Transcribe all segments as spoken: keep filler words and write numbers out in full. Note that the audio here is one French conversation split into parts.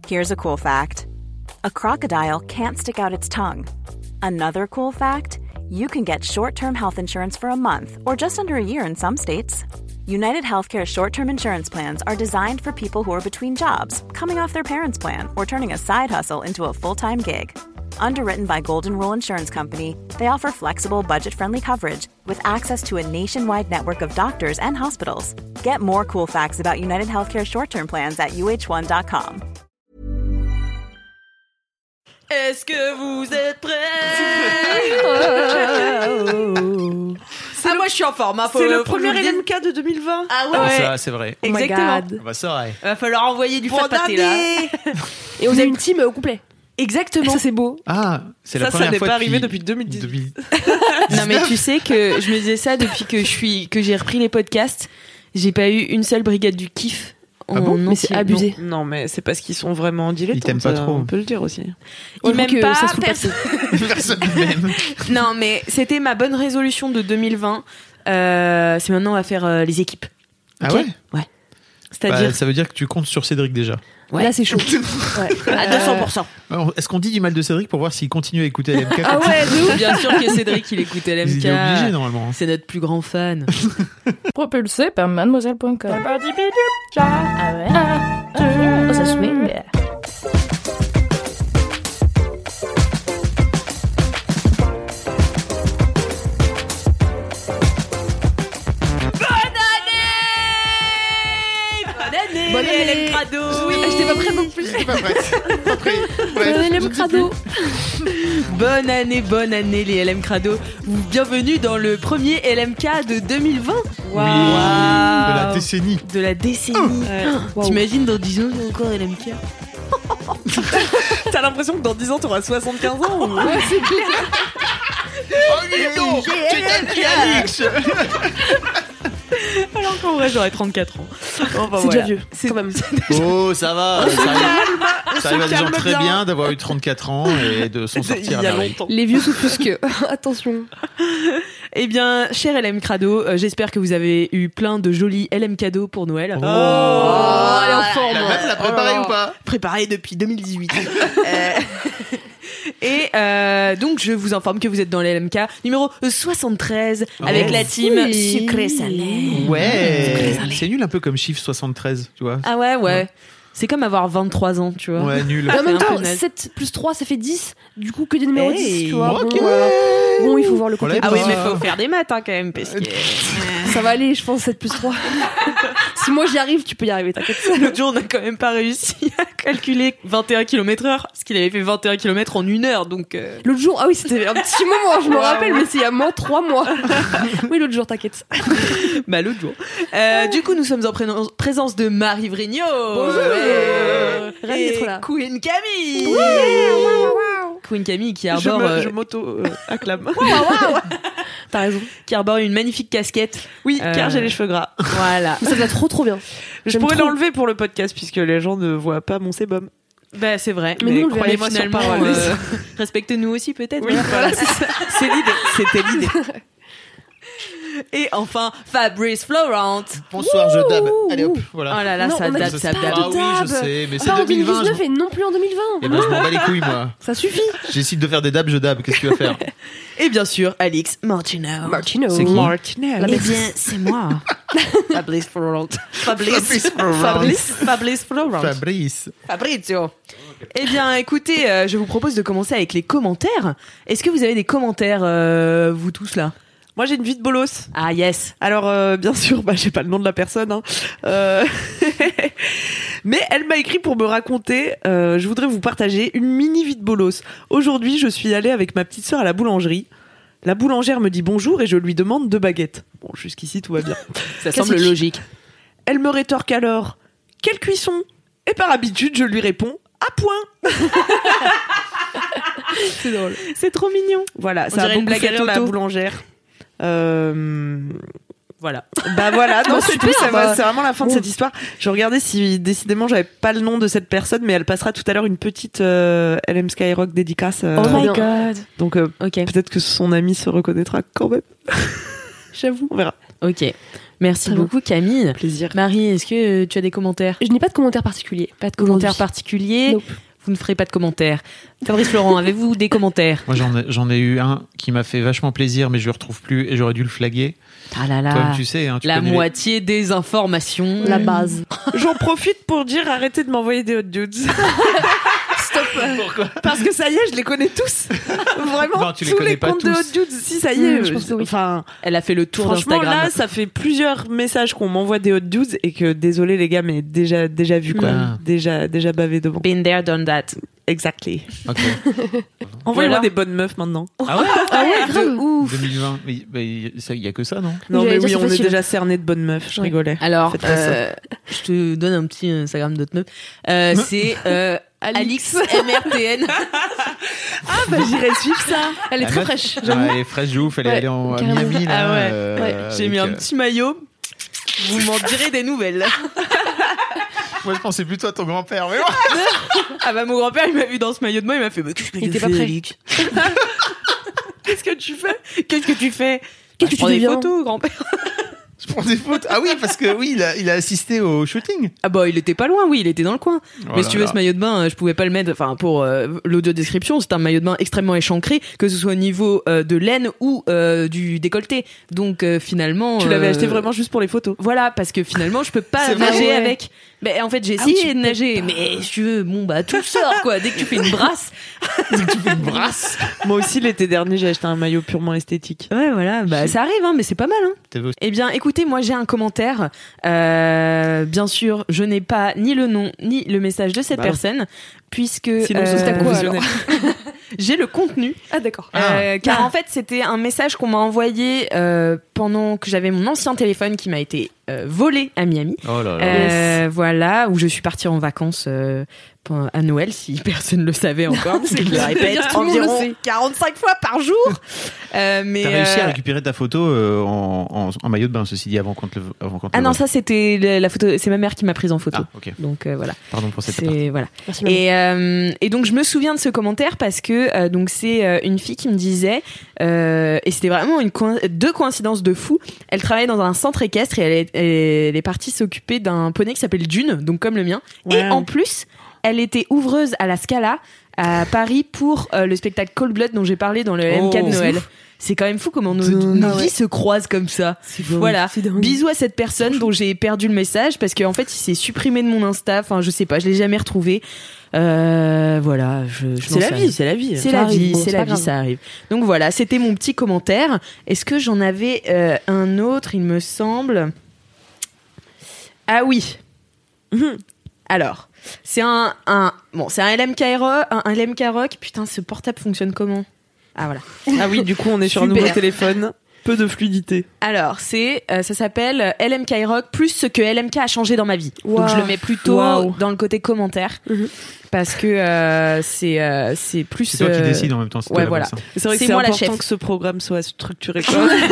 Here's a cool fact. A crocodile can't stick out its tongue. Another cool fact, you can get short-term health insurance for a month or just under a year in some states. United Healthcare short-term insurance plans are designed for people who are between jobs, coming off their parents' plan, or turning a side hustle into a full-time gig. Underwritten by Golden Rule Insurance Company, they offer flexible, budget-friendly coverage with access to a nationwide network of doctors and hospitals. Get more cool facts about United Healthcare short-term plans at U H one dot com. Est-ce que vous êtes prêts? C'est ah le... moi je suis en forme. Hein, c'est le premier L M K de deux mille vingt. Ah ouais. Ah, ça, c'est vrai. Oh exactement. Bah ça ouais. Va falloir envoyer du fat pâté là. Et on a une team au complet. Exactement. Ça c'est beau. Ah, c'est la ça, première ça n'est fois pas depuis... arrivé depuis deux mille dix. deux mille... Non mais tu sais que je me disais ça depuis que je suis que j'ai repris les podcasts. J'ai pas eu une seule brigade du kiff. Ah bon mais c'est abusé. Non, non, mais c'est parce qu'ils sont vraiment dilettantes. Ils t'aiment pas trop. On peut le dire aussi. Ils m'aiment pas. Ça se Personne. Personne m'aime. Non, mais c'était ma bonne résolution de deux mille vingt. Euh, c'est maintenant on va faire euh, les équipes. Ah okay ouais. Ouais. C'est-à-dire. Bah, ça veut dire que tu comptes sur Cédric déjà. Ouais. Là c'est chaud. Ouais. À deux cents pour cent. Alors, est-ce qu'on dit du mal de Cédric pour voir s'il continue à écouter L M K? Ah ouais, de ouf. Bien sûr que Cédric il écoute L M K. Il est obligé normalement. C'est notre plus grand fan. Propulsé par mademoiselle point com. Ah ouais. Oh, ça swing. Bonne année, L M Crado. Oui, j'étais pas prête non plus. J'étais pas prête. Pas prête. Bonne année, L M Crado. Bonne année, bonne année les L M Crado. Bienvenue dans le premier L M K de deux mille vingt. Oui, de la décennie. De la décennie. Ouais. Wow. T'imagines dans dix ans il y a encore L M K? T'as l'impression que dans dix ans t'auras soixante-quinze ans ou... Ouais, c'est clair. Oh non, c'est Alix. Alors qu'en vrai j'aurais trente-quatre ans. Enfin, C'est voilà. déjà vieux, C'est quand même. Oh, ça va. Ça arrive, ça arrive à des gens calme très bien. bien d'avoir eu trente-quatre ans et de s'en Il sortir y à a merveille. longtemps. Les vieux s'offusquent. Attention. Eh bien, cher L M Crado, euh, j'espère que vous avez eu plein de jolis L M cadeaux pour Noël. Oh, Oh, elle est en forme. La meuf l'a préparé Oh. ou pas? Préparé depuis deux mille dix-huit. Euh, Et euh, donc, je vous informe que vous êtes dans l'L M K numéro soixante-treize avec Oh. la team Oui. sucré salé. Ouais, c'est nul un peu comme chiffre soixante-treize, tu vois. Ah ouais, ouais. C'est comme avoir vingt-trois ans, tu vois. Ouais, nul. Mais en même C'est un temps, peu naze. sept plus trois, ça fait dix. Du coup, que des numéros Hey. dix, tu vois. Ok. Bon, voilà. Bon, il faut voir le côté. Voilà, Ah oui, bah, mais faut faire des maths hein, quand même, parce que... Ça va aller, je pense, sept plus trois. Si moi j'y arrive, tu peux y arriver, t'inquiète. L'autre jour, on n'a quand même pas réussi à calculer vingt et un kilomètres heure, parce qu'il avait fait vingt et un kilomètres en une heure, donc... euh, L'autre jour, ah oui, c'était un petit moment, je me rappelle, mais c'est il y a moins trois mois. Oui, l'autre jour, t'inquiète. Bah, l'autre jour. Euh, du coup, nous sommes en préno- présence de Marie Vrigno. Bonjour. Euh, Ravie et d'être là. Queen Camille. Queen Camille qui Je, arbore, me, euh, je m'auto-acclame. T'as raison. qui arbore une magnifique casquette. Oui, Euh, car j'ai les cheveux gras. Voilà. Ça va trop trop bien. Je J'aime pourrais trop. l'enlever pour le podcast puisque les gens ne voient pas mon sébum. Bah, c'est vrai. Mais nous, on le croyez-moi verrait sur finalement, parole. euh, respecte-nous aussi, peut-être. Oui, Voilà, c'est ça. C'est l'idée. C'était l'idée. Et enfin, Fabrice Florent. Bonsoir, je dab. Allez hop, Oh voilà. là là, Non, ça on a date, dit ça pas date. Ah oui, je dab. sais, mais c'est Pas en deux mille vingt. deux mille dix-neuf et non plus en deux mille vingt. Et ben, je m'en bats les couilles, moi. Ça suffit. J'essaie de faire des dabs, je dab. Qu'est-ce que tu vas faire? Et bien sûr, Alix Martino. Martino. C'est qui? Martinel. Eh bien, c'est moi. Fabrice Florent. Fabrice. Fabrice Florent. Fabrice. Fabrice Florent. Fabrice. Fabrizio. Eh bien, écoutez, euh, je vous propose de commencer avec les commentaires. Est-ce que vous avez des commentaires, euh, vous tous là? Moi, j'ai une vie de bolos. Ah yes. Alors, euh, bien sûr, bah, j'ai pas le nom de la personne, hein. Euh... mais elle m'a écrit pour me raconter. Euh, je voudrais vous partager une mini vie de bolos. Aujourd'hui, je suis allée avec ma petite sœur à la boulangerie. La boulangère me dit bonjour et je lui demande deux baguettes. Bon, jusqu'ici tout va bien. Ça semble logique. Elle me rétorque alors quelle cuisson? Et par habitude, je lui réponds à point. C'est drôle. C'est trop mignon. Voilà, On ça a dirait une beaucoup blague fait à rire la Toto. boulangère. Euh... Voilà. Bah voilà, non, Bah, c'est super, tout, ça bah. va, c'est vraiment la fin de Bon. cette histoire. Je regardais si décidément j'avais pas le nom de cette personne, mais elle passera tout à l'heure une petite euh, L M Skyrock dédicace. euh, Oh my god. donc euh, Ok. peut-être que son ami se reconnaîtra quand même. J'avoue. On verra. Ok. Merci Très beaucoup Camille. Plaisir. Marie, est-ce que euh, tu as des commentaires? Je n'ai pas de commentaires particuliers. Pas de commentaires particuliers. Nope. Vous ne ferez pas de commentaires. Fabrice Florent, avez-vous des commentaires? Moi, j'en ai, j'en ai eu un qui m'a fait vachement plaisir, mais je le retrouve plus et j'aurais dû le flaguer. Ah là là. Toi, tu sais, hein, tu La connais les- moitié des informations. La base. J'en profite pour dire arrêtez de m'envoyer des hot dudes. Stop. Pourquoi? Parce que ça y est, je les connais tous. Vraiment, Non, tu les tous connais les pas comptes de tous. hot dudes. Si, ça y est. Mmh, je pense que oui. Enfin, Elle a fait le tour franchement, d'Instagram. là, ça fait plusieurs messages qu'on m'envoie des hot dudes et que, désolé les gars, mais déjà, déjà vu quoi. Ah. Déjà, déjà bavé devant. Been there, done that. Exactly. Ok. Envoyez-moi Voilà. des bonnes meufs maintenant. Ah ouais? Ah ouais, grave. Ouf. deux mille vingt. Mais mais il y a que ça, non? Non, J'allais mais dire, oui, c'est on est facile. déjà cerné de bonnes meufs. Je Ouais. rigolais. Alors, Faites pas ça. euh, je te donne un petit Instagram d'autres meufs. Euh, c'est euh, Alix M R T N. Ah, bah, j'irai suivre ça. Elle est La très meuf- fraîche. Ouais, J'avoue. elle est fraîche de ouf. Elle est Ouais, allée en, à carrément. Miami, là. Ah ouais, euh, ouais. J'ai avec, mis un euh, petit maillot. Vous m'en direz des nouvelles. Moi, je pensais plutôt à ton grand-père, mais Ah bah mon grand-père il m'a vu dans ce maillot de bain, il m'a fait bah, qu'est-ce que Il tu était fais, pas prêt. Alix? Qu'est-ce que tu fais? Qu'est-ce que tu fais? Qu'est-ce Je que prends tu des deviens photos, grand-père. je prends des photos. Ah oui, parce que oui, il a, il a assisté au shooting. Ah bah il était pas loin, oui, il était dans le coin. Oh Mais là si tu veux là. ce maillot de bain, euh, je pouvais pas le mettre. Enfin pour euh, l'audio description, c'est un maillot de bain extrêmement échancré, que ce soit au niveau euh, de l'aine ou euh, du décolleté. Donc euh, finalement, Tu l'avais euh, acheté vraiment juste pour les photos. Voilà, parce que finalement je peux pas C'est vrai. nager Ouais. avec. Mais en fait j'ai Ah oui, essayé tu de peux nager, mais si tu veux, bon bah tout sort quoi. Dès que tu fais une brasse. Tu fais une brasse. Moi aussi, l'été dernier, j'ai acheté un maillot purement esthétique. Ouais voilà, bah ça arrive hein, mais c'est pas mal hein. T'avais aussi- Eh bien, écoutez, moi j'ai un commentaire. Euh, bien sûr, je n'ai pas ni le nom ni le message de cette Bah. personne, puisque Sinon, euh, ce serait quoi, professionnel. j'ai le contenu. Ah d'accord. Euh, car Ah. en fait, c'était un message qu'on m'a envoyé euh, pendant que j'avais mon ancien téléphone qui m'a été euh, volé à Miami. Oh là là. Euh, Voilà, où je suis partie en vacances euh, pen- à Noël, si personne ne le savait encore, parce que je le répète Tout le monde le environ sait. quarante-cinq fois par jour. Euh, mais T'as réussi à euh, récupérer ta photo euh, en, en, en maillot de bain, ceci dit, avant qu'on te le, avant qu'on te ah le non, vole. ça c'était le- la photo, c'est ma mère qui m'a prise en photo. Ah, ok. Donc euh, voilà. Pardon pour cette partie. C'est voilà. Merci maman. Et, euh, et donc je me souviens de ce commentaire parce que euh, donc c'est euh, une fille qui me disait euh, et c'était vraiment une coïn- deux coïncidences de fou. Elle travaillait dans un centre équestre et elle est, elle est partie s'occuper d'un poney qui s'appelle Dune, donc comme le mien. Ouais. Et en plus, elle était ouvreuse à la Scala à Paris pour euh, le spectacle Cold Blood dont j'ai parlé dans le M K de Oh, c'est Noël. ouf. C'est quand même fou comment nos, Dingue. nos Ah ouais. vies se croisent comme ça. Voilà. C'est dingue. Bisous à cette personne dont j'ai perdu le message parce qu'en fait il s'est supprimé de mon Insta. Enfin je sais pas, je l'ai jamais retrouvé. Euh, voilà, je, je C'est n'en la sais vie, rien. c'est la vie. C'est Ça la arrive, vie, bon, c'est c'est la pas vie, grave. ça arrive. Donc voilà, c'était mon petit commentaire. Est-ce que j'en avais euh, un autre, il me semble. Ah oui. Mhm. Alors, c'est un, un bon, c'est un L M K rock, un, un L M K rock. Putain, ce portable fonctionne comment? Ah voilà. Ah oui, du coup, on est sur un Super. nouveau téléphone. Peu de fluidité. Alors, c'est, euh, ça s'appelle L M K rock plus ce que L M K a changé dans ma vie. Donc Wow. je le mets plutôt Wow. dans le côté commentaire Mhm. parce que euh, c'est euh, c'est plus. C'est toi qui euh, décides en même temps. c'est toi ouais, la voilà. boss, hein. C'est vrai que C'est c'est moi la important chef. que ce programme soit structuré quand même.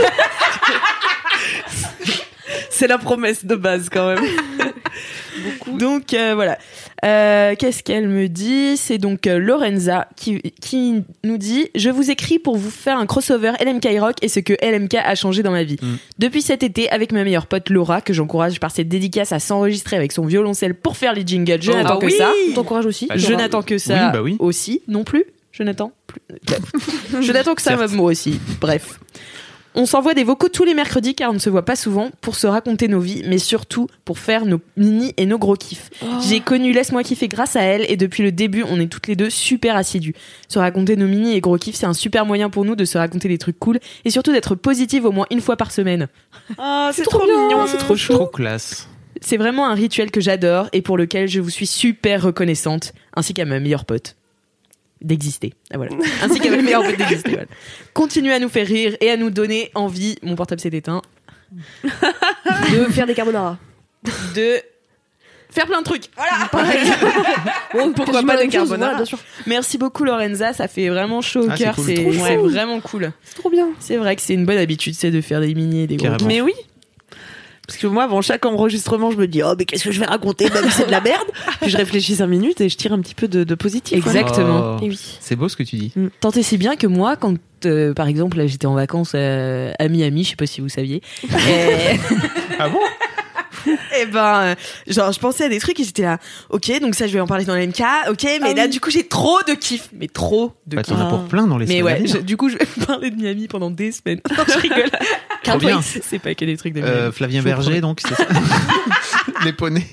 C'est la promesse de base quand même. Donc euh, voilà. Euh, qu'est-ce qu'elle me dit? C'est donc euh, Lorenza qui, qui nous dit « Je vous écris pour vous faire un crossover L M K Rock et ce que L M K a changé dans ma vie. Mm. Depuis cet été, avec ma meilleure pote Laura, que j'encourage par cette dédicace à s'enregistrer avec son violoncelle pour faire les jingles. Je Oh, n'attends bah que oui. ça. On t'encourage aussi. Ah, Je Laura. n'attends que ça Oui, bah oui. aussi. Non plus. Je n'attends plus. Je n'attends que ça, Certes. moi aussi. Bref. On s'envoie des vocaux tous les mercredis car on ne se voit pas souvent pour se raconter nos vies, mais surtout pour faire nos mini et nos gros kiffs. J'ai connu Laisse-moi kiffer grâce à elle et depuis le début, on est toutes les deux super assidus. Se raconter nos mini et gros kiffs, c'est un super moyen pour nous de se raconter des trucs cool et surtout d'être positive au moins une fois par semaine. Ah, c'est trop trop bien, mignon, c'est trop chou. Trop classe. C'est vraiment un rituel que j'adore et pour lequel je vous suis super reconnaissante, ainsi qu'à ma meilleure pote d'exister. Ah, voilà. Ainsi qu'à ma meilleure pote d'exister. Voilà. Continuez à nous faire rire et à nous donner envie. Mon portable s'est éteint. De faire des carbonara. De faire plein de trucs. Voilà. Bon, pourquoi quasiment pas la des même chose, carbonara voilà, bien sûr. Merci beaucoup Lorenza, ça fait vraiment chaud au Ah, c'est cœur. cool. C'est Trop ouais, chou. vraiment cool. C'est trop bien. C'est vrai que c'est une bonne habitude, c'est de faire des mini et des gros. Carrément. Mais oui. Parce que moi, avant chaque enregistrement, je me dis, oh, mais qu'est-ce que je vais raconter, même si c'est de la merde. Puis je réfléchis cinq minutes et je tire un petit peu de, de positif. Exactement. Oh, Et oui. c'est beau ce que tu dis. Tant et si bien que moi, quand euh, par exemple là, j'étais en vacances euh, à Miami, je sais pas si vous saviez. et... Ah bon? Et ben, euh, genre, je pensais à des trucs et j'étais là, ok, donc ça, je vais en parler dans les M K, ok, mais Ah là, oui. du coup, j'ai trop de kiff, mais trop de Bah, kiff. t'en as pour plein dans les Mais semaines à ouais, venir. je- du coup, je vais vous parler de Miami pendant des semaines. Non, je rigole. Trop bien. C'est pas que des trucs de Miami. Euh, Flavien Je vous Berger, promets. donc, c'est ça. Les poneys.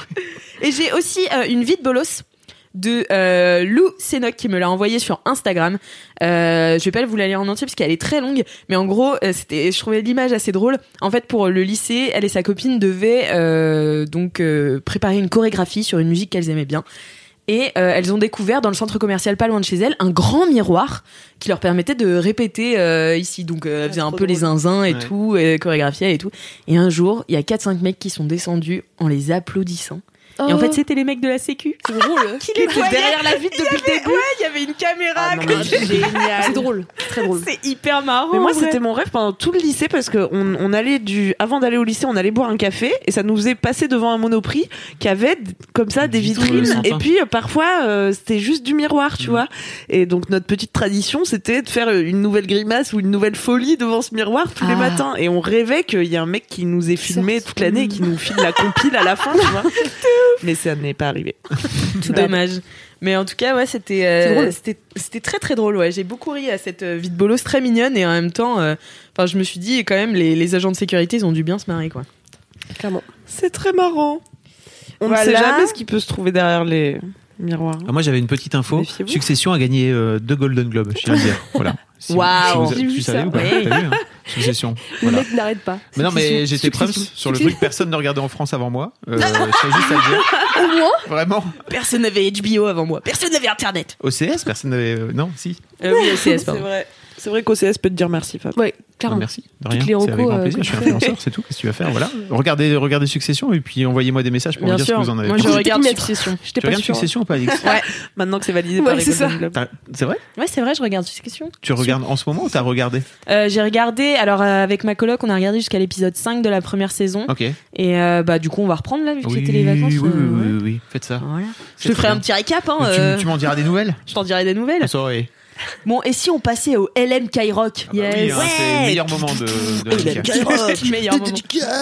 Et j'ai aussi euh, une vie de bolos de euh, Lou Sénoc qui me l'a envoyée sur Instagram. Euh, je vais pas vous la lire en entier parce qu'elle est très longue, mais en gros, euh, c'était, je trouvais l'image assez drôle. En fait, pour le lycée, elle et sa copine devaient euh, donc euh, préparer une chorégraphie sur une musique qu'elles aimaient bien. Et euh, elles ont découvert dans le centre commercial pas loin de chez elles un grand miroir qui leur permettait de répéter euh, ici. Donc euh, elles faisaient un peu les zinzins et Ouais. tout, et chorégraphiaient et tout. Et un jour, il y a quatre cinq mecs qui sont descendus en les applaudissant. Et en fait, c'était les mecs de la sécu. c'est drôle. Qui les voyaient. derrière la vitre depuis le début. Ouais, il y avait une caméra. Ah, non, que- mais génial. C'est drôle, très drôle. C'est hyper marrant. Mais moi, en vrai. c'était mon rêve pendant tout le lycée parce que on, on allait du, avant d'aller au lycée, on allait boire un café et ça nous faisait passer devant un Monoprix qui avait d- comme ça des Vitre, vitrines sympa. et puis euh, parfois euh, c'était juste du miroir, tu Mhm. vois. Et donc notre petite tradition, c'était de faire une nouvelle grimace ou une nouvelle folie devant ce miroir tous les Ah. matins. Et on rêvait qu'il y a un mec qui nous ait filmé toute l'année et qui nous file la compile à la fin, tu vois. Mais ça n'est pas arrivé. Tout dommage. Mais en tout cas, ouais, c'était, euh, C'est drôle. c'était, c'était très très drôle. Ouais, j'ai beaucoup ri à cette euh, vie de bolos très mignonne et en même temps, euh, enfin, je me suis dit quand même les, les agents de sécurité, ils ont dû bien se marrer, quoi. Clairement. C'est très marrant. On Voilà. ne sait jamais ce qui peut se trouver derrière les miroirs. Ah, moi, j'avais une petite info. Méfiez-vous. Succession a gagné euh, deux Golden Globes, je tiens à le dire. Voilà. Si, Waouh. si vous- J'ai tu vu savais ça. ou pas? Ouais. T'as vu, hein Succession. Le Voilà. mec n'arrête pas. Mais non, mais Succession. j'étais prêt Succession. sur le Succession. truc. Personne ne regardait en France avant moi. Euh, je tiens juste à le dire. Au moins. Vraiment. Personne n'avait H B O avant moi. Personne n'avait Internet. O C S, personne n'avait. euh, non, si. Euh, oui, O C S, C'est pardon. vrai. C'est vrai qu'O C S peut te dire merci, Fab. Ouais, Ah, clairement. merci. De Toutes rien. les C'est avec recos, grand euh, plaisir. que Je suis tu fais. influenceur, c'est tout. Qu'est-ce que tu vas faire? Voilà. Regardez, regardez Succession et puis envoyez-moi des messages pour Bien me dire sûr. ce que vous en avez Moi, pensé. je regarde Peut-être Succession. J'étais Tu pas regardes sûre. Succession ou pas, Alix? Ouais. Maintenant que c'est validé Ouais, par les c'est ça. Golden Globes. T'as- C'est vrai? Ouais, c'est vrai, je regarde Succession. Tu regardes en ce moment ou t'as regardé? Euh, j'ai regardé, alors euh, avec ma coloc, on a regardé jusqu'à l'épisode cinq de la première saison. Ok. Et euh, bah, du coup, on va reprendre là, vu que Oui, c'était les vacances. oui, oui, euh, oui, ouais. oui, oui. Faites ça. Voilà. Je C'est te très ferai un bien. petit récap, hein. Tu, euh, tu m'en diras des nouvelles? Je t'en dirai des nouvelles. On saurait. Bon, et si on passait au L M K-Rock? Ah bah oui, hein, c'est le meilleur moment de, de la Mika. Meilleur moment.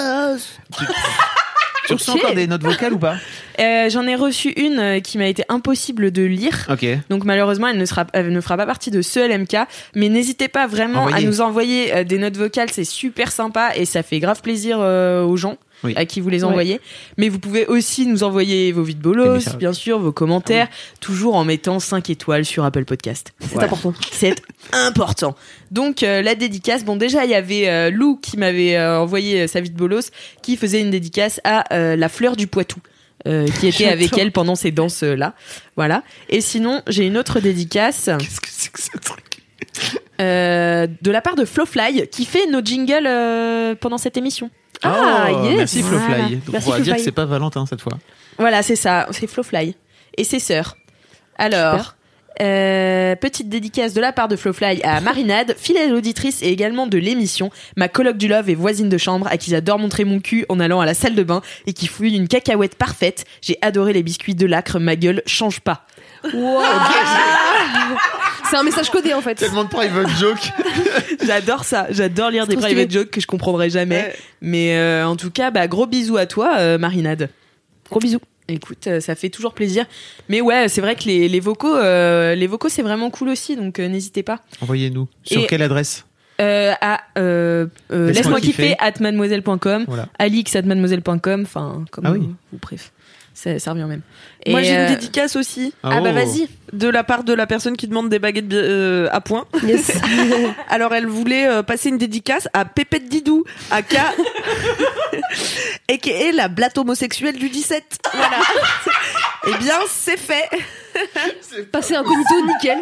Tu reçois Ok. encore des notes vocales ou pas? Euh, J'en ai reçu une euh, qui m'a été impossible de lire. Ok. Donc malheureusement, elle ne, sera, elle ne fera pas partie de ce L M K. Mais n'hésitez pas vraiment Envoyez. à nous envoyer euh, des notes vocales. C'est super sympa et ça fait grave plaisir euh, aux gens Oui. à qui vous les Ouais. envoyez. Mais vous pouvez aussi nous envoyer vos vides Des bolos, messages. bien sûr, vos commentaires, toujours en mettant cinq étoiles sur Apple Podcast. C'est Voilà. important. C'est important. Donc euh, la dédicace, bon déjà il y avait euh, Lou qui m'avait euh, envoyé euh, sa vie de bolos, qui faisait une dédicace à euh, la fleur du Poitou. Euh, qui était avec J'adore. elle pendant ces danses là, voilà. Et sinon j'ai une autre dédicace Qu'est-ce que c'est que ce truc? euh, de la part de Flowfly qui fait nos jingles euh, pendant cette émission. Ah, Oh, yes. Merci Voilà. Flowfly. Donc Merci on va dire Flowfly. que c'est pas Valentin cette fois. Voilà, c'est ça, c'est Flowfly et ses sœurs. Alors, euh, petite dédicace de la part de Flowfly à Marinade, fidèle auditrice et également de l'émission, ma coloc du love et voisine de chambre à qui j'adore montrer mon cul en allant à la salle de bain et qui fouille une cacahuète parfaite. J'ai adoré les biscuits de Lacre, ma gueule change pas. Wow. C'est un message codé en fait. Tellement de private joke. J'adore ça, j'adore lire des trop private stylé. jokes que je comprendrai jamais. Ouais. Mais euh, en tout cas, bah, gros bisous à toi, euh, Marinade. Gros bisous. Écoute, euh, ça fait toujours plaisir. Mais ouais, c'est vrai que les, les vocaux, euh, les vocaux, c'est vraiment cool aussi, donc euh, n'hésitez pas. Envoyez-nous. Sur Et- quelle adresse? Euh, à euh, euh, Laisse-moi laisse-moi kiffer kiffer. at mademoiselle point com, Voilà. alix at mademoiselle point com, enfin comme Ah oui. euh, vous préférez. Ça, ça revient au même. Moi, Et, j'ai une euh, dédicace aussi. Ah bah Oh. vas-y. De la part de la personne qui demande des baguettes euh, à point. Yes. Alors, elle voulait euh, passer une dédicace à Pépette Didou, aka et qui est la blatte homosexuelle du dix-sept. Voilà. Eh bien, c'est fait. Passer incognito, nickel.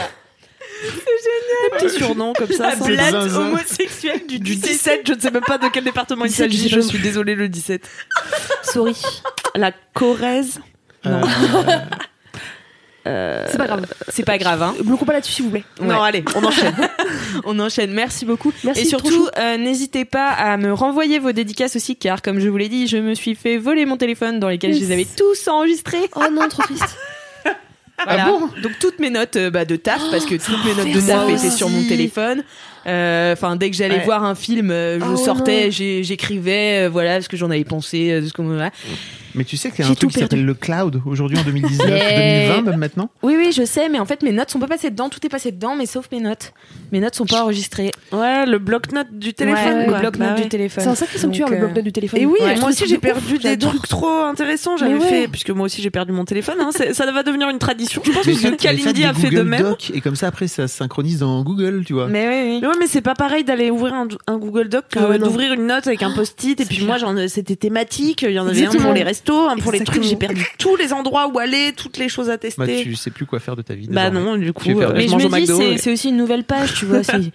Petit surnom comme ça. La sans- blatte zinzin. homosexuelle du, Du dix-sept, je ne sais même pas de quel département il dix-sept, s'agit. je sais Je pas. suis désolée, le dix-sept. Sorry. La Corrèze. Euh, Euh, C'est pas grave. C'est pas grave, hein. Bloquons pas là-dessus, s'il vous plaît. Non, allez, on enchaîne. On enchaîne. Merci beaucoup. Merci, Et trop surtout, chou. euh, n'hésitez pas à me renvoyer vos dédicaces aussi, car comme je vous l'ai dit, je me suis fait voler mon téléphone dans lesquels Yes. je les avais tous enregistrés. Oh non, trop triste. Voilà. Ah bon Donc toutes mes notes euh, bah, de taf, parce que toutes mes notes de merci. taf étaient sur mon téléphone. Enfin, dès que j'allais Ouais. voir un film, euh, je Oh sortais, non. j'ai- j'écrivais, euh, voilà, ce que j'en avais pensé, euh, de ce qu'on voilà. Mais tu sais qu'il y a J'ai un truc tout qui s'appelle le cloud aujourd'hui en deux mille dix-neuf, Mais- deux mille vingt même maintenant. Oui, oui, je sais, mais en fait, mes notes sont pas passées dedans. Tout est passé dedans, mais sauf mes notes. Mes notes sont pas enregistrées. Ouais, le bloc-notes du téléphone. Ouais, quoi. le bloc-notes Bah ouais. du téléphone. C'est un sacré sanctuaire, Donc, le euh, bloc-notes du téléphone. Et oui, Ouais. moi aussi j'ai De perdu ouf, des j'adore. trucs trop intéressants. J'avais Mais ouais. fait, puisque moi aussi j'ai perdu mon téléphone. Hein, c'est- ça va devenir une tradition. Je pense Mais que faites- mais Kalindi faites a des fait de Google même. Docs, et comme ça après ça se synchronise dans Google, tu vois. Mais oui, oui. Mais ouais, mais c'est pas pareil d'aller ouvrir un, un Google Doc que Ah ouais, non. d'ouvrir une note avec un post-it. Et puis moi, j'en, c'était thématique. Il y en avait un Exactement. pour les restos, un pour les Exactement. trucs. J'ai perdu tous les endroits où aller, toutes les choses à tester. Bah, tu sais plus quoi faire de ta vie. Bah désormais. non, du coup, Tu veux faire euh, des- Mais je je mange au me dis, McDo. c'est et- c'est aussi une nouvelle page, tu vois. c'est-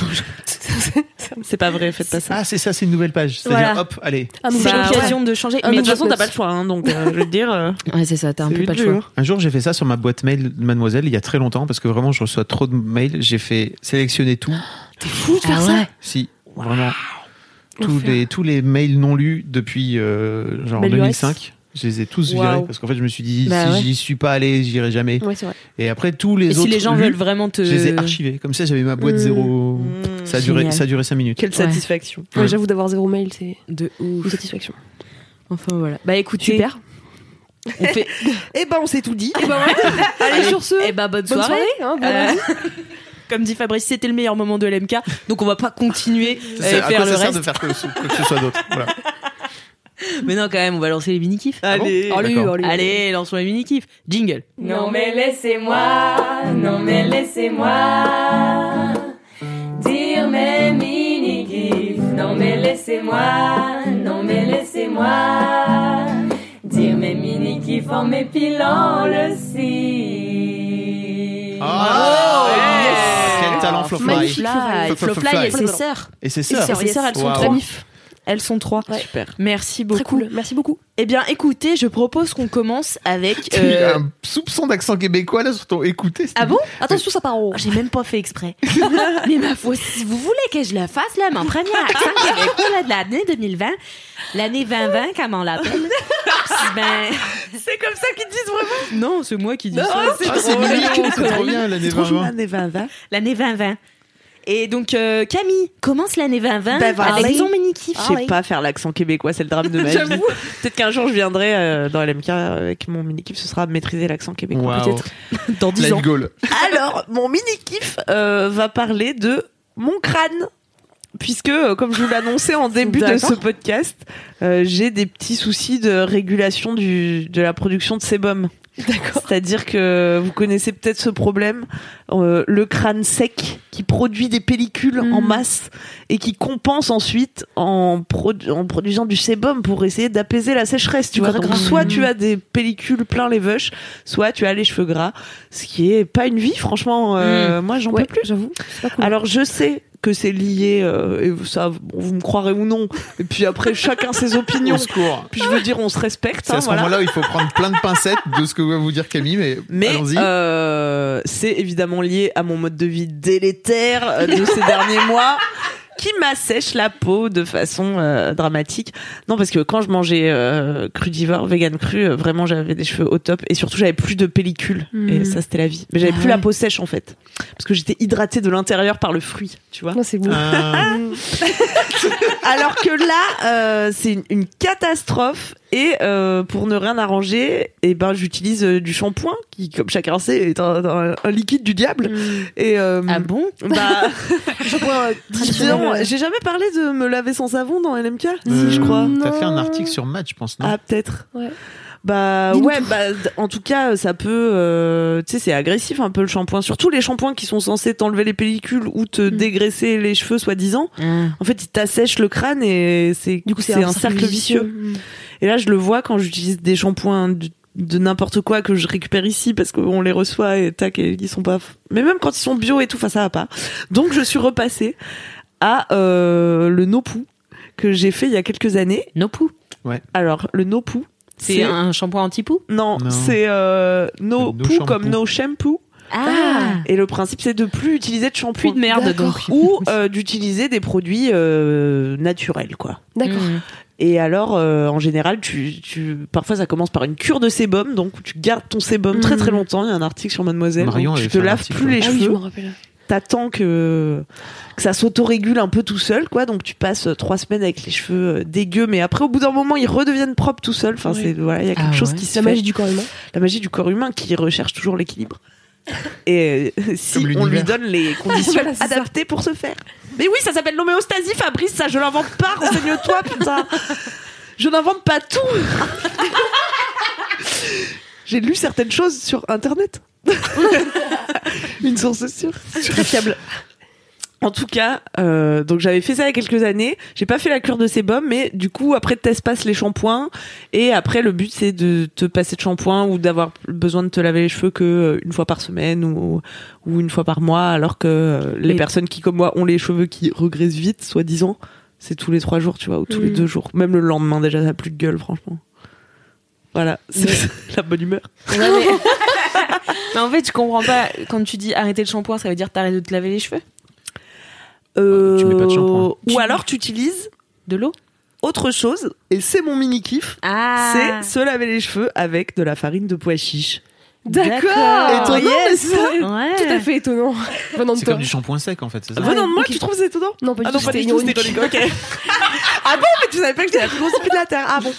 C'est pas vrai, faites pas ça. Ah, c'est ça, c'est une nouvelle page. C'est-à-dire, Voilà. hop, allez. Ah, mais C'est Bah, l'occasion de changer. Ah, Mais de mais toute façon, t'as bloc-notes. pas le choix. Hein, donc, euh, je veux te dire. euh, Ouais, c'est ça, t'as un c'est peu vite pas le choix. dur. Un jour, j'ai fait ça sur ma boîte mail de Mademoiselle il y a très longtemps parce que vraiment, je reçois trop de mails. J'ai fait sélectionner tout. T'es fou de faire Ah ça. ouais. Si, vraiment. Tous L'enfer. les, tous les mails non lus depuis euh, genre Belle deux mille lurette. cinq. Je les ai tous Waouh. virés parce qu'en fait, je me suis dit, Bah si ouais. j'y suis pas allé, j'irai jamais. Ouais, c'est vrai. Et après, tous les Et autres. si les gens lus, veulent vraiment te. je les ai archivés. Comme ça, j'avais ma boîte Mmh. zéro. Mmh. Ça a duré, Génial. ça a duré cinq minutes. Quelle Ouais. satisfaction. Ouais, Ouais. j'avoue, d'avoir zéro mail, c'est De une ouf. satisfaction. Enfin voilà. Bah écoutez, Super. on fait. Eh ben, on s'est tout dit. Allez, sur ce, Eh bah bonne, bonne soirée. hein, bon Euh, lundi. Comme dit Fabrice, c'était le meilleur moment de L M K, donc on va pas continuer Ça euh, et sert- à faire quoi le ça sert reste. de faire quoi, quoi que ce soit d'autre voilà. Mais non, quand même, on va lancer les mini kifs. Allez. Allez, D'accord. allez. Allez, lançons les mini kifs. Jingle. Non mais laissez-moi, non mais laissez-moi dire mes mini-gifs. Non mais laissez-moi, non mais laissez-moi dire mes mini-gifs en m'épilant le cil. Oh, yes. Quel talent, Flowfly. Magnifique. Flowfly, Flowfly. Flowfly et ses sœurs. Et c'est Et ça. ses sœurs, elles sont Wow. trois. Mif. Elles sont trois. Ouais. Super. Merci beaucoup. Très cool. Merci beaucoup. Eh bien, écoutez, je propose qu'on commence avec. Il y a euh, un soupçon d'accent québécois là sur ton écouté. Ah bon? Attention, ça part en haut. J'ai même pas fait exprès. Mais ma foi, si vous voulez que je le fasse, là, mon premier accent québécois là, de l'année deux mille vingt, l'année vingt vingt, comme on l'appelle. Puis ben. C'est comme ça qu'ils disent vraiment. Non, c'est moi qui dis Non, ça. c'est Ah, c'est trop mignon, mignon, c'est trop bien l'année Trop chou, vingt vingt. l'année vingt vingt. L'année vingt vingt. Et donc, euh, Camille commence l'année vingt vingt Ben, voilà. avec Allez. son mini-kiff. Je sais pas faire l'accent québécois, c'est le drame de ma vie. Peut-être qu'un jour je viendrai euh, dans L M K avec mon mini-kiff, ce sera maîtriser l'accent québécois. Wow. Peut-être dans dix Live ans. goal. Alors, mon mini-kiff euh, va parler de mon crâne. Puisque, euh, comme je vous l'annonçais en début de D'accord. ce podcast, euh, j'ai des petits soucis de régulation du, de la production de sébum. D'accord. C'est-à-dire que vous connaissez peut-être ce problème, euh, le crâne sec qui produit des pellicules Mm. en masse et qui compense ensuite en, produ- en produisant du sébum pour essayer d'apaiser la sécheresse. Tu Du vois, gras donc gras. soit Mm. tu as des pellicules plein les veuches, soit tu as les cheveux gras, ce qui est pas une vie. Franchement, euh, moi j'en Ouais, peux plus. j'avoue. C'est pas cool. Alors je sais que c'est lié, euh, et ça, bon, vous me croirez ou non. Et puis après, chacun ses opinions. Au secours. Puis je veux dire, on se respecte. C'est hein, à ce voilà. moment-là où il faut prendre plein de pincettes de ce que va vous dire Camille, mais, Mais allons-y. euh, c'est évidemment lié à mon mode de vie délétère euh, de ces derniers mois qui m'assèche la peau de façon euh, dramatique. Non, parce que quand je mangeais euh, crudivore, vegan cru, euh, vraiment j'avais des cheveux au top et surtout j'avais plus de pellicule Mm. et ça c'était la vie. Mais j'avais Ah plus ouais. la peau sèche en fait parce que j'étais hydratée de l'intérieur par le fruit, tu vois. Non, c'est beau. Ah, Alors que là, euh, c'est une, une catastrophe. Et euh, pour ne rien arranger, et ben j'utilise euh, du shampoing qui, comme chacun sait, est un, un- un liquide du diable. Et euh, Ah bon? bah, Shampoing disons, traditionnel. j'ai jamais parlé de me laver sans savon dans L M K. euh, Si, je crois. T'as Non. fait un article sur Match, je pense, non? Ah, peut-être. Ouais. Bah Dis-nous ouais, tout. bah d- en tout cas, ça peut, euh, tu sais, c'est agressif un peu le shampoing. Surtout les shampoings qui sont censés t'enlever les pellicules ou te Mm. dégraisser les cheveux, soi-disant. Ah. En fait, ils t'assèchent le crâne et c'est Du coup, c'est un, cercle vicieux. Mm. Et là, je le vois quand j'utilise des shampoings de, de n'importe quoi que je récupère ici parce qu'on les reçoit et tac, et ils sont pas. Mais même quand ils sont bio et tout, enfin, ça va pas. Donc, je suis repassée à euh, le Nopou que j'ai fait il y a quelques années. Nopou. Alors, le Nopou, C'est, c'est un shampoing anti-poux? Non, non. c'est euh, no, no poo shampoo. comme no shampoo. Ah. Et le principe, c'est de plus utiliser de shampoing. Plus de merde, donc. Ou euh, d'utiliser des produits euh, naturels, quoi. D'accord. Mmh. Et alors, euh, en général, tu, tu, parfois ça commence par une cure de sébum, donc tu gardes ton sébum Mmh. très très longtemps. Il y a un article sur Mademoiselle. Marion Donc, tu avait te fait un laves article. plus les Ah oui, je cheveux. me rappelle. T'attends que, que ça s'autorégule un peu tout seul, quoi. Donc tu passes euh, trois semaines avec les cheveux euh, dégueux, mais après, au bout d'un moment, ils redeviennent propres tout seuls. Enfin, Oui. c'est, voilà, il y a quelque Ah chose ouais. qui se La fait. magie du corps humain. La magie du corps humain qui recherche toujours l'équilibre. Et euh, si Comme on l'univers. lui donne les conditions Voilà, c'est ça. adaptées pour ce faire. Mais oui, ça s'appelle l'homéostasie, Fabrice, ça je l'invente pas, renseigne-toi, putain. Je n'invente pas tout. J'ai lu certaines choses sur internet. Une source sûre. Très fiable. En tout cas, euh, donc j'avais fait ça il y a quelques années. J'ai pas fait la cure de sébum, mais du coup après t'espaces les shampoings et après le but c'est de te passer de shampoing ou d'avoir besoin de te laver les cheveux que euh, une fois par semaine ou ou une fois par mois, alors que euh, les Mais- personnes qui comme moi ont les cheveux qui regressent vite, soi-disant, c'est tous les trois jours, tu vois, ou tous les Mm. deux jours, même le lendemain déjà, ça a plus de gueule, franchement. Voilà, c'est la bonne humeur. Ouais, mais... mais en fait, je comprends pas. Quand tu dis arrêter le shampoing, ça veut dire t'arrêtes de te laver les cheveux? Euh, Tu mets pas de shampoing. Ou Tu- alors tu utilises De l'eau? autre chose, et c'est mon mini kiff, Ah. c'est se laver les cheveux avec de la farine de pois chiche. D'accord. Étonnant, Yes. n'est-ce pas Ouais. Tout à fait étonnant. Venant de C'est toi. comme du shampoing sec en fait, c'est ça? Venant de moi, ok. tu trouves c'est étonnant? Non, pas du Ah tout, non, pas c'était du tout, ironique. c'était ironique, ok. Ah bon, mais tu savais pas que j'étais la plus grosse pute de la Terre. Ah bon.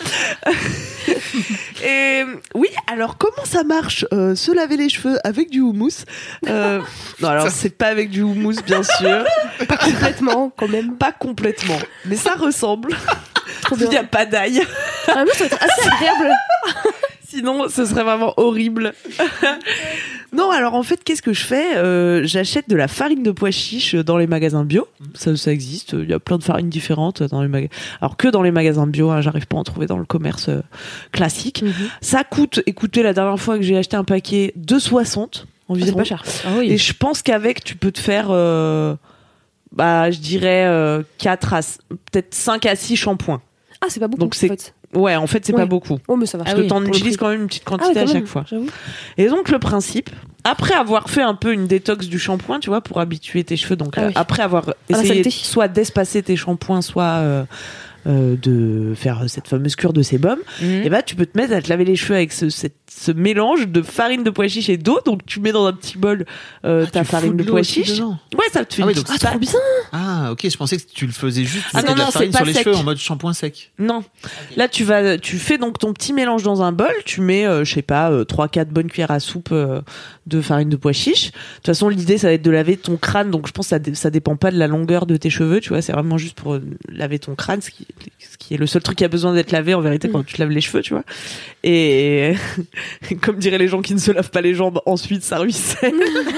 Et oui, alors comment ça marche, euh, se laver les cheveux avec du houmous? euh, Non, alors c'est pas avec du houmous, bien sûr. Pas complètement, quand même. Pas complètement, mais ça ressemble. Trop Il bien. n'y a pas d'ail. Ah, mais ça va être assez agréable. Sinon, ce serait vraiment horrible. Non, alors en fait, qu'est-ce que je fais euh, J'achète de la farine de pois chiche dans les magasins bio. Ça, ça existe. Il y a plein de farines différentes dans les magasins. Alors que dans les magasins bio, hein, j'arrive pas à en trouver dans le commerce euh, classique. Mm-hmm. Ça coûte, écoutez, la dernière fois que j'ai acheté un paquet, deux soixante environ. C'est pas cher. Ah oui. Et je pense qu'avec, tu peux te faire, euh, bah, je dirais euh, quatre à, peut-être cinq à six shampoings. Ah, c'est pas beaucoup. Donc c'est- En fait. Ouais, en fait, c'est Ouais. pas beaucoup. Oh, mais ça va. Parce Ah que oui, t'en pour le utilises prix. quand même une petite Ah ouais, quantité à quand chaque même, fois. J'avoue. Et donc le principe, après avoir fait un peu une détox du shampoing, tu vois, pour habituer tes cheveux, donc Ah euh, oui. après avoir la essayé saleté. soit d'espacer tes shampoings, soit euh, euh, de faire cette fameuse cure de sébum, Mhm. et bah tu peux te mettre à te laver les cheveux avec ce, cette- ce mélange de farine de pois chiche et d'eau. Donc tu mets dans un petit bol euh, Ah, ta tu farine fous de de l'eau pois aussi chiche. dedans. Ouais, ça te fait Ah une oui, donc petite Ah, trop pâte. bien. Ah ok, je pensais que tu le faisais juste, tu Ah mettais non, de la non, farine c'est sur pas les sec. cheveux en mode shampoing sec. Non. Là, tu vas, tu fais donc ton petit mélange dans un bol, tu mets, euh, je sais pas, euh, trois quatre bonnes cuillères à soupe euh, de farine de pois chiche. De toute façon, l'idée, ça va être de laver ton crâne, donc je pense que ça, dé- ça dépend pas de la longueur de tes cheveux, tu vois, c'est vraiment juste pour euh, laver ton crâne, ce qui, ce qui est le seul truc qui a besoin d'être lavé en vérité quand tu te laves les cheveux, tu vois. Et comme diraient les gens qui ne se lavent pas les jambes, ensuite ça ruisselle.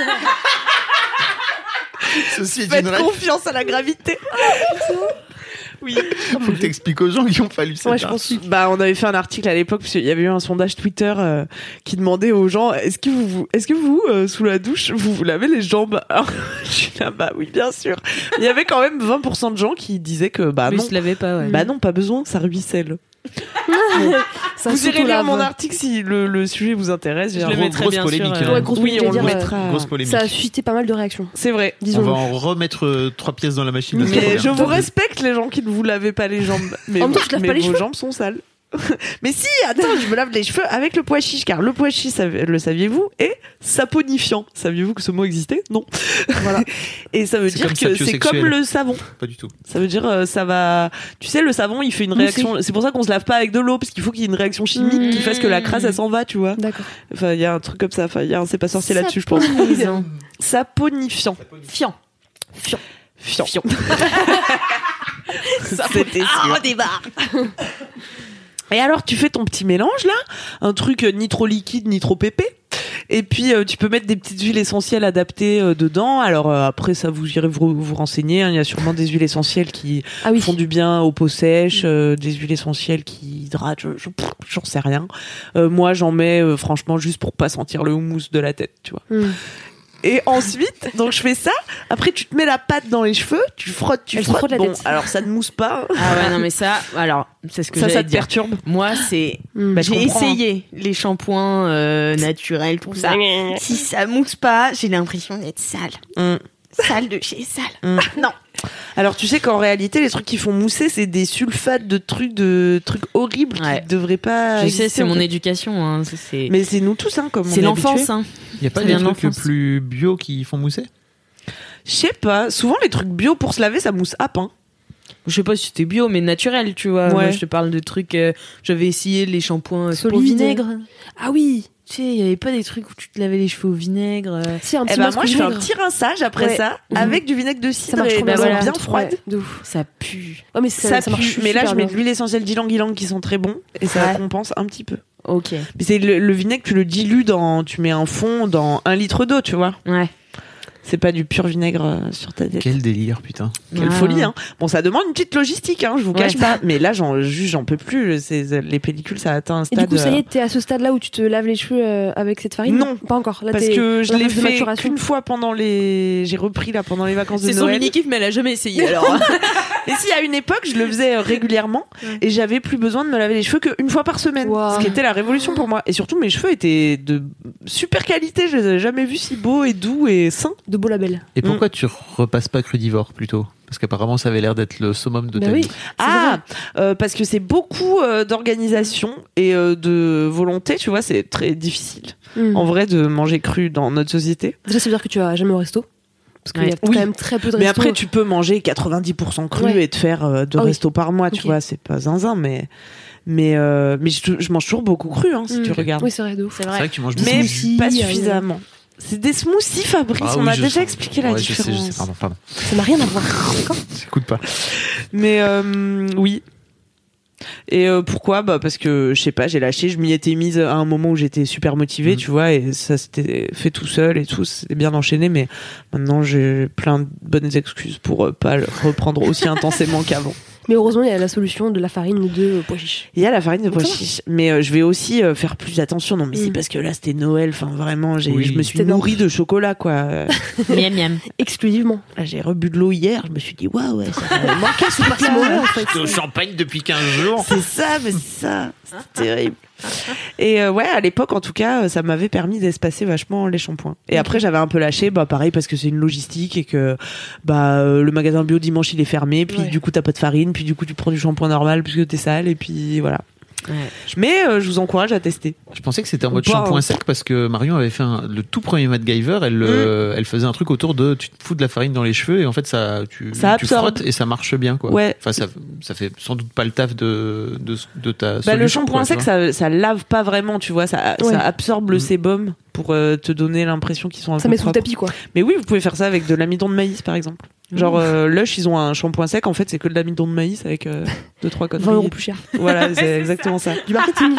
Ceci est Faites une règle. confiance à la gravité. Oui. Faut que t'expliques aux gens qui ont pas lu ça. Ouais, je pense. Bah, on avait fait un article à l'époque parce qu'il y avait eu un sondage Twitter euh, qui demandait aux gens est-ce que vous, vous- est-ce que vous, euh, sous la douche, vous vous lavez les jambes? Alors, je suis là, bah oui, bien sûr. Il y avait quand même vingt pour cent de gens qui disaient que bah Mais non, je l'avais pas, ouais. bah non, pas besoin, ça ruisselle. Ça Vous irez lire s'auto-lave. mon article si le, le sujet vous intéresse. J'ai Je un le gros- mettrai grosse bien polémique, sûr. hein. Ouais, grosse Oui, polémique, on le j'allais dire, mettra. Grosse polémique. Ça a suscité pas mal de réactions. C'est vrai. On Disons. va en remettre euh, trois pièces dans la machine. à ce Mais moment-là. je vous respecte les gens qui ne vous lavez pas les jambes. Mais, En même temps, vos- tu te laves mais pas les vos cheveux jambes sont sales. Mais si, attends, je me lave les cheveux avec le pois chiche, car le pois chiche, sav- le saviez-vous, est saponifiant. Saviez-vous que ce mot existait? Non. Voilà. Et ça veut C'est dire comme que c'est sapiosexuel. comme le savon. Pas du tout. Ça veut dire, euh, ça va. Tu sais, le savon, il fait une Oui, réaction. C'est pour ça qu'on se lave pas avec de l'eau, parce qu'il faut qu'il y ait une réaction chimique Mmh. qui fasse que la crasse, elle s'en va, tu vois. D'accord. Enfin, il y a un truc comme ça. Enfin, il y a un c'est pas sorcier là-dessus, je pense. Saponisant. Saponifiant. Fiant. Fiant. Fiant. Fiant. C'était sûr. débarre. Et alors, tu fais ton petit mélange là, un truc euh, ni trop liquide ni trop épais. Et puis euh, tu peux mettre des petites huiles essentielles adaptées euh, dedans. Alors euh, après ça, vous irez vous, vous renseigner. hein. Il y a sûrement des huiles essentielles qui Ah oui. font du bien aux peaux sèches, euh, des huiles essentielles qui hydratent. Je, je- pff, j'en sais rien. Euh, moi, j'en mets euh, franchement juste pour pas sentir le houmous de la tête, tu vois. Hmm. Et ensuite, donc je fais ça. Après, tu te mets la pâte dans les cheveux, tu frottes, tu Elle se frottes. frotte la Bon, tête. alors ça ne mousse pas. Ah ouais, non, mais ça, alors, c'est ce que Ça, j'allais ça te dire. perturbe. Moi, c'est. Mm. Bah, je j'ai comprends, essayé les shampoings euh, naturels, tout ça. Si ça mousse pas, j'ai l'impression d'être sale. Hum. Sale de chez sale. Hum. Non. Alors tu sais qu'en réalité, les trucs qui font mousser, c'est des sulfates de trucs de trucs horribles Ouais. qui devraient pas. Je exister, sais, c'est en mon fait. éducation. Hein. C'est- C'est Mais c'est nous tous, hein, comme on c'est est l'enfance. habitués. Hein. Il n'y a pas Ça des vient de trucs l'enfance. plus bio qui font mousser? Je sais pas. Souvent, les trucs bio pour se laver, ça mousse à pain. Je sais pas si c'était bio, mais naturel, tu vois. Ouais. Moi, je te parle de trucs. euh, J'avais essayé les shampoings euh, au Solide. vinaigre. Ah oui. Tu sais, il y avait pas des trucs où tu te lavais les cheveux au vinaigre. euh. Si, un Eh petit ben masque moi, au je fais un vinaigre. petit rinçage après Ouais. ça, Mhm. avec du vinaigre de cidre Ça marche et trop de bien. l'eau voilà. bien Ouais, froide. de ouf. Ça pue. Oh, mais ça, Ça, ça marche pue. Mais là, super je mets bien. de l'huile essentielle d'ylang-ylang qui sont très bons et ça Ouais. compense un petit peu. Ok. Mais c'est le, le vinaigre, tu le dilues dans, tu mets un fond dans un litre d'eau, tu vois. Ouais. C'est pas du pur vinaigre euh, sur ta tête. Quel délire, putain. Quelle Ah. folie, hein. Bon, ça demande une petite logistique, hein, je vous Ouais. cache pas. Mais là, j'en, juste, j'en peux plus. C'est, les pellicules, ça a atteint un Et stade. du coup, ça y euh, est, t'es à ce stade-là où tu te laves les cheveux euh, avec cette farine? Non. Pas encore. Là, parce t'es que je dans la l'ai phase de fait maturation. qu'une fois pendant les, j'ai repris là pendant les vacances de C'est son Noël. mini kiff, mais elle a jamais essayé. Alors. Et si à une époque, je le faisais euh, régulièrement et j'avais plus besoin de me laver les cheveux qu'une fois par semaine, Wow. ce qui était la révolution pour moi. Et surtout, mes cheveux étaient de super qualité. Je les avais jamais vus si beaux et doux et sains. De beaux labels. Et pourquoi tu repasses pas crudivore plutôt? Parce qu'apparemment, ça avait l'air d'être le summum de Bah ta oui. vie. Ah, euh, parce que c'est beaucoup euh, d'organisation et euh, de volonté. Tu vois, c'est très difficile Mm. en vrai de manger cru dans notre société. Déjà, ça veut dire que tu vas jamais au resto. Parce qu'il y a Ouais. quand Oui. même très peu de Mais restos. après, tu peux manger quatre-vingt-dix pour cent cru Ouais. et te faire euh, deux Ah oui. restos par mois. Tu Ok. vois, c'est pas zinzin, mais mais euh, mais je, je mange toujours beaucoup cru, hein, si Mm. tu regardes. Oui, c'est vrai, de ouf. C'est C'est vrai. vrai que tu manges Des beaucoup. Mais smoothies, pas euh, suffisamment. C'est des smoothies Fabrice. Ah on oui, a je déjà sais. expliqué la Ouais, je sais, différence. je sais, pardon, pardon. Ça n'a rien à voir. D'accord. J'écoute pas. Mais euh, oui. Et euh, pourquoi? Bah parce que je sais pas, j'ai lâché. Je m'y étais mise à un moment où j'étais super motivée, Mhm. tu vois, et ça s'était fait tout seul et tout, c'était bien enchaîné. Mais maintenant, j'ai plein de bonnes excuses pour euh, pas le reprendre aussi intensément qu'avant. Mais heureusement, il y a la solution de la farine de euh, pois chiches. Il y a la farine de pois Ça va. chiches, mais euh, je vais aussi euh, faire plus attention. Non, mais c'est Mm. parce que là, c'était Noël. Enfin, vraiment, j'ai, Oui. je me suis C'était nourrie de chocolat, quoi. Euh, Miam miam. Exclusivement. Là, j'ai rebu de l'eau hier. Je me suis dit, waouh, ouais, ça va manquer ce C'est pas si mauvais, en fait. T'es au champagne depuis quinze jours. C'est ça, mais c'est ça. C'est terrible. Et euh, ouais, à l'époque, en tout cas, ça m'avait permis d'espacer vachement les shampoings. Et après, j'avais un peu lâché, bah pareil, parce que c'est une logistique et que bah euh, le magasin bio dimanche il est fermé, puis Ouais. du coup t'as pas de farine, puis du coup tu prends du shampoing normal puisque t'es sale, et puis voilà. Ouais. Mais euh, je vous encourage à tester. Je pensais que c'était en Ou mode pas, shampoing hein. sec parce que Marion avait fait un- le tout premier MacGyver. Elle, euh, elle faisait un truc autour de tu te fous de la farine dans les cheveux et en fait ça tu, Ça tu absorbe. frottes et ça marche bien quoi. Ouais. Enfin ça, ça fait sans doute pas le taf de de, de ta Bah, solution. le shampoing quoi, sec, tu vois. ça, ça lave pas vraiment, tu vois, ça, Ouais. ça absorbe le Mm. sébum pour euh, te donner l'impression qu'ils sont un Ça peu met sous le propres. tapis, quoi. Mais oui, vous pouvez faire ça avec de l'amidon de maïs, par exemple. Genre, euh, Lush, ils ont un shampoing sec, en fait, c'est que de l'amidon de maïs avec euh, deux, trois conneries. vingt euros plus cher. Voilà, c'est exactement ça. Du marketing.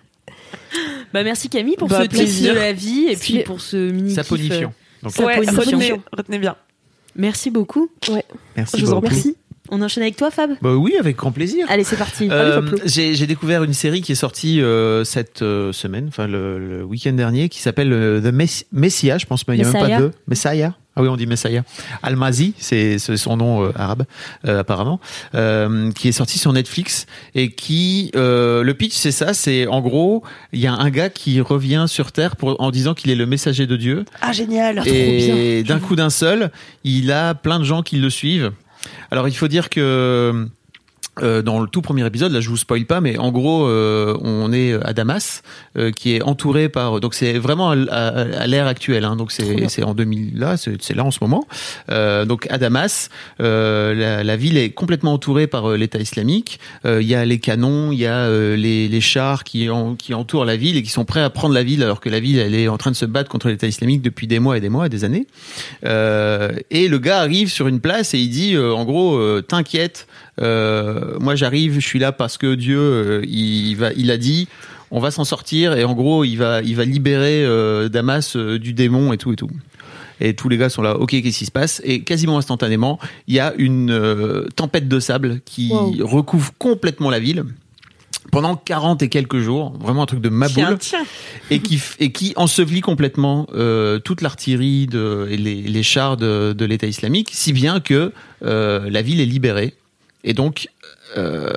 Bah merci Camille pour Bah, ce plaisir. tips de la vie et puis C'est- pour ce mini Saponifiant. Donc, Ça- Ouais, Saponifiant. retenez, retenez bien. Merci beaucoup. merci Je vous en beaucoup. remercie. On enchaîne avec toi Fab. Bah oui, avec grand plaisir. Allez c'est parti. Euh, Allez, Fablo. j'ai j'ai découvert une série qui est sortie euh, cette euh, semaine, enfin le, le week-end dernier, qui s'appelle euh, The Mess- Messiah, je pense, mais il n'y a même Messiah. pas de Messiah. Ah oui, on dit Messiah. Al-Mazi, c'est c'est son nom euh, arabe euh, apparemment, euh, qui est sorti sur Netflix et qui euh, le pitch c'est ça, c'est en gros il y a un gars qui revient sur Terre pour, en disant qu'il est le messager de Dieu. Ah, génial. Et d'un coup d'un seul, il a plein de gens qui le suivent. Alors il faut dire que euh, dans le tout premier épisode, là je vous spoil pas, mais en gros euh, on est à Damas, euh, qui est entouré par, donc c'est vraiment à, à, à l'ère actuelle, hein, donc c'est c'est en deux mille là, c'est c'est là en ce moment. Euh, donc à Damas, euh, la, la ville est complètement entourée par euh, l'État islamique. Euh, Il y a les canons, il y a euh, les, les chars qui en, qui entourent la ville et qui sont prêts à prendre la ville, alors que la ville elle est en train de se battre contre l'État islamique depuis des mois et des mois et des années. Euh, et le gars arrive sur une place et il dit euh, en gros euh, t'inquiète, euh, moi j'arrive, je suis là parce que Dieu euh, il va il a dit on va s'en sortir et en gros il va il va libérer euh, Damas euh, du démon et tout et tout. Et tous les gars sont là, ok, qu'est-ce qui se passe? Et quasiment instantanément, il y a une euh, tempête de sable qui Wow. recouvre complètement la ville. pendant quarante et quelques jours, vraiment un truc de maboule, Tiens, tiens. et qui et qui ensevelit complètement euh, toute l'artillerie de, et les, les chars de, de l'État islamique, si bien que euh, la ville est libérée. Et donc, euh,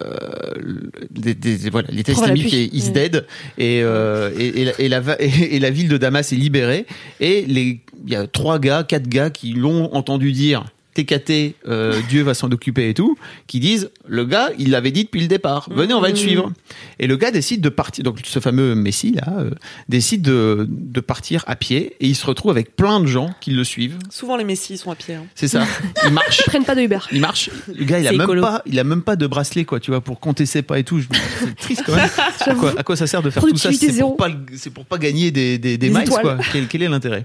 des, des, voilà, l'État Prends islamique l'appui. est is dead et, euh, et, et, la, et, la, et, et la ville de Damas est libérée. Et les, il y a trois gars, quatre gars qui l'ont entendu dire T K T, euh, Dieu va s'en occuper et tout, qui disent le gars, il l'avait dit depuis le départ. Venez, on va le suivre. Et le gars décide de partir. Donc ce fameux Messie là euh, décide de, de partir à pied et il se retrouve avec plein de gens qui le suivent. Souvent les messies sont à pied. Hein. C'est ça. Il marche. Ils prennent pas de Uber. Il marche. Le gars, il a C'est même écolo. pas, il a même pas de bracelet, quoi, tu vois, pour compter ses pas et tout. Je me dis, c'est triste quand même. À quoi, à quoi ça sert de faire tout ça? Productivité C'est zéro. pour pas, c'est pour pas gagner des, des, des Des miles, étoiles. quoi. Quel, quel est l'intérêt?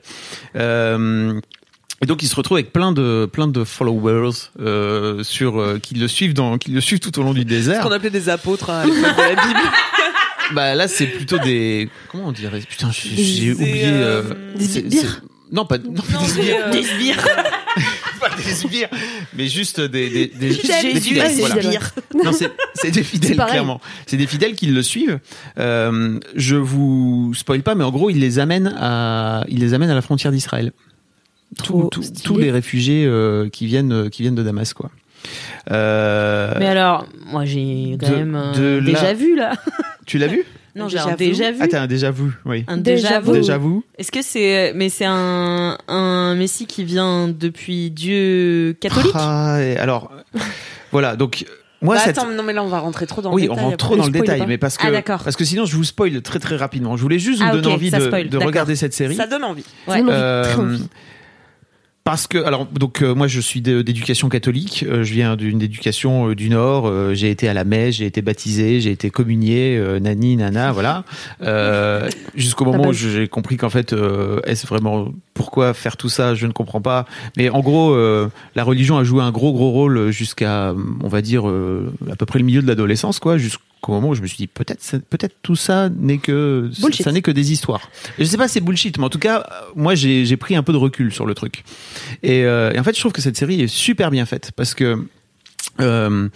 Euh, Et donc il se retrouve avec plein de plein de followers euh, sur euh, qui le suivent dans qui le suivent tout au long du Ce désert. qu'on appelait des apôtres hein, à l'époque de la Bible. Bah là c'est plutôt des comment on dirait putain j'ai j'ai Des, oublié euh, euh, des c'est- sbires. c'est- non pas non, Non, des c'est, sbires, euh, Des sbires. pas des sbires mais juste des des, des, Fidèles. des Jésus fidèles, et ses voilà. sbires. Non, c'est, c'est des fidèles, C'est pareil. clairement. C'est des fidèles qui le suivent. Euh, je vous spoil pas, mais en gros, ils les amènent à, ils les amènent à la frontière d'Israël. Tous- Trop tous- stylé. tous les réfugiés euh, qui viennent, euh, qui viennent de Damas, quoi. Euh, Mais alors, moi j'ai quand de- même euh, de déjà là- vu là. tu l'as vu? Non, Un j'ai un déjà vu. déjà vu. Ah, t'as un déjà vu, oui. Un Déjà déjà vu. vu. Déjà vu. Est-ce que c'est mais c'est un un messie qui vient depuis Dieu catholique? Ah, et alors, voilà. Donc, moi, Bah, cette... attends, non mais là on va rentrer trop dans oui, le on détail. rentre après. trop dans le spoil détail, pas. mais parce que Ah, d'accord. parce que sinon je vous spoil très très rapidement. Je voulais juste vous Ah, donner ok, envie ça de, spoil, de d'accord. regarder cette série. Ça donne envie. Ouais. Vraiment, Euh, très envie. Parce que alors donc euh, moi je suis d'é- d'éducation catholique, euh, je viens d'une éducation euh, du Nord, euh, j'ai été à la messe, j'ai été baptisé, j'ai été communié, euh, nani nana voilà, euh, jusqu'au moment où base. j'ai compris qu'en fait euh, est-ce vraiment pourquoi faire tout ça, je ne comprends pas. Mais en gros euh, la religion a joué un gros gros rôle jusqu'à on va dire euh, à peu près le milieu de l'adolescence quoi, jusqu'au moment où je me suis dit peut-être ça- peut-être tout ça n'est que Bullshit. ça n'est que des histoires. Je sais pas si c'est bullshit, mais en tout cas moi j'ai j'ai pris un peu de recul sur le truc. Et, euh, et en fait, je trouve que cette série est super bien faite parce que euh,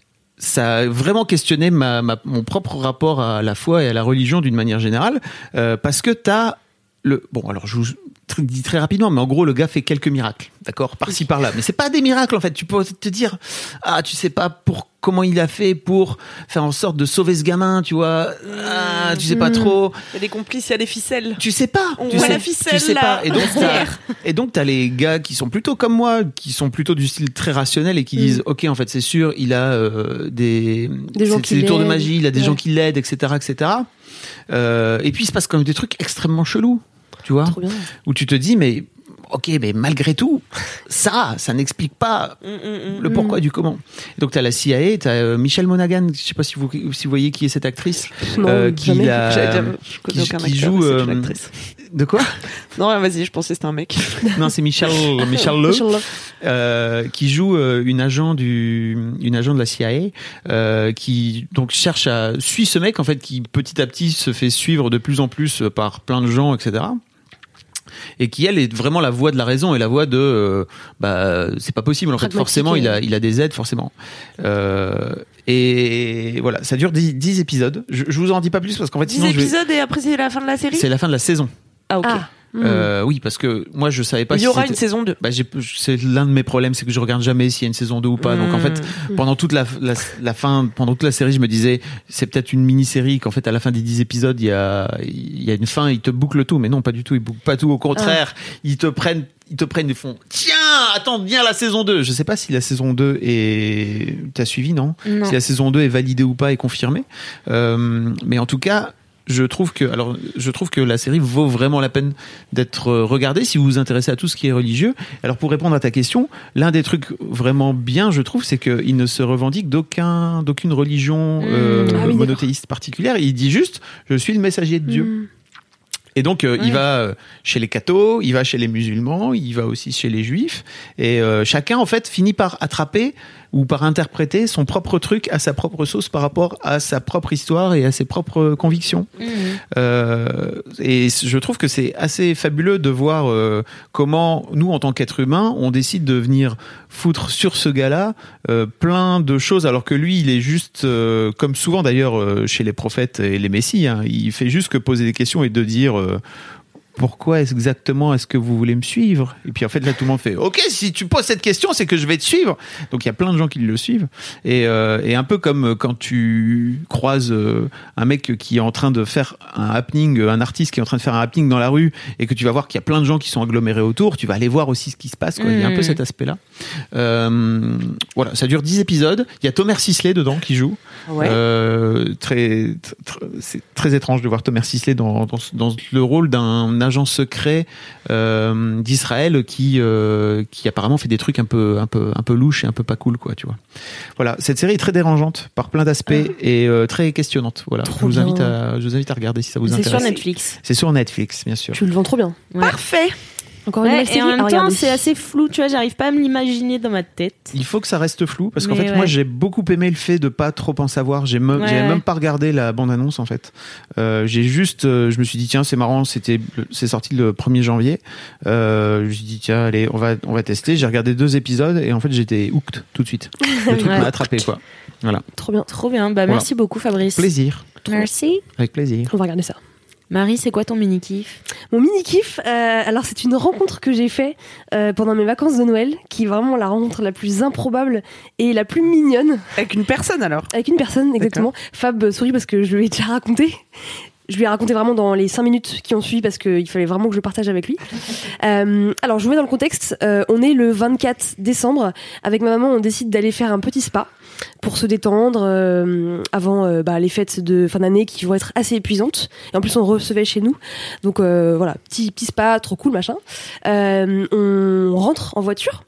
ça a vraiment questionné ma, ma, mon propre rapport à la foi et à la religion d'une manière générale, euh, parce que t'as le bon. Alors, je vous tr- dis très rapidement, mais en gros, le gars fait quelques miracles, d'accord, par-ci par-là. Mais c'est pas des miracles en fait. Tu peux te dire, ah, tu sais pas pour comment il a fait pour faire en sorte de sauver ce gamin, tu vois. Ah, tu sais pas Mm. trop. Il y a des complices, il y a des ficelles. Tu sais pas. On tu voit sais, la ficelle, tu sais là. pas. Et donc t'as, et donc t'as les gars qui sont plutôt comme moi, qui sont plutôt du style très rationnel et qui Mm. disent, ok, en fait c'est sûr, il a euh, des Des gens c'est- qui c'est des tours de l'aident. magie, il a des Ouais. gens qui l'aident, et cetera, et cetera. Euh, et puis il se passe quand même des trucs extrêmement chelous, tu vois, Trop bien. où tu te dis, mais ok, mais malgré tout, ça, ça n'explique pas Mm, mm, mm. le pourquoi du comment. Et donc t'as la C I A, t'as euh, Michelle Monaghan, je sais pas si vous si vous voyez qui est cette actrice, Non, euh, qui jamais. la- J'allais dire, je connais qui- aucun qui acteur, joue, mais c'est une euh, actrice. de quoi? Non, rien, vas-y, je pensais que c'était un mec. Non, c'est Michelle Michelle Le. Inch'Allah. Euh, qui joue euh, une agent du une agent de la C I A euh, qui donc cherche à suit ce mec en fait qui petit à petit se fait suivre de plus en plus par plein de gens, et cetera, et qui elle est vraiment la voix de la raison et la voix de euh, bah c'est pas possible en fait, Pragmatique forcément et- il a il a des aides forcément, euh, et voilà, ça dure dix épisodes. Je, je vous en dis pas plus parce qu'en fait dix sinon je vais- épisodes et après c'est la fin de la série. c'est la fin de la saison. Ah ok. Ah. Mm. Euh, oui, parce que moi je savais pas Il y si aura c'était- une saison deux. bah, j'ai, c'est l'un de mes problèmes, c'est que je regarde jamais s'il y a une saison deux ou pas. Donc en fait, Mm. pendant toute la, la, la fin, pendant toute la série, je me disais, c'est peut-être une mini-série qu'en fait, à la fin des dix épisodes, il y a, il y a une fin, ils te bouclent tout. Mais non, pas du tout, ils bouclent pas tout. Au contraire, ils te prennent, ils te prennent, ils font, tiens, attends, viens la saison deux. Je sais pas si la saison deux est, t'as suivi, non? Non. Si la saison deux est validée ou pas et confirmée. Euh, mais en tout cas, je trouve que, alors, je trouve que la série vaut vraiment la peine d'être regardée si vous vous intéressez à tout ce qui est religieux. Alors, pour répondre à ta question, l'un des trucs vraiment bien, je trouve, c'est qu'il ne se revendique d'aucun, d'aucune religion euh, Ah oui, monothéiste particulière. Il dit juste, je suis le messager de Dieu. Mm. Et donc, euh, il Ouais. va euh, chez les cathos, il va chez les musulmans, il va aussi chez les juifs. Et euh, chacun, en fait, finit par attraper ou par interpréter son propre truc à sa propre sauce par rapport à sa propre histoire et à ses propres convictions. Mmh. Euh, et je trouve que c'est assez fabuleux de voir euh, comment nous, en tant qu'êtres humains, on décide de venir foutre sur ce gars-là euh, plein de choses, alors que lui, il est juste, euh, comme souvent d'ailleurs euh, chez les prophètes et les messies, hein, il fait juste que poser des questions et de dire... Euh, pourquoi exactement est-ce que vous voulez me suivre ? Et puis en fait là tout le monde fait ok, si tu poses cette question c'est que je vais te suivre. Donc il y a plein de gens qui le suivent et, euh, et un peu comme quand tu croises euh, un mec qui est en train de faire un happening, un artiste qui est en train de faire un happening dans la rue et que tu vas voir qu'il y a plein de gens qui sont agglomérés autour, tu vas aller voir aussi ce qui se passe, quoi. Mmh. Il y a un peu cet aspect là. Euh, voilà, ça dure dix épisodes, il y a Thomas Sisley dedans qui joue. Ouais. Euh, très, très, c'est très étrange de voir Thomas Sisley dans, dans, dans le rôle d'un agent secret euh, d'Israël qui euh, qui apparemment fait des trucs un peu un peu un peu louches et un peu pas cool, quoi, tu vois. Voilà, cette série est très dérangeante par plein d'aspects ah. et euh, très questionnante. Voilà, je vous invite à je vous invite à regarder si ça vous c'est intéresse. C'est sur Netflix. C'est sur Netflix, bien sûr. Tu le vends trop bien. Ouais. Parfait. Encore ouais, une série et en même à temps, regarder. c'est assez flou, tu vois, j'arrive pas à me l'imaginer dans ma tête. Il faut que ça reste flou, parce qu'en Mais fait, ouais. moi, j'ai beaucoup aimé le fait de pas trop en savoir. J'ai me, ouais, j'ai ouais. même pas regardé la bande-annonce, en fait. Euh, j'ai juste, euh, je me suis dit, tiens, c'est marrant, c'était, c'est sorti le premier janvier. Euh, je me suis dit, tiens, allez, on va, on va tester. J'ai regardé deux épisodes, et en fait, j'étais hooked tout de suite. Le truc Ouais. m'a attrapé, quoi. Voilà. Trop bien. Trop bien, bah Voilà. merci beaucoup Fabrice. Plaisir. Merci. Avec plaisir. On va regarder ça. Marie, c'est quoi ton mini-kiff ? Mon mini-kiff, euh, alors c'est une rencontre que j'ai fait euh, pendant mes vacances de Noël, qui est vraiment la rencontre la plus improbable et la plus mignonne. Avec une personne alors. Avec une personne, exactement. D'accord. Fab sourit parce que je lui ai déjà raconté. Je lui ai raconté vraiment dans les cinq minutes qui ont suivi parce qu'il fallait vraiment que je le partage avec lui. Euh, alors, je vous mets dans le contexte. Euh, on est le vingt-quatre décembre. Avec ma maman, on décide d'aller faire un petit spa pour se détendre euh, avant euh, bah, les fêtes de fin d'année qui vont être assez épuisantes. Et en plus, on recevait chez nous. Donc euh, voilà, petit, petit spa, trop cool, machin. Euh, on rentre en voiture.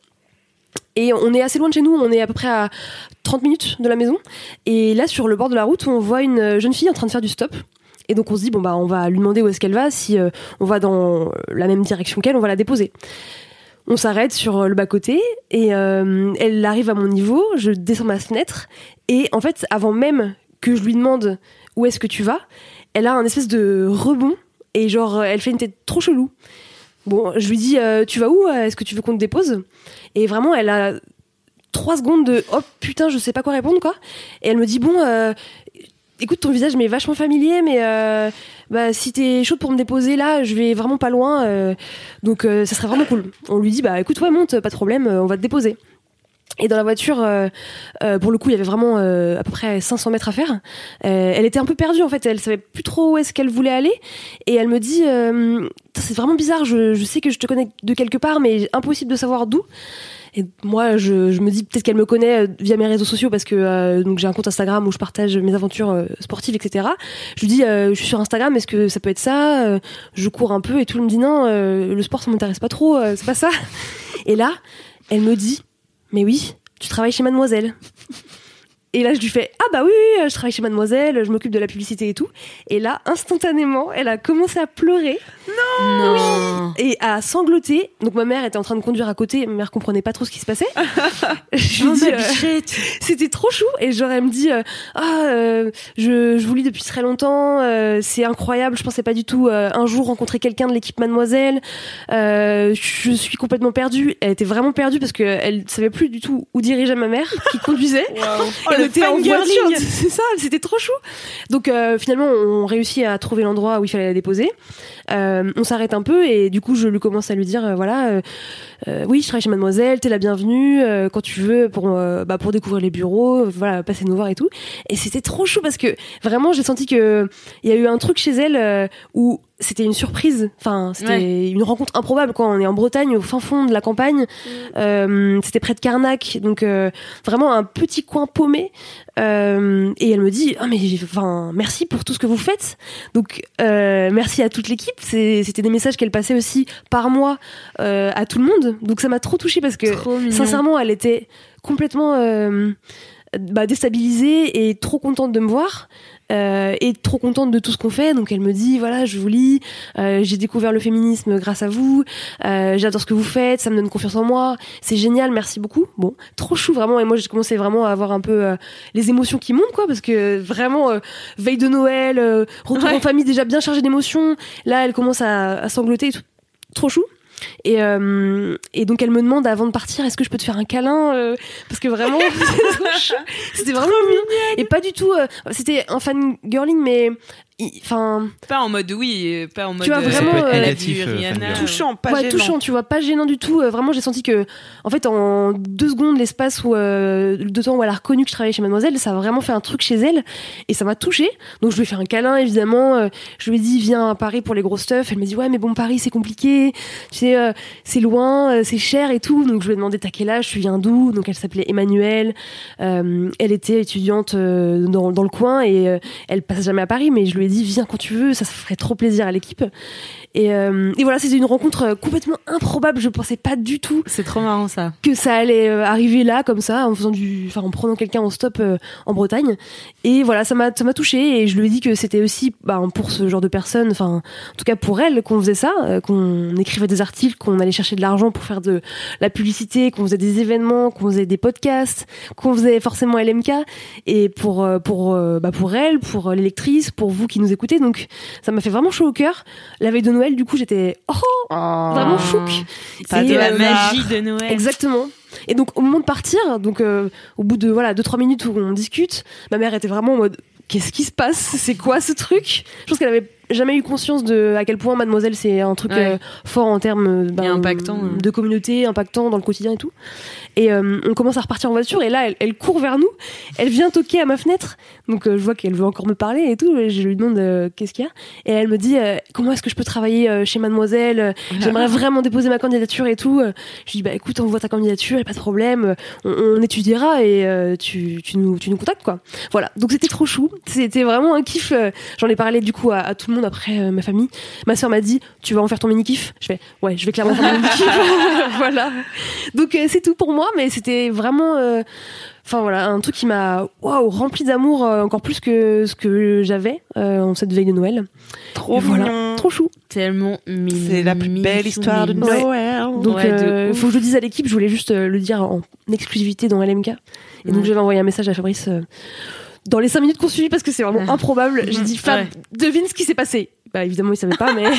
Et on est assez loin de chez nous, on est à peu près à trente minutes de la maison. Et là, sur le bord de la route, on voit une jeune fille en train de faire du stop. Et donc on se dit, bon bah on va lui demander où est-ce qu'elle va, si euh, on va dans la même direction qu'elle, on va la déposer. On s'arrête sur le bas-côté et euh, elle arrive à mon niveau, je descends ma fenêtre et en fait, avant même que je lui demande où est-ce que tu vas, elle a un espèce de rebond et genre elle fait une tête trop chelou. Bon, je lui dis, euh, tu vas où ? Est-ce que tu veux qu'on te dépose ? Et vraiment, elle a trois secondes de « oh putain, je sais pas quoi répondre, quoi ». Et elle me dit « bon, euh, écoute, ton visage m'est vachement familier, mais euh, bah, si t'es chaude pour me déposer là, je vais vraiment pas loin, euh, donc euh, ça serait vraiment cool. » On lui dit « bah écoute, ouais, monte, pas de problème, on va te déposer. » Et dans la voiture, euh, euh, pour le coup, il y avait vraiment euh, à peu près cinq cents mètres à faire. Euh, elle était un peu perdue, en fait. Elle savait plus trop où est-ce qu'elle voulait aller. Et elle me dit euh, « c'est vraiment bizarre, je, je sais que je te connais de quelque part, mais impossible de savoir d'où. » Et moi, je, je me dis peut-être qu'elle me connaît via mes réseaux sociaux parce que euh, donc j'ai un compte Instagram où je partage mes aventures euh, sportives, et cetera. Je lui dis, euh, je suis sur Instagram, est-ce que ça peut être ça ? euh, Je cours un peu et tout. Elle me dit non, euh, le sport ça m'intéresse pas trop, euh, c'est pas ça. Et là, elle me dit, mais oui, tu travailles chez Mademoiselle. Et là, je lui fais « ah bah oui, oui, je travaille chez Mademoiselle, je m'occupe de la publicité et tout. » Et là, instantanément, elle a commencé à pleurer. Non, non. Et à sangloter. Donc ma mère était en train de conduire à côté, ma mère comprenait pas trop ce qui se passait. Je lui oh, dis, ma euh, bichette. C'était trop chou. Et genre, elle me dit euh, « ah, euh, je, je vous lis depuis très longtemps, euh, c'est incroyable, je pensais pas du tout euh, un jour rencontrer quelqu'un de l'équipe Mademoiselle. Euh, je suis complètement perdue. » Elle était vraiment perdue parce qu'elle savait plus du tout où dirigeait ma mère, qui conduisait. Wow. Elle était en voiture, fangirling. c'est ça, c'était trop chou. Donc euh, finalement, on réussit à trouver l'endroit où il fallait la déposer. Euh, on s'arrête un peu et du coup, je lui commence à lui dire, euh, voilà, euh, euh, oui, je travaille chez Mademoiselle, t'es la bienvenue euh, quand tu veux pour euh, bah, pour découvrir les bureaux, euh, voilà, passer nous voir et tout. Et c'était trop chou parce que vraiment, j'ai senti que il y a eu un truc chez elle euh, où c'était une surprise, enfin c'était ouais. une rencontre improbable quoi. On est en Bretagne, au fin fond de la campagne, mmh. euh, c'était près de Carnac, donc euh, vraiment un petit coin paumé. Euh, et elle me dit, ah mais enfin merci pour tout ce que vous faites. Donc euh, merci à toute l'équipe. C'est, c'était des messages qu'elle passait aussi par mois euh, à tout le monde. Donc ça m'a trop touchée parce que sincèrement, elle était complètement euh, bah, déstabilisée et trop contente de me voir. Euh, et trop contente de tout ce qu'on fait, donc elle me dit voilà, je vous lis, euh, j'ai découvert le féminisme grâce à vous, euh, j'adore ce que vous faites, ça me donne confiance en moi, c'est génial, merci beaucoup. Bon, trop chou vraiment, et moi j'ai commencé vraiment à avoir un peu euh, les émotions qui montent quoi, parce que vraiment euh, veille de Noël, euh, retour Ouais. en famille déjà bien chargé d'émotions, là elle commence à, à sangloter et tout, trop chou. Et, euh, et donc elle me demande avant de partir, est-ce que je peux te faire un câlin euh, parce que vraiment c'était trop chou. C'était vraiment mignon et pas du tout euh, c'était un fangirling mais enfin Pas en mode oui, euh, pas en mode. Tu vois, euh, vraiment, elle a euh, vu négatif, euh, Rihanna. fangirl. Touchant, pas ouais, gênant. touchant, tu vois, pas gênant du tout. Euh, vraiment, j'ai senti que, en fait, en deux secondes, l'espace où, euh, de temps où elle a reconnu que je travaillais chez Mademoiselle, ça a vraiment fait un truc chez elle et ça m'a touchée. Donc, je lui ai fait un câlin, évidemment. Euh, je lui ai dit, viens à Paris pour les gros stuff. Elle m'a dit, ouais, mais bon, Paris, c'est compliqué. Tu sais, euh, c'est loin, euh, c'est cher et tout. Donc, je lui ai demandé, t'as quel âge, tu viens d'où? Donc, elle s'appelait Emmanuelle. Euh, elle était étudiante euh, dans, dans le coin et euh, elle passe jamais à Paris, mais je lui ai dit, viens quand tu veux, ça, ça ferait trop plaisir à l'équipe. Et, euh, et voilà, c'était une rencontre complètement improbable. Je pensais pas du tout C'est trop marrant ça. que ça allait euh, arriver là, comme ça, en faisant du, enfin, en prenant quelqu'un en stop euh, en Bretagne. Et voilà, ça m'a, ça m'a touchée. Et je lui ai dit que c'était aussi, bah, pour ce genre de personnes, enfin, en tout cas pour elle, qu'on faisait ça, euh, qu'on écrivait des articles, qu'on allait chercher de l'argent pour faire de la publicité, qu'on faisait des événements, qu'on faisait des podcasts, qu'on faisait forcément L M K. Et pour, euh, pour, euh, bah, pour elle, pour les lectrices, pour vous qui nous écoutez. Donc, ça m'a fait vraiment chaud au cœur. La veille de Noël, du coup, j'étais oh, vraiment chouque. Pas Et, de la euh, magie de Noël. Exactement. Et donc au moment de partir, donc euh, au bout de voilà deux trois minutes où on discute, ma mère était vraiment en mode qu'est-ce qui se passe? C'est quoi ce truc? Je pense qu'elle avait jamais eu conscience de à quel point Mademoiselle c'est un truc Ouais. euh, fort en termes ben, Et impactant, hein. de communauté, impactant dans le quotidien et tout. Et euh, on commence à repartir en voiture et là elle, elle court vers nous, elle vient toquer à ma fenêtre, donc euh, je vois qu'elle veut encore me parler et tout. Et je lui demande euh, qu'est-ce qu'il y a et elle me dit euh, comment est-ce que je peux travailler euh, chez Mademoiselle? J'aimerais vraiment déposer ma candidature et tout. Je lui dis bah écoute, envoie ta candidature, y a pas de problème, on, on étudiera et euh, tu, tu nous tu nous contactes quoi. Voilà, donc c'était trop chou, c'était vraiment un kiff. euh, J'en ai parlé du coup à, à tout le monde après euh, ma famille. Ma soeur m'a dit tu vas en faire ton mini kiff. Je fais ouais, je vais clairement faire mon mini kiff. Voilà. Donc euh, c'est tout pour moi, mais c'était vraiment euh, enfin voilà, un truc qui m'a waouh rempli d'amour euh, encore plus que ce que j'avais euh, en cette veille de Noël. Trop Et voilà, mignon. trop chou. Tellement mignon. C'est la plus belle histoire de Ouais. Noël. Donc, Ouais, de euh, ouf. faut que je le dise à l'équipe, je voulais juste euh, le dire en exclusivité dans L M K. Et donc, Ouais. j'avais envoyé un message à Fabrice euh, dans les cinq minutes qu'on suivit parce que c'est vraiment Ah. improbable. J'ai dit, Fab, Ouais. devine ce qui s'est passé. Bah, évidemment, il savait pas, mais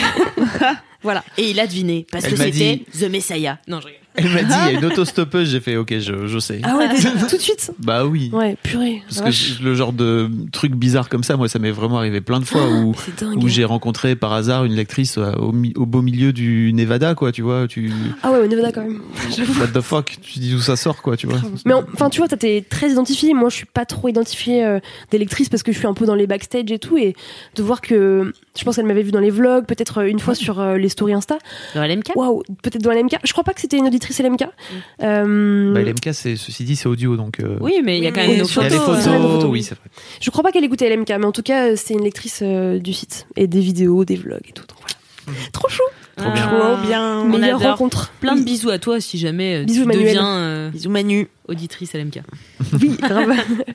voilà. Et il a deviné parce Elle que m'a c'était dit- The Messiah. Non, je rigole. Elle m'a dit, il y a une autostoppeuse, j'ai fait, ok, je, je sais. Ah ouais, déjà, tout de suite. Bah oui. Ouais, purée. Parce la que vache. je- le genre de truc bizarre comme ça, moi, ça m'est vraiment arrivé plein de fois où, C'est dingue. où j'ai rencontré par hasard une lectrice euh, au, mi- au beau milieu du Nevada, quoi, tu vois. Tu, Ah ouais, au Nevada quand même. what the fuck, tu te dis d'où ça sort, quoi, tu vois. Mais en- enfin, tu vois, t'es très identifiée. Moi, je suis pas trop identifiée euh, des lectrices parce que je suis un peu dans les backstage et tout. Et de voir que, je pense qu'elle m'avait vu dans les vlogs, peut-être euh, une fois sur euh, les stories Insta. Dans L M K. Waouh, peut-être dans L M K. Je crois pas que c'était une auditrice L M K. Euh, Bah, L M K, c'est, ceci dit, c'est audio, donc. euh, Oui, mais il y a Oui, quand mais même nos il y a photos. les photos, photos, euh, les photos, oui, oui. c'est vrai. Je crois pas qu'elle écoutait L M K, mais en tout cas, euh, c'est une lectrice euh, du site et des vidéos, des vlogs et tout. Donc voilà. Trop chou. Trop bien. Ah. Trop bien. On Meilleure adore. rencontre. Plein de bisous à toi si jamais euh, Bisous, tu Manuel. deviens euh, Bisous Manu. auditrice L M K. Oui, grave.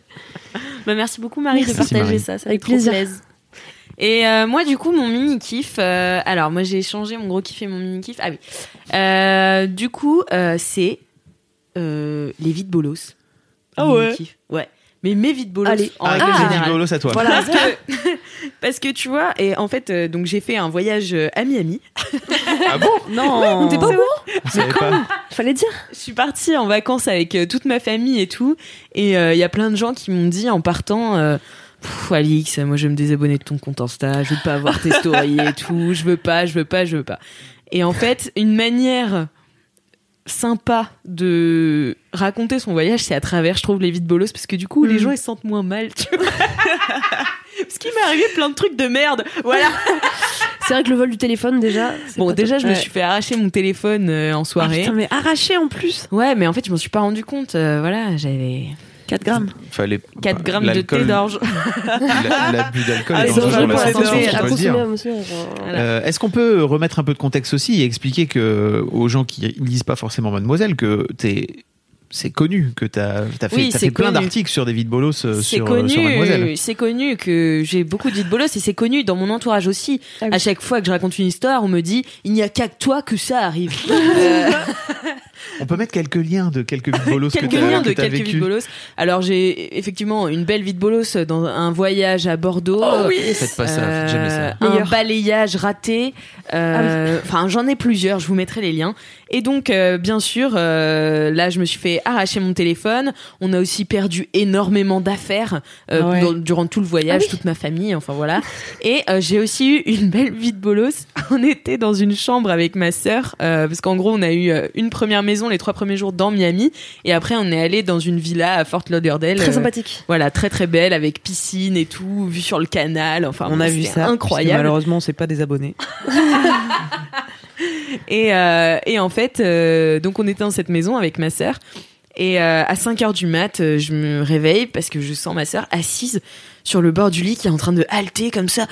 Bah, merci beaucoup Marie Merci, de partager Marie. ça, ça Avec fait trop plaisir. plaisir. Et euh, moi du coup mon mini kiff, euh, alors moi j'ai changé mon gros kiff et mon mini kiff. Ah oui. Euh, du coup euh, c'est euh, les vides bolos. Ah Mon ouais. mini-kiff. Ouais. Mais mes vides bolos Allez. en Ah, règle vas-y, générale. dis bolos à toi. Voilà, parce que, parce que tu vois, et en fait, euh, donc j'ai fait un voyage euh, à Miami. Ah bon? Non. T'es pas au courant? On savait pas. Fallait dire. Je suis partie en vacances avec euh, toute ma famille et tout, et il y a plein de gens qui m'ont dit en partant. Euh, Pff, Alix, moi je vais me désabonner de ton compte Insta, je veux pas avoir tes stories et tout, je veux pas, je veux pas, je veux pas. Et en fait, une manière sympa de raconter son voyage, c'est à travers, je trouve, les vides bolos, parce que du coup, Mm. les gens ils se sentent moins mal, tu vois. Parce qu'il m'est arrivé plein de trucs de merde, voilà. C'est vrai que le vol du téléphone, déjà. c'est Bon, pas déjà, top. je me Ouais. suis fait arracher mon téléphone euh, en Ah, soirée. putain, mais arraché en plus. Ouais, mais en fait, je m'en suis pas rendu compte. euh, voilà, j'avais quatre grammes. Fallait quatre grammes de thé l'alcool- d'orge. la- L'abus d'alcool Ah, est les dangereux enjeux pour la pour la santé, santé, on à peut le consommer, dire. à consommer, genre, Voilà. Euh, Est-ce qu'on peut remettre un peu de contexte aussi et expliquer que aux gens qui lisent pas forcément Mademoiselle que t'es c'est connu que t'as as fait, Oui, t'as c'est fait plein connu. d'articles sur des vides bolos euh, C'est sur, connu, sur Mademoiselle. c'est connu que j'ai beaucoup de vides bolos et c'est connu dans mon entourage aussi. Ah oui. À chaque fois que je raconte une histoire, on me dit il n'y a qu'à toi que ça arrive. Euh, On peut mettre quelques liens de quelques vides bolos que quelques t'as liens que de t'as quelques vécu. vides bolos. Alors j'ai effectivement une belle vide bolos dans un voyage à Bordeaux. Oh oui. Faites pas ça, jamais ça. Un Meilleur. balayage raté. Euh, Enfin, j'en ai plusieurs. Je vous mettrai les liens. Et donc, euh, bien sûr, euh, là, je me suis fait arracher mon téléphone. On a aussi perdu énormément d'affaires euh, Ah ouais. dans- durant tout le voyage, Ah oui. toute ma famille. Enfin voilà. Et euh, j'ai aussi eu une belle vie de bolos. On était dans une chambre avec ma sœur, euh, parce qu'en gros, on a eu euh, une première maison les trois premiers jours dans Miami, et après, on est allé dans une villa à Fort Lauderdale. Très euh, sympathique. Voilà, très très belle, avec piscine et tout, vue sur le canal. Enfin, On bon, a vu c'était ça. incroyable. parce que Malheureusement, c'est pas des abonnés. Et, euh, et en fait, euh, donc on était dans cette maison avec ma sœur. Et euh, à cinq heures du mat, euh, je me réveille parce que je sens ma sœur assise sur le bord du lit qui est en train de halter comme ça.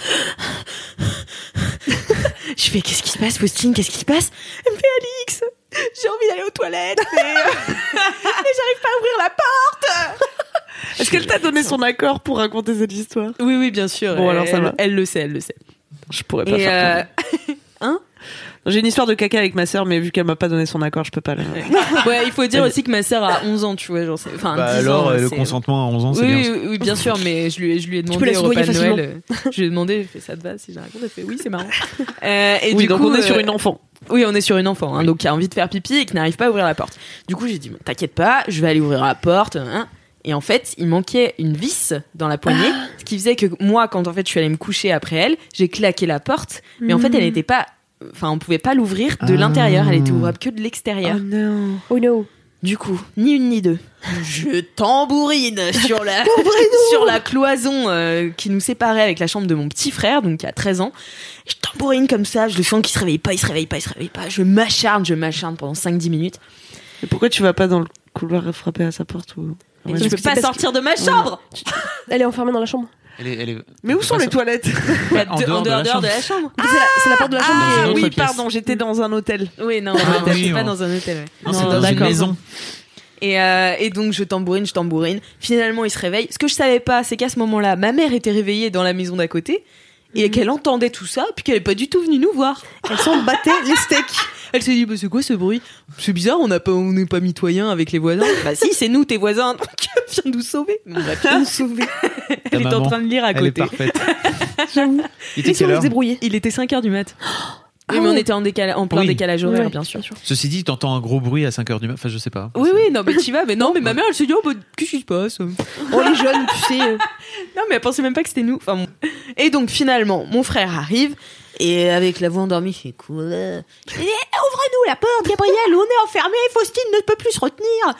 Je fais qu'est-ce qui se passe, Faustine, qu'est-ce qui se passe? Elle me fait Alix, j'ai envie d'aller aux toilettes, mais, euh, mais j'arrive pas à ouvrir la porte. Est-ce qu'elle t'a donné son accord pour raconter cette histoire? Oui, oui, bien sûr. Bon, elle, alors ça va. Elle le sait, elle le sait. Je pourrais pas Et faire euh, hein ça. J'ai une histoire de caca avec ma sœur, mais vu qu'elle m'a pas donné son accord, je peux pas. Le... Ouais, il faut dire aussi que ma sœur a onze ans, tu vois, genre, c'est- enfin, Bah dix alors, ans. euh, le c'est- consentement à onze ans, c'est Oui, bien. oui, oui, bien sûr, mais je lui, ai- je lui ai peux demandé la au repas de soudoyer Noël. euh, Je lui ai demandé, j'ai fait ça te va si je la raconte, elle fait oui, c'est marrant. Euh, et Oui, du donc coup, on est sur euh, une enfant. Oui, on est sur une enfant, hein, donc qui a envie de faire pipi et qui n'arrive pas à ouvrir la porte. Du coup, j'ai dit, t'inquiète pas, je vais aller ouvrir la porte. Hein. Et en fait, il manquait une vis dans la poignée, ce qui faisait que moi, quand en fait je suis allée me coucher après elle, j'ai claqué la porte, mais en fait, elle n'était pas, enfin, on pouvait pas l'ouvrir de Ah. l'intérieur, elle était ouvrable que de l'extérieur. non. Oh no. Du coup, ni une ni deux. Je tambourine sur la, sur la cloison euh, qui nous séparait avec la chambre de mon petit frère, donc qui a treize ans. Je tambourine comme ça, je le sens qu'il se réveille pas, il se réveille pas, il se réveille pas. Je m'acharne, je m'acharne pendant cinq dix minutes. Et pourquoi tu vas pas dans le couloir frapper à sa porte ou... Et Ouais, je parce peux que pas c'est parce sortir de ma chambre. Elle est enfermée dans la chambre. Elle est- elle est- Mais où elle sont peut les pas toilettes? Bah, En de- dehors en de la dehors, dehors de chambre. la chambre. C'est la, c'est la porte de la chambre Ah qui est. une autre oui, pièce. pardon, j'étais dans un hôtel. Oui, non, Ah dans un hôtel. oui, C'est pas on- dans un hôtel. ouais. Non, c'est Non, dans une d'accord. maison. Et, euh, et donc je tambourine, je tambourine. Finalement, il se réveille. Ce que je savais pas, c'est qu'à ce moment-là, ma mère était réveillée dans la maison d'à côté et qu'elle entendait tout ça, puis qu'elle est pas du tout venue nous voir. Elles s'en battaient les steaks. Elle s'est dit, bah, c'est quoi ce bruit? C'est bizarre, on n'a pas, on n'est pas mitoyens avec les voisins. Bah si, c'est nous, tes voisins. Donc, viens nous sauver. Bon, bref, viens nous sauver. Elle était en maman, train de lire à Elle est côté. parfaite. J'avoue. Il était Et si on quelle se heure débrouillait. Il était cinq heures du mat. Oui, Ah mais on ouais. était en, décala- en plein Oui. décalage horaire, Ouais, bien sûr. Ceci dit, t'entends un gros bruit à cinq heures du matin. Enfin, je sais pas. Oui, oui, non, mais tu vas, mais non, mais ma mère, elle s'est dit, oh, bah, qu'est-ce qui se passe? Oh, les jeunes, tu sais. euh, Non, mais elle pensait même pas que c'était nous. Enfin, bon. Et donc, finalement, mon frère arrive, et avec la voix endormie, il fait quoi? Je dis, eh, ouvre-nous la porte, Gabriel, on est enfermés, Faustine ne peut plus se retenir.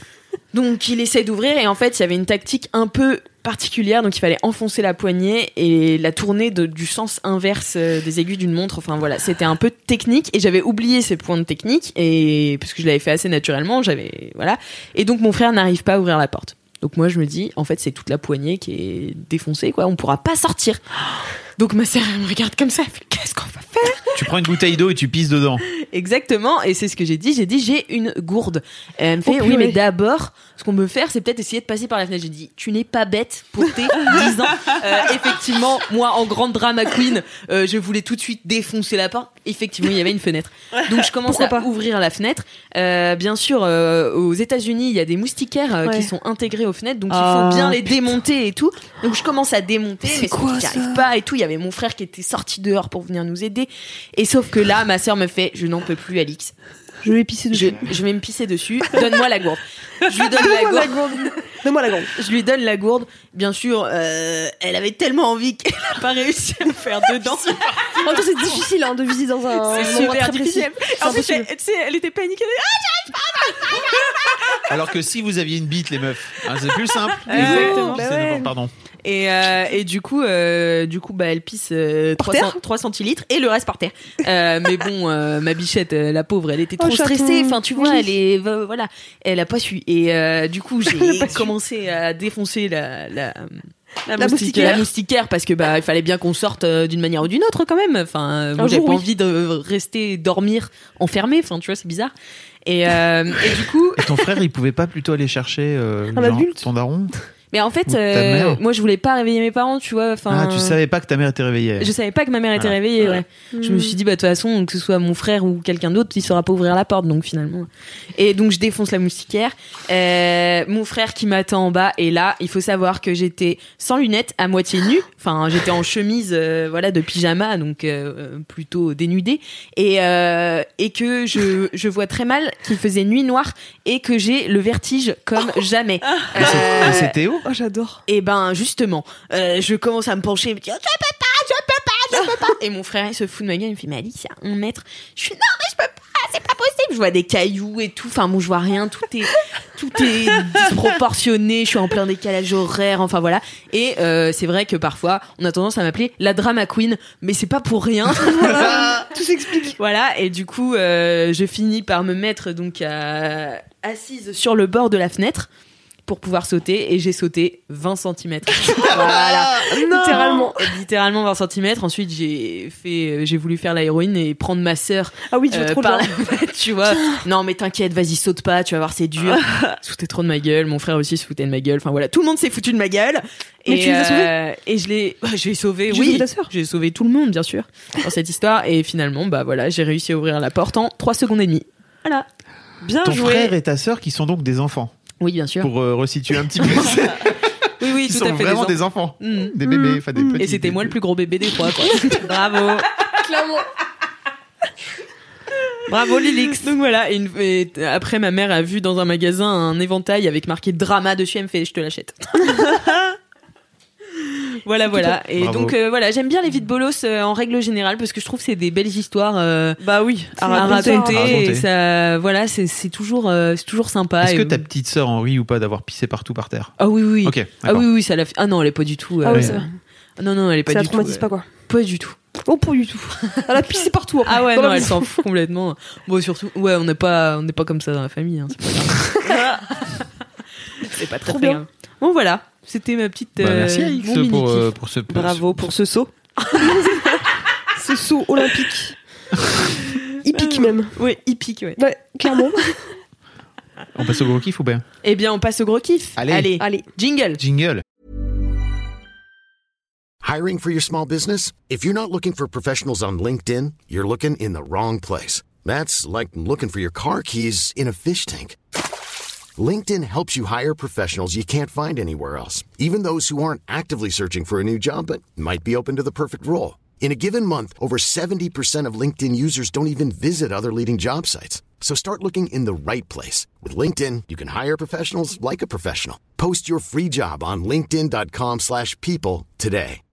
Donc, il essaie d'ouvrir, et en fait, il y avait une tactique un peu particulière, donc il fallait enfoncer la poignée et la tourner de- du sens inverse euh, des aiguilles d'une montre. Enfin voilà, c'était un peu technique et j'avais oublié ces points de technique et parce que je l'avais fait assez naturellement, j'avais voilà. Et donc mon frère n'arrive pas à ouvrir la porte. Donc moi je me dis, en fait c'est toute la poignée qui est défoncée quoi, on pourra pas sortir. Donc ma sœur elle me regarde comme ça, elle fait qu'est-ce qu'on va faire? Tu prends une bouteille d'eau et tu pisses dedans. Exactement, et c'est ce que j'ai dit. J'ai dit j'ai une gourde. Et elle me fait Oh, oui, purée. mais d'abord, ce qu'on peut faire, c'est peut-être essayer de passer par la fenêtre. J'ai dit tu n'es pas bête pour tes dix ans. Euh, effectivement, moi en grande drama queen, euh, je voulais tout de suite défoncer la porte. Effectivement, il y avait une fenêtre. Donc je commence Pourquoi à pas ouvrir la fenêtre. Euh, bien sûr, euh, aux États-Unis, il y a des moustiquaires euh, Ouais. qui sont intégrés aux fenêtres, donc Ah, il faut bien les démonter et tout. Donc je commence à démonter, C'est mais sauf quoi, que j'y ça arrive pas et tout. Il y avait mon frère qui était sorti dehors pour venir nous aider. Et sauf que là, ma sœur me fait, je n'en peux plus, Alix. Je vais pisser Je, dessus. je vais me pisser dessus. Donne-moi la gourde. Je lui donne la gourde. Donne-moi la gourde. Je lui donne la gourde. Bien sûr, euh, elle avait tellement envie qu'elle n'a pas réussi à me faire dedans. En même temps, c'est difficile hein, de visiter dans un, C'est un endroit super très précis. difficile. C'est En plus, impossible. elle, tu sais, elle était paniquée. Alors que si vous aviez une bite, les meufs, hein, c'est plus simple. Exactement. C'est Bah ouais. devant- Pardon. Et, euh, et du coup, euh, du coup, bah, elle pisse euh, Par trois cents terre trois centilitres et le reste par terre. Euh, mais bon, euh, ma bichette, euh, la pauvre, elle était Oh, trop chaton. stressée. Enfin, tu vois, Oui. elle est, euh, voilà, elle a pas su. Et euh, du coup, Elle a j'ai pas su. commencé à défoncer la, la, La, La moustiquaire. La moustiquaire, parce que bah il fallait bien qu'on sorte euh, d'une manière ou d'une autre quand même. Enfin, euh, moi Un j'avais jour, pas oui. envie de rester dormir enfermé. Enfin, tu vois, c'est bizarre. Et, euh, et du coup, Et ton frère, il pouvait pas plutôt aller chercher euh, Un genre, adulte. ton daron? mais en fait, Ou ta euh, mère. moi je voulais pas réveiller mes parents, tu vois. Enfin, Ah, tu savais pas que ta mère était réveillée. Je savais pas que ma mère était Voilà. réveillée, ouais. Je me Hmm. suis dit, bah, de toute façon, que ce soit mon frère ou quelqu'un d'autre, il saura pas ouvrir la porte, donc finalement. Et donc, je défonce la moustiquaire. Euh, mon frère qui m'attend en bas, et là, il faut savoir que j'étais sans lunettes, à moitié nue. Enfin, j'étais en chemise, euh, voilà, de pyjama, donc euh, plutôt dénudée. Et, euh, et que je, je vois très mal qu'il faisait nuit noire et que j'ai le vertige comme jamais. Et c'est- Euh, et c'est Théo? Oh, j'adore. et ben justement, euh, je commence à me pencher, et me dire je peux pas, je peux pas, je peux pas. Et mon frère il se fout de ma gueule, il me fait mais Alice, il y a un mètre. Je suis non mais je peux pas, c'est pas possible. Je vois des cailloux et tout, enfin bon je vois rien, tout est tout est disproportionné. Je suis en plein décalage horaire, enfin voilà. Et euh, c'est vrai que parfois on a tendance à m'appeler la drama queen, mais c'est pas pour rien. Voilà. Tout s'explique. Voilà, et du coup euh, je finis par me mettre donc à- assise sur le bord de la fenêtre pour pouvoir sauter, et j'ai sauté vingt centimètres. Voilà. Littéralement. Littéralement vingt centimètres. Ensuite, j'ai fait, j'ai voulu faire l'héroïne et prendre ma sœur Ah oui, tu vois euh, trop par bien. la tête, tu vois. Non, mais t'inquiète, vas-y, saute pas, tu vas voir, c'est dur. Se foutait trop de ma gueule. Mon frère aussi se foutait de ma gueule. Enfin voilà, tout le monde s'est foutu de ma gueule. Mais et, tu les as sauvés euh, Et je l'ai, bah, je l'ai sauvé. J'ai Oui, sauvé ta sœur. j'ai sauvé tout le monde, bien sûr, dans cette histoire. Et finalement, bah voilà, j'ai réussi à ouvrir la porte en trois secondes et demie. Voilà. Bien Ton joué. frère et ta sœur qui sont donc des enfants. Oui, bien sûr. Pour euh, resituer un petit peu. Oui, oui, Ils tout sont à fait. vraiment des des enfants. Mm. Des bébés, enfin des petits. Et c'était moi le plus gros bébé des trois, quoi. Bravo. Clairement. Bravo Lilix. Donc voilà, et, une- et après ma mère a vu dans un magasin un éventail avec marqué drama dessus, elle me fait je te l'achète. Voilà, voilà. Et Bravo. donc euh, voilà, j'aime bien les vides bolos euh, en règle générale parce que je trouve que c'est des belles histoires euh, Bah oui, à, à raconter. raconter. À raconter. Et ça, voilà, c'est c'est toujours, euh, c'est toujours sympa. Est-ce Et- que ta petite sœur en rit ou pas d'avoir pissé partout par terre? Ah oui, oui. Ok, Ah d'accord. oui, oui, ça l'a fait. Ah non, elle est pas du tout. Ah euh, oui, ça va. Non, non, elle est pas Ça la du tout. traumatise euh, pas, quoi. Pas du tout. Oh, pas du tout. Elle a pissé partout. après, Ah ouais, dans non, la elle maison. s'en fout complètement. Bon, surtout, ouais, on n'est pas, on n'est pas comme ça dans la famille. Hein, c'est pas grave. C'est pas très, Trop très bien. grave. Bon, voilà. C'était ma petite. Bah, euh, merci Alix mon mini pour, kiff. euh, pour ce bravo pour ce saut. Ce saut olympique. Hippique même. Ouais, hippique, ouais. Ouais, clairement. On passe au gros kiff ou pas? Eh bien, on passe au gros kiff. Allez. Allez. jingle. Jingle. Hiring for your small business? If you're not looking for professionals on LinkedIn, you're looking in the wrong place. That's like looking for your car keys in a fish tank. LinkedIn helps you hire professionals you can't find anywhere else, even those who aren't actively searching for a new job but might be open to the perfect role. In a given month, over seventy percent of LinkedIn users don't even visit other leading job sites. So start looking in the right place. With LinkedIn, you can hire professionals like a professional. Post your free job on linkedin dot com slash people today.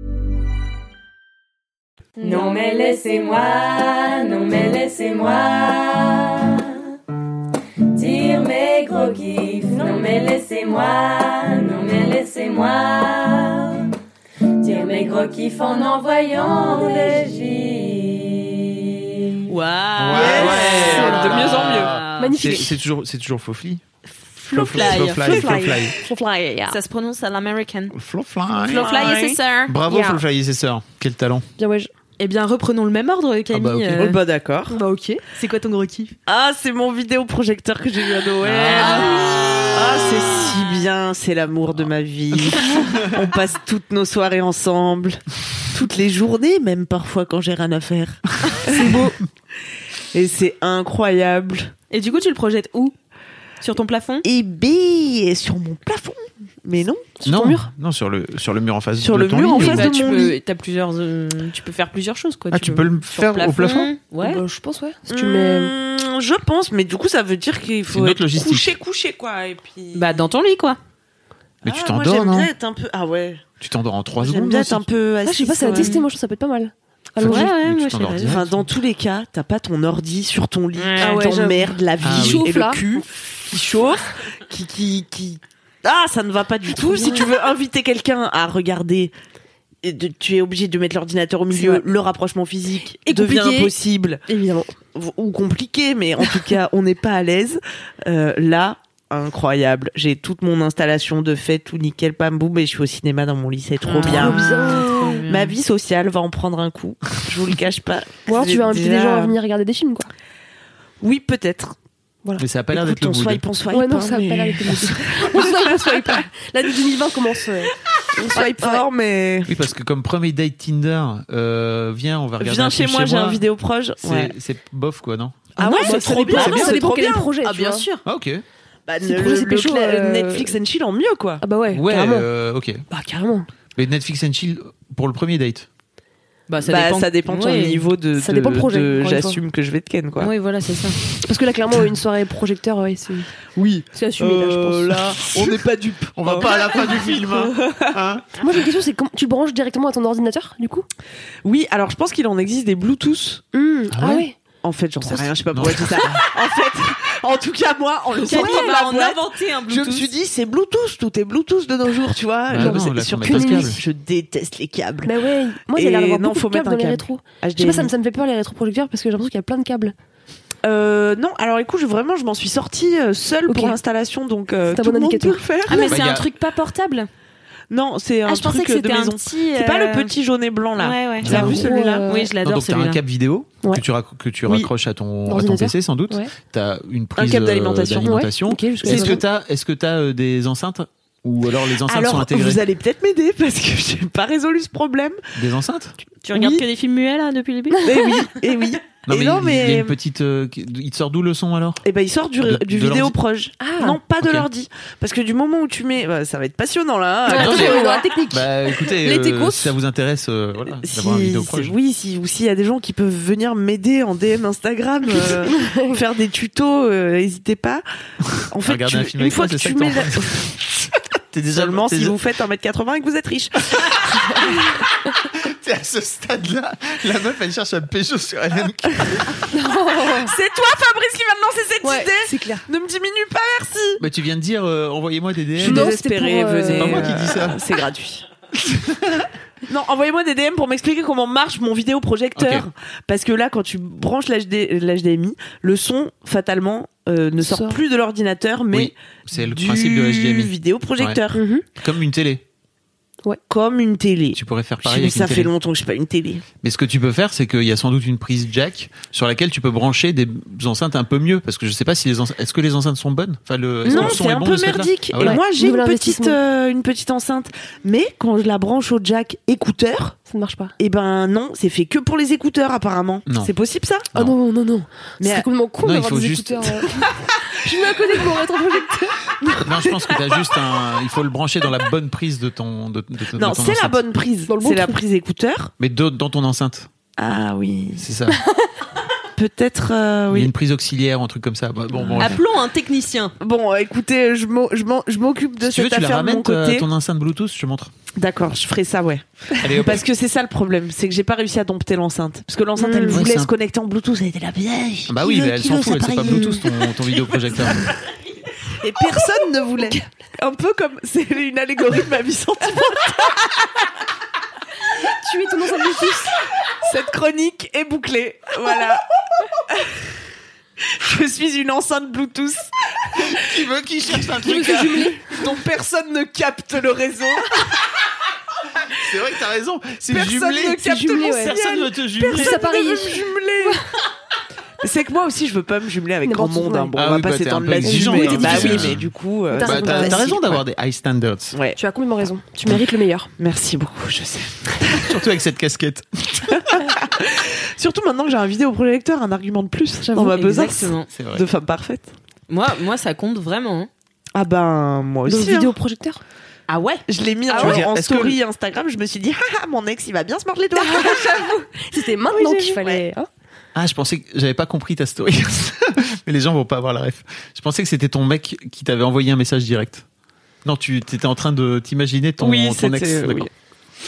Non mais laissez-moi, non mais laissez-moi dire mes gros kiffs. Non mais laissez-moi, non mais laissez-moi dire mes gros kiffs en envoyant des gifs. Waouh. Ouais, Ouais, de ouais. mieux en mieux. Magnifique. C'est c'est toujours, c'est toujours Fofli. Flowfly. Flowfly. Flowfly. Flowfly. Flowfly, yeah. Ça se prononce à l'american. Flowfly. Flowfly et ses sœurs. Bravo Yeah. Flowfly et ses sœurs. Quel talent. Bien, ouais. je- Eh bien, reprenons le même ordre, Camille. Ah bah, ok. euh, Oh, bah d'accord. bah, ok. C'est quoi ton gros kiff? Ah, c'est mon vidéoprojecteur que j'ai eu à Noël. Ah, c'est si bien, c'est l'amour de ma vie. On passe toutes nos soirées ensemble, toutes les journées, même parfois quand j'ai rien à faire. C'est beau. Et c'est incroyable. Et du coup, tu le projettes où? Sur ton plafond? Et B, sur mon plafond. Mais non. Sur non, ton mur non, sur le, sur le mur en face Sur de le ton mur lit, en ou- face Bah, de tu mon peux, lit. t'as plusieurs, euh, tu peux faire plusieurs choses, quoi. Ah, tu peux le faire au plafond? Ouais. Bah, je pense, ouais. Si tu mets. Mmh, je pense, mais du coup, ça veut dire qu'il C'est faut une autre être logistique. couché, couché, quoi. Et puis. Bah, dans ton lit, quoi. Mais tu Ah, moi, t'endors, j'aime non? bien être un peu. Ah ouais. Tu t'endors en trois J'aime secondes. bien non, être un peu. Ah, je sais pas, assise, ça a quand testé, même. moi, je trouve que ça peut être pas mal. Enfin, Allongé. Ouais, ouais, mais tu moi, je t'endors sais direct. Enfin, dans tous les cas, t'as pas ton ordi sur ton lit, Ouais. qui Ah ouais, t'emmerde la vie Ah oui. et Chauffe, le là. cul, qui chauffe, qui, qui, qui. Ah, ça ne va pas du tout. Si tu veux inviter quelqu'un à regarder, et de- tu es obligé de mettre l'ordinateur au milieu. vrai. Le rapprochement physique Et devient compliqué. impossible Évidemment. ou compliqué, mais en tout cas, on n'est pas à l'aise. Euh, là, incroyable. J'ai toute mon installation de fête, tout nickel, pam boum, et je suis au cinéma dans mon lit, c'est trop Ah, bien. Trop bien. Trop bien. Ma vie sociale va en prendre un coup. Je vous le cache pas. Ou alors tu C'est vas inviter déjà- des gens à venir regarder des films, quoi. Oui, peut-être. Voilà. Mais ça a pas l'air Écoute, d'être le on mood. swipe, on swipe. Ouais, non, hein, ça a mais- pas l'air d'être le mood. On swipe, on swipe pas. L'année deux mille vingt commence. euh, On swipe fort, mais. Oui, parce que comme premier date Tinder, euh, viens, on va regarder Viens un chez film moi, j'ai moi. un vidéo proche. C'est Ouais. c'est bof, quoi, non? Ah ouais, bah, c'est ça trop dépend, bien, ça c'est dépend trop quel est le bien. projet. Ah, tu bien vois. sûr. Ah, ok. Bah, C'est le, pro- c'est le pécho, cla- euh, Netflix and chill en mieux, quoi. Ah bah ouais, Ouais, carrément. euh, ok. Bah carrément. Mais Netflix and chill pour le premier date. Bah, ça Bah, dépend. ça dépend de ton Ouais. niveau de. Ça de- dépend le projet, de- encore une J'assume que je vais te ken, quoi. Oui, voilà, c'est ça. Parce que là, clairement, une soirée projecteur, ouais, c'est Oui. c'est assumé, là, je pense. Euh, là, on n'est pas dupes. On va pas à la fin du film, hein. Hein? Moi, j'ai une question, c'est comment tu branches directement à ton ordinateur, du coup Oui, alors je pense qu'il en existe des Bluetooth. Mmh. Ah Ah ouais ouais. En fait, j'en sais rien, je sais pas Non, pourquoi je dis ça. En fait, en tout cas, moi, en le Quelqu'un sortant de va la en boîte, inventer un je Bluetooth. me suis dit, c'est Bluetooth, tout est Bluetooth de nos jours, tu vois. Bah Genre, non, c'est- là, faut sur mettre un qu'une câble. nuit, je déteste les câbles. Bah ouais. Moi, il y a Et l'air d'avoir non, beaucoup faut de câbles mettre un dans les câble. rétros. Je sais pas, ça me, H D M I. ça me fait peur les rétroprojecteurs parce que j'ai l'impression qu'il y a plein de câbles. Euh, non, alors écoute, je, vraiment, je m'en suis sortie euh, seule Ok. pour l'installation, donc euh, C'est un tout bon le monde indicateur. peut le faire. Ah, mais Bah, c'est y a- un truc pas portable. Non, c'est un Ah, je pensais truc que de c'était un maison. petit. C'est pas le euh, petit jaune et blanc là. Ouais, ouais. Tu l'as Un vu gros, celui-là euh, Oui, je Non, l'adore donc t'as un celui-là. câble vidéo Ouais. que tu, rac- que tu Oui. raccroches à ton, à ton Ordinateur. P C sans doute. Ouais. T'as une prise câble euh, d'alimentation. d'alimentation. Ouais, ok, jusque-là, Est-ce ça que va. t'as, est-ce que t'as euh, des enceintes ou alors les enceintes sont Alors, intégrées? vous allez peut-être m'aider parce que j'ai pas résolu ce problème. Des enceintes? Tu regardes Oui. que des films muets là depuis le début Et oui, et oui. Non, Et mais, non, il- il y a mais une petite. euh, qui- il te sort d'où le son alors? et ben il sort du, De- du de vidéo l'ordi. proche. Ah. Non, pas de Ok. l'ordi, parce que du moment où tu mets, bah, ça va être passionnant là. hein. Ouais, non, attention, mais- on est dans la technique. Bah écoutez, Les euh, techos. si ça vous intéresse, euh, voilà, Si- d'avoir un vidéo si- proche. oui, si, ou s'il y a des gens qui peuvent venir m'aider en D M Instagram, euh, faire des tutos, euh, n'hésitez pas. En fait, Regarder tu- un film une avec fois moi, que c'est tu ça que mets t'en la- T'es déjà seulement t'es si déjà- vous faites un mètre quatre-vingts et que vous êtes riche. t'es à ce stade-là. La meuf, elle cherche à pécho sur L M K. C'est toi, Fabrice, qui vient de lancer cette Ouais, idée. c'est clair. Ne me diminue pas, merci. Bah tu viens de dire, euh, envoyez-moi des Je D suis M. Non, désespérée, c'était pour, euh, venez. C'est pas moi qui dis ça. Euh, C'est gratuit. Non, envoyez-moi des D M pour m'expliquer comment marche mon vidéoprojecteur. Ok. Parce que là, quand tu branches l'H D l'H D M I, le son, fatalement, euh, ne sort Sort. plus de l'ordinateur, mais Oui, c'est le du principe de H D M I. vidéoprojecteur. Mhm. Comme une télé. Comme une télé. Tu pourrais faire Je pareil sais, avec ça une fait télé. longtemps que je suis pas une télé. Mais ce que tu peux faire, c'est qu'il y a sans doute une prise jack sur laquelle tu peux brancher des enceintes un peu mieux. Parce que je sais pas si les enceintes, est-ce que les enceintes sont bonnes? Enfin, le, est-ce que Non, le son c'est est un bon peu de ce fait-là? merdique. Ah, voilà. Et moi, j'ai Nouvel une petite, investissement. euh, une petite enceinte. Mais quand je la branche au jack écouteur, Ça ne marche pas. eh ben non, c'est fait que pour les écouteurs apparemment. Non. C'est possible ça? Ah non, non, non. Mais- C'est complètement con Non, il d'avoir faut des juste- écouteurs. euh. Je mets à côté de mon rétroprojecteur. Non, je pense que t'as juste un, il faut le brancher dans la bonne prise de ton, de, de- de Non, ton c'est la enceinte. bonne prise. Dans le bon C'est la trou. prise écouteur. Mais de- dans ton enceinte. Ah oui. C'est ça. Peut-être, euh, Il y a oui. une prise auxiliaire, un truc comme ça. Bah, Bon, bon, Appelons un technicien. Bon, euh, écoutez, je m'o- je m'en- je m'occupe de si tu veux, cette tu la affaire de mon ramènes ta- côté. ton enceinte Bluetooth, je te montre. D'accord, je ferai ça, ouais. Allez, hop. Parce que c'est ça le problème, c'est que j'ai pas réussi à dompter l'enceinte. Parce que l'enceinte, Mmh. elle Ouais, voulait c'est se un- connecter en Bluetooth, elle était là, vieille. Bah oui, mais elle s'en fout, elle c'est pas Bluetooth ton, ton vidéoprojecteur. Et personne ne voulait. Un peu comme, c'est une allégorie de ma vie sentimentale. Tu es ton enceinte Bluetooth. Cette chronique est bouclée. Voilà. Je suis une enceinte Bluetooth Qui veut qui cherche un qui truc me- dont personne ne capte le réseau. C'est vrai que t'as raison. C'est Personne jumelé. ne capte jumelé, mon ouais. signal. Personne veut te jumeler. Juste Personne à Paris. ne veut me jumeler. C'est que moi aussi, je veux pas me jumeler avec grand N'importe monde. où, hein. ouais. Bon, Ah on va oui, pas bah, t'es s'étendre un peu là-dessus. exigeant, Mais, t'es bah oui, difficile. mais du coup, euh, T'as Bah, raison, t'as t'as t'as raison raison. d'avoir des high standards. ouais. Tu as complètement raison. Tu mérites le meilleur. Merci beaucoup, je sais. Surtout avec cette casquette. Surtout maintenant que j'ai un vidéoprojecteur, un argument de plus dans ma besace Exactement. C'est vrai. de femme parfaite. Moi, moi, ça compte vraiment. hein. Ah ben, moi Donc, aussi. hein. vidéoprojecteur. Ah ouais. Je l'ai mis Ah en, ouais. en Est-ce que story Instagram, je me suis dit, ah, ah, mon ex, il va bien se mordre les doigts. C'était maintenant Oui, j'ai qu'il vu, fallait. hein. Ah, je pensais que j'avais pas compris ta story. Mais les gens vont pas avoir la ref. Je pensais que c'était ton mec qui t'avait envoyé un message direct. Non, tu étais en train de t'imaginer ton, Oui, ton ex. c'était- D'accord. oui.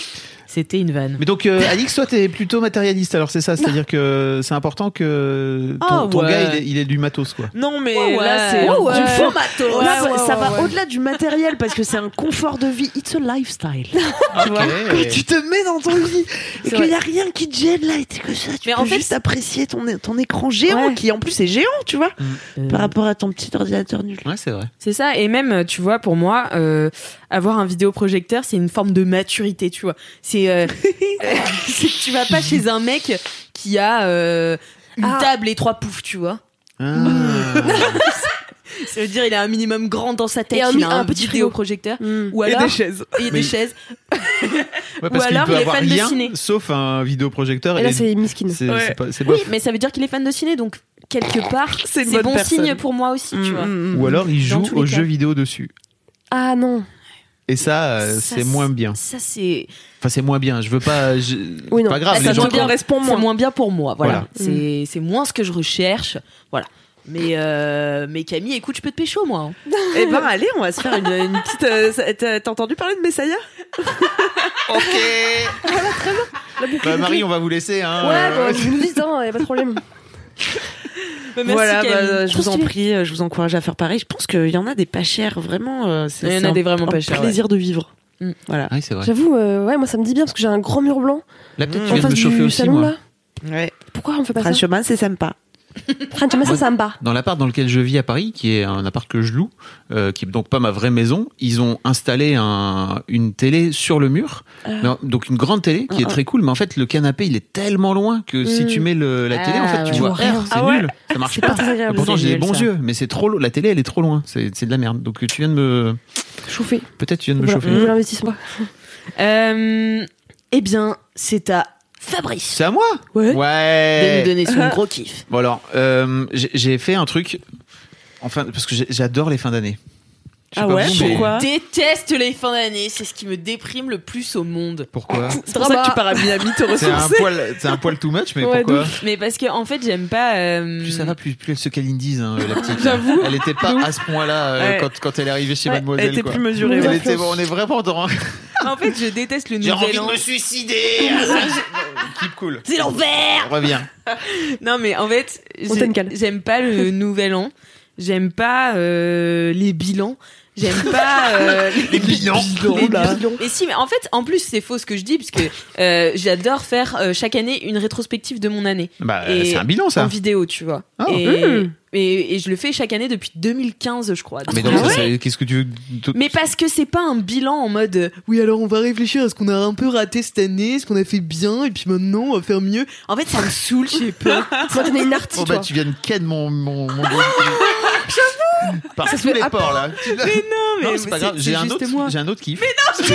C'était une vanne. Mais donc, euh, Alix, toi, t'es plutôt matérialiste, alors c'est ça, c'est-à-dire que c'est important que ton, Ah, ton ouais. gars, il est, il est du matos, quoi. Non, mais Ouais, là, ouais. c'est Ouais, du ouais. faux matos. Ouais, Là, ouais, ça ouais, va ouais. au-delà du matériel parce que c'est un confort de vie. It's a lifestyle. Ok. Tu vois, quand tu te mets dans ton lit et C'est qu'il n'y vrai. a rien qui te gêne là, et t'es que ça, tu Mais peux en fait, juste apprécier ton, ton écran géant Ouais. qui en plus est géant, tu vois, Euh, par rapport à ton petit ordinateur nul. Ouais, c'est vrai. C'est ça, et même, tu vois, pour moi, euh, avoir un vidéoprojecteur, c'est une forme de maturité, tu vois. C'est euh, c'est que tu vas pas chez un mec qui a euh, une Ah. table et trois poufs, tu vois. Ah. Ça veut dire il a un minimum grand dans sa tête, Et un il mi- a un, un petit vidéoprojecteur, Mm. ou Et alors des chaises. et des Mais- chaises. Ouais, parce Ou qu'il alors, peut il est avoir fan de rien, ciné. sauf un vidéoprojecteur. Et là, c'est miskin. c'est Ouais. c'est pas- c'est Oui, bof. mais ça veut dire qu'il est fan de ciné, donc quelque part, C'est c'est une bonne bon personne. signe pour moi aussi, tu vois. Mm, mm, Ou alors, il Dans joue tous les aux cas. jeux vidéo dessus. Ah non. Et ça, euh, Ça, c'est c'est- moins bien. Ça, c'est Enfin, c'est moins bien. Je veux pas. je- Oui, non. Pas grave. Ah, les ça gens- moins bien. correspond c'est moins. moins bien pour moi, voilà. Voilà. C'est c'est moins ce que je recherche, voilà. Mais euh, mais Camille, écoute, je peux te pécho moi. hein. Eh ben allez, on va se faire une, une petite. euh, ça- T'as t'as entendu parler de Messiah? Ok. Bah, Marie, on va vous laisser. Hein. Ouais, Euh, bah, vous nous dites, hein, y a pas de problème. Bah, merci, Voilà, Camille. bah, je Trop vous en stylé. prie, euh, je vous encourage à faire pareil. Je pense qu'il y en a des pas chers, vraiment. euh, c'est- Il y en c'est a un- des vraiment un pas chers, plaisir de vivre. Mm. Voilà. Oui, c'est vrai. J'avoue, euh, ouais, moi ça me dit bien parce que j'ai un grand mur blanc Là, peut-être En tu en viens de face me chauffer du aussi, salon moi. là. Ouais. Pourquoi on fait pas ça? Franchement, c'est sympa. Franchement, ça, ça me bat. Dans l'appart dans lequel je vis à Paris, qui est un appart que je loue, euh, qui est donc pas ma vraie maison, ils ont installé un, une télé sur le mur, Ah. Non, donc une grande télé qui est très cool, mais en fait le canapé il est tellement loin que si Mm. tu mets le, la télé, en fait Ah, tu ouais. vois Tu vois rien. rien, c'est Ah ouais. nul, ça marche C'est pas. pas très agréable. Pourtant C'est j'ai des nul, bons ça. yeux, mais c'est trop, lo- la télé elle est trop loin, c'est c'est de la merde. Donc tu viens de me, Chauffé. peut-être tu viens de me Voilà, chauffer. nouvel investissement. Euh, eh bien, c'est à Fabrice C'est à moi. Ouais. de Ouais. nous donner son gros kiff. Bon alors, euh, j'ai j'ai fait un truc, enfin parce que j'ai- j'adore les fins d'année. Je sais Ah pas ouais, vous, mais- pourquoi Je déteste les fins d'année, c'est ce qui me déprime le plus au monde. Pourquoi? C'est pour ça que tu pars à Miami te C'est un ressourcer. poil, c'est un poil too much, mais Ouais, pourquoi? Mais parce que en fait, j'aime pas. euh, Plus ça va, plus, plus elle se câlinise, hein, la petite. J'avoue. Elle était pas à ce point-là euh, Ouais. quand, quand elle est arrivée chez Ouais, Mademoiselle. elle était quoi. plus mesurée. Elle ouais. était, bon, on est vraiment dans. En fait, je déteste le J'ai envie nouvel de an. me suicider. Keep cool. C'est l'envers. Reviens. Non, mais en fait, On j'ai- t'aime calme. j'aime pas le nouvel an. J'aime pas euh, les bilans. J'aime pas euh, Les bilans. les là. bilans. Mais si, mais en fait, en plus, c'est faux ce que je dis, parce que euh, j'adore faire euh, chaque année une rétrospective de mon année. Bah, Et c'est un bilan, ça. En vidéo, tu vois. Ah. et, Mmh. et, et je le fais chaque année depuis deux mille quinze, je crois. Mais Donc, donc, ah ça, ouais. ça- qu'est-ce que tu veux. t- Mais parce que c'est pas un bilan en mode euh, oui, alors on va réfléchir à ce qu'on a un peu raté cette année, ce qu'on a fait bien, et puis maintenant on va faire mieux. En fait, ça me saoule, je sais pas. Moi, t'en es une artiste, Oh, bah, toi. tu viens de ken mon. mon, mon J'avoue. Par Ça tous se fait les à- ports, là. Tu l'as- Mais non, mais Non, c'est pas grave. J'ai un, juste autre, moi. j'ai un autre kiff.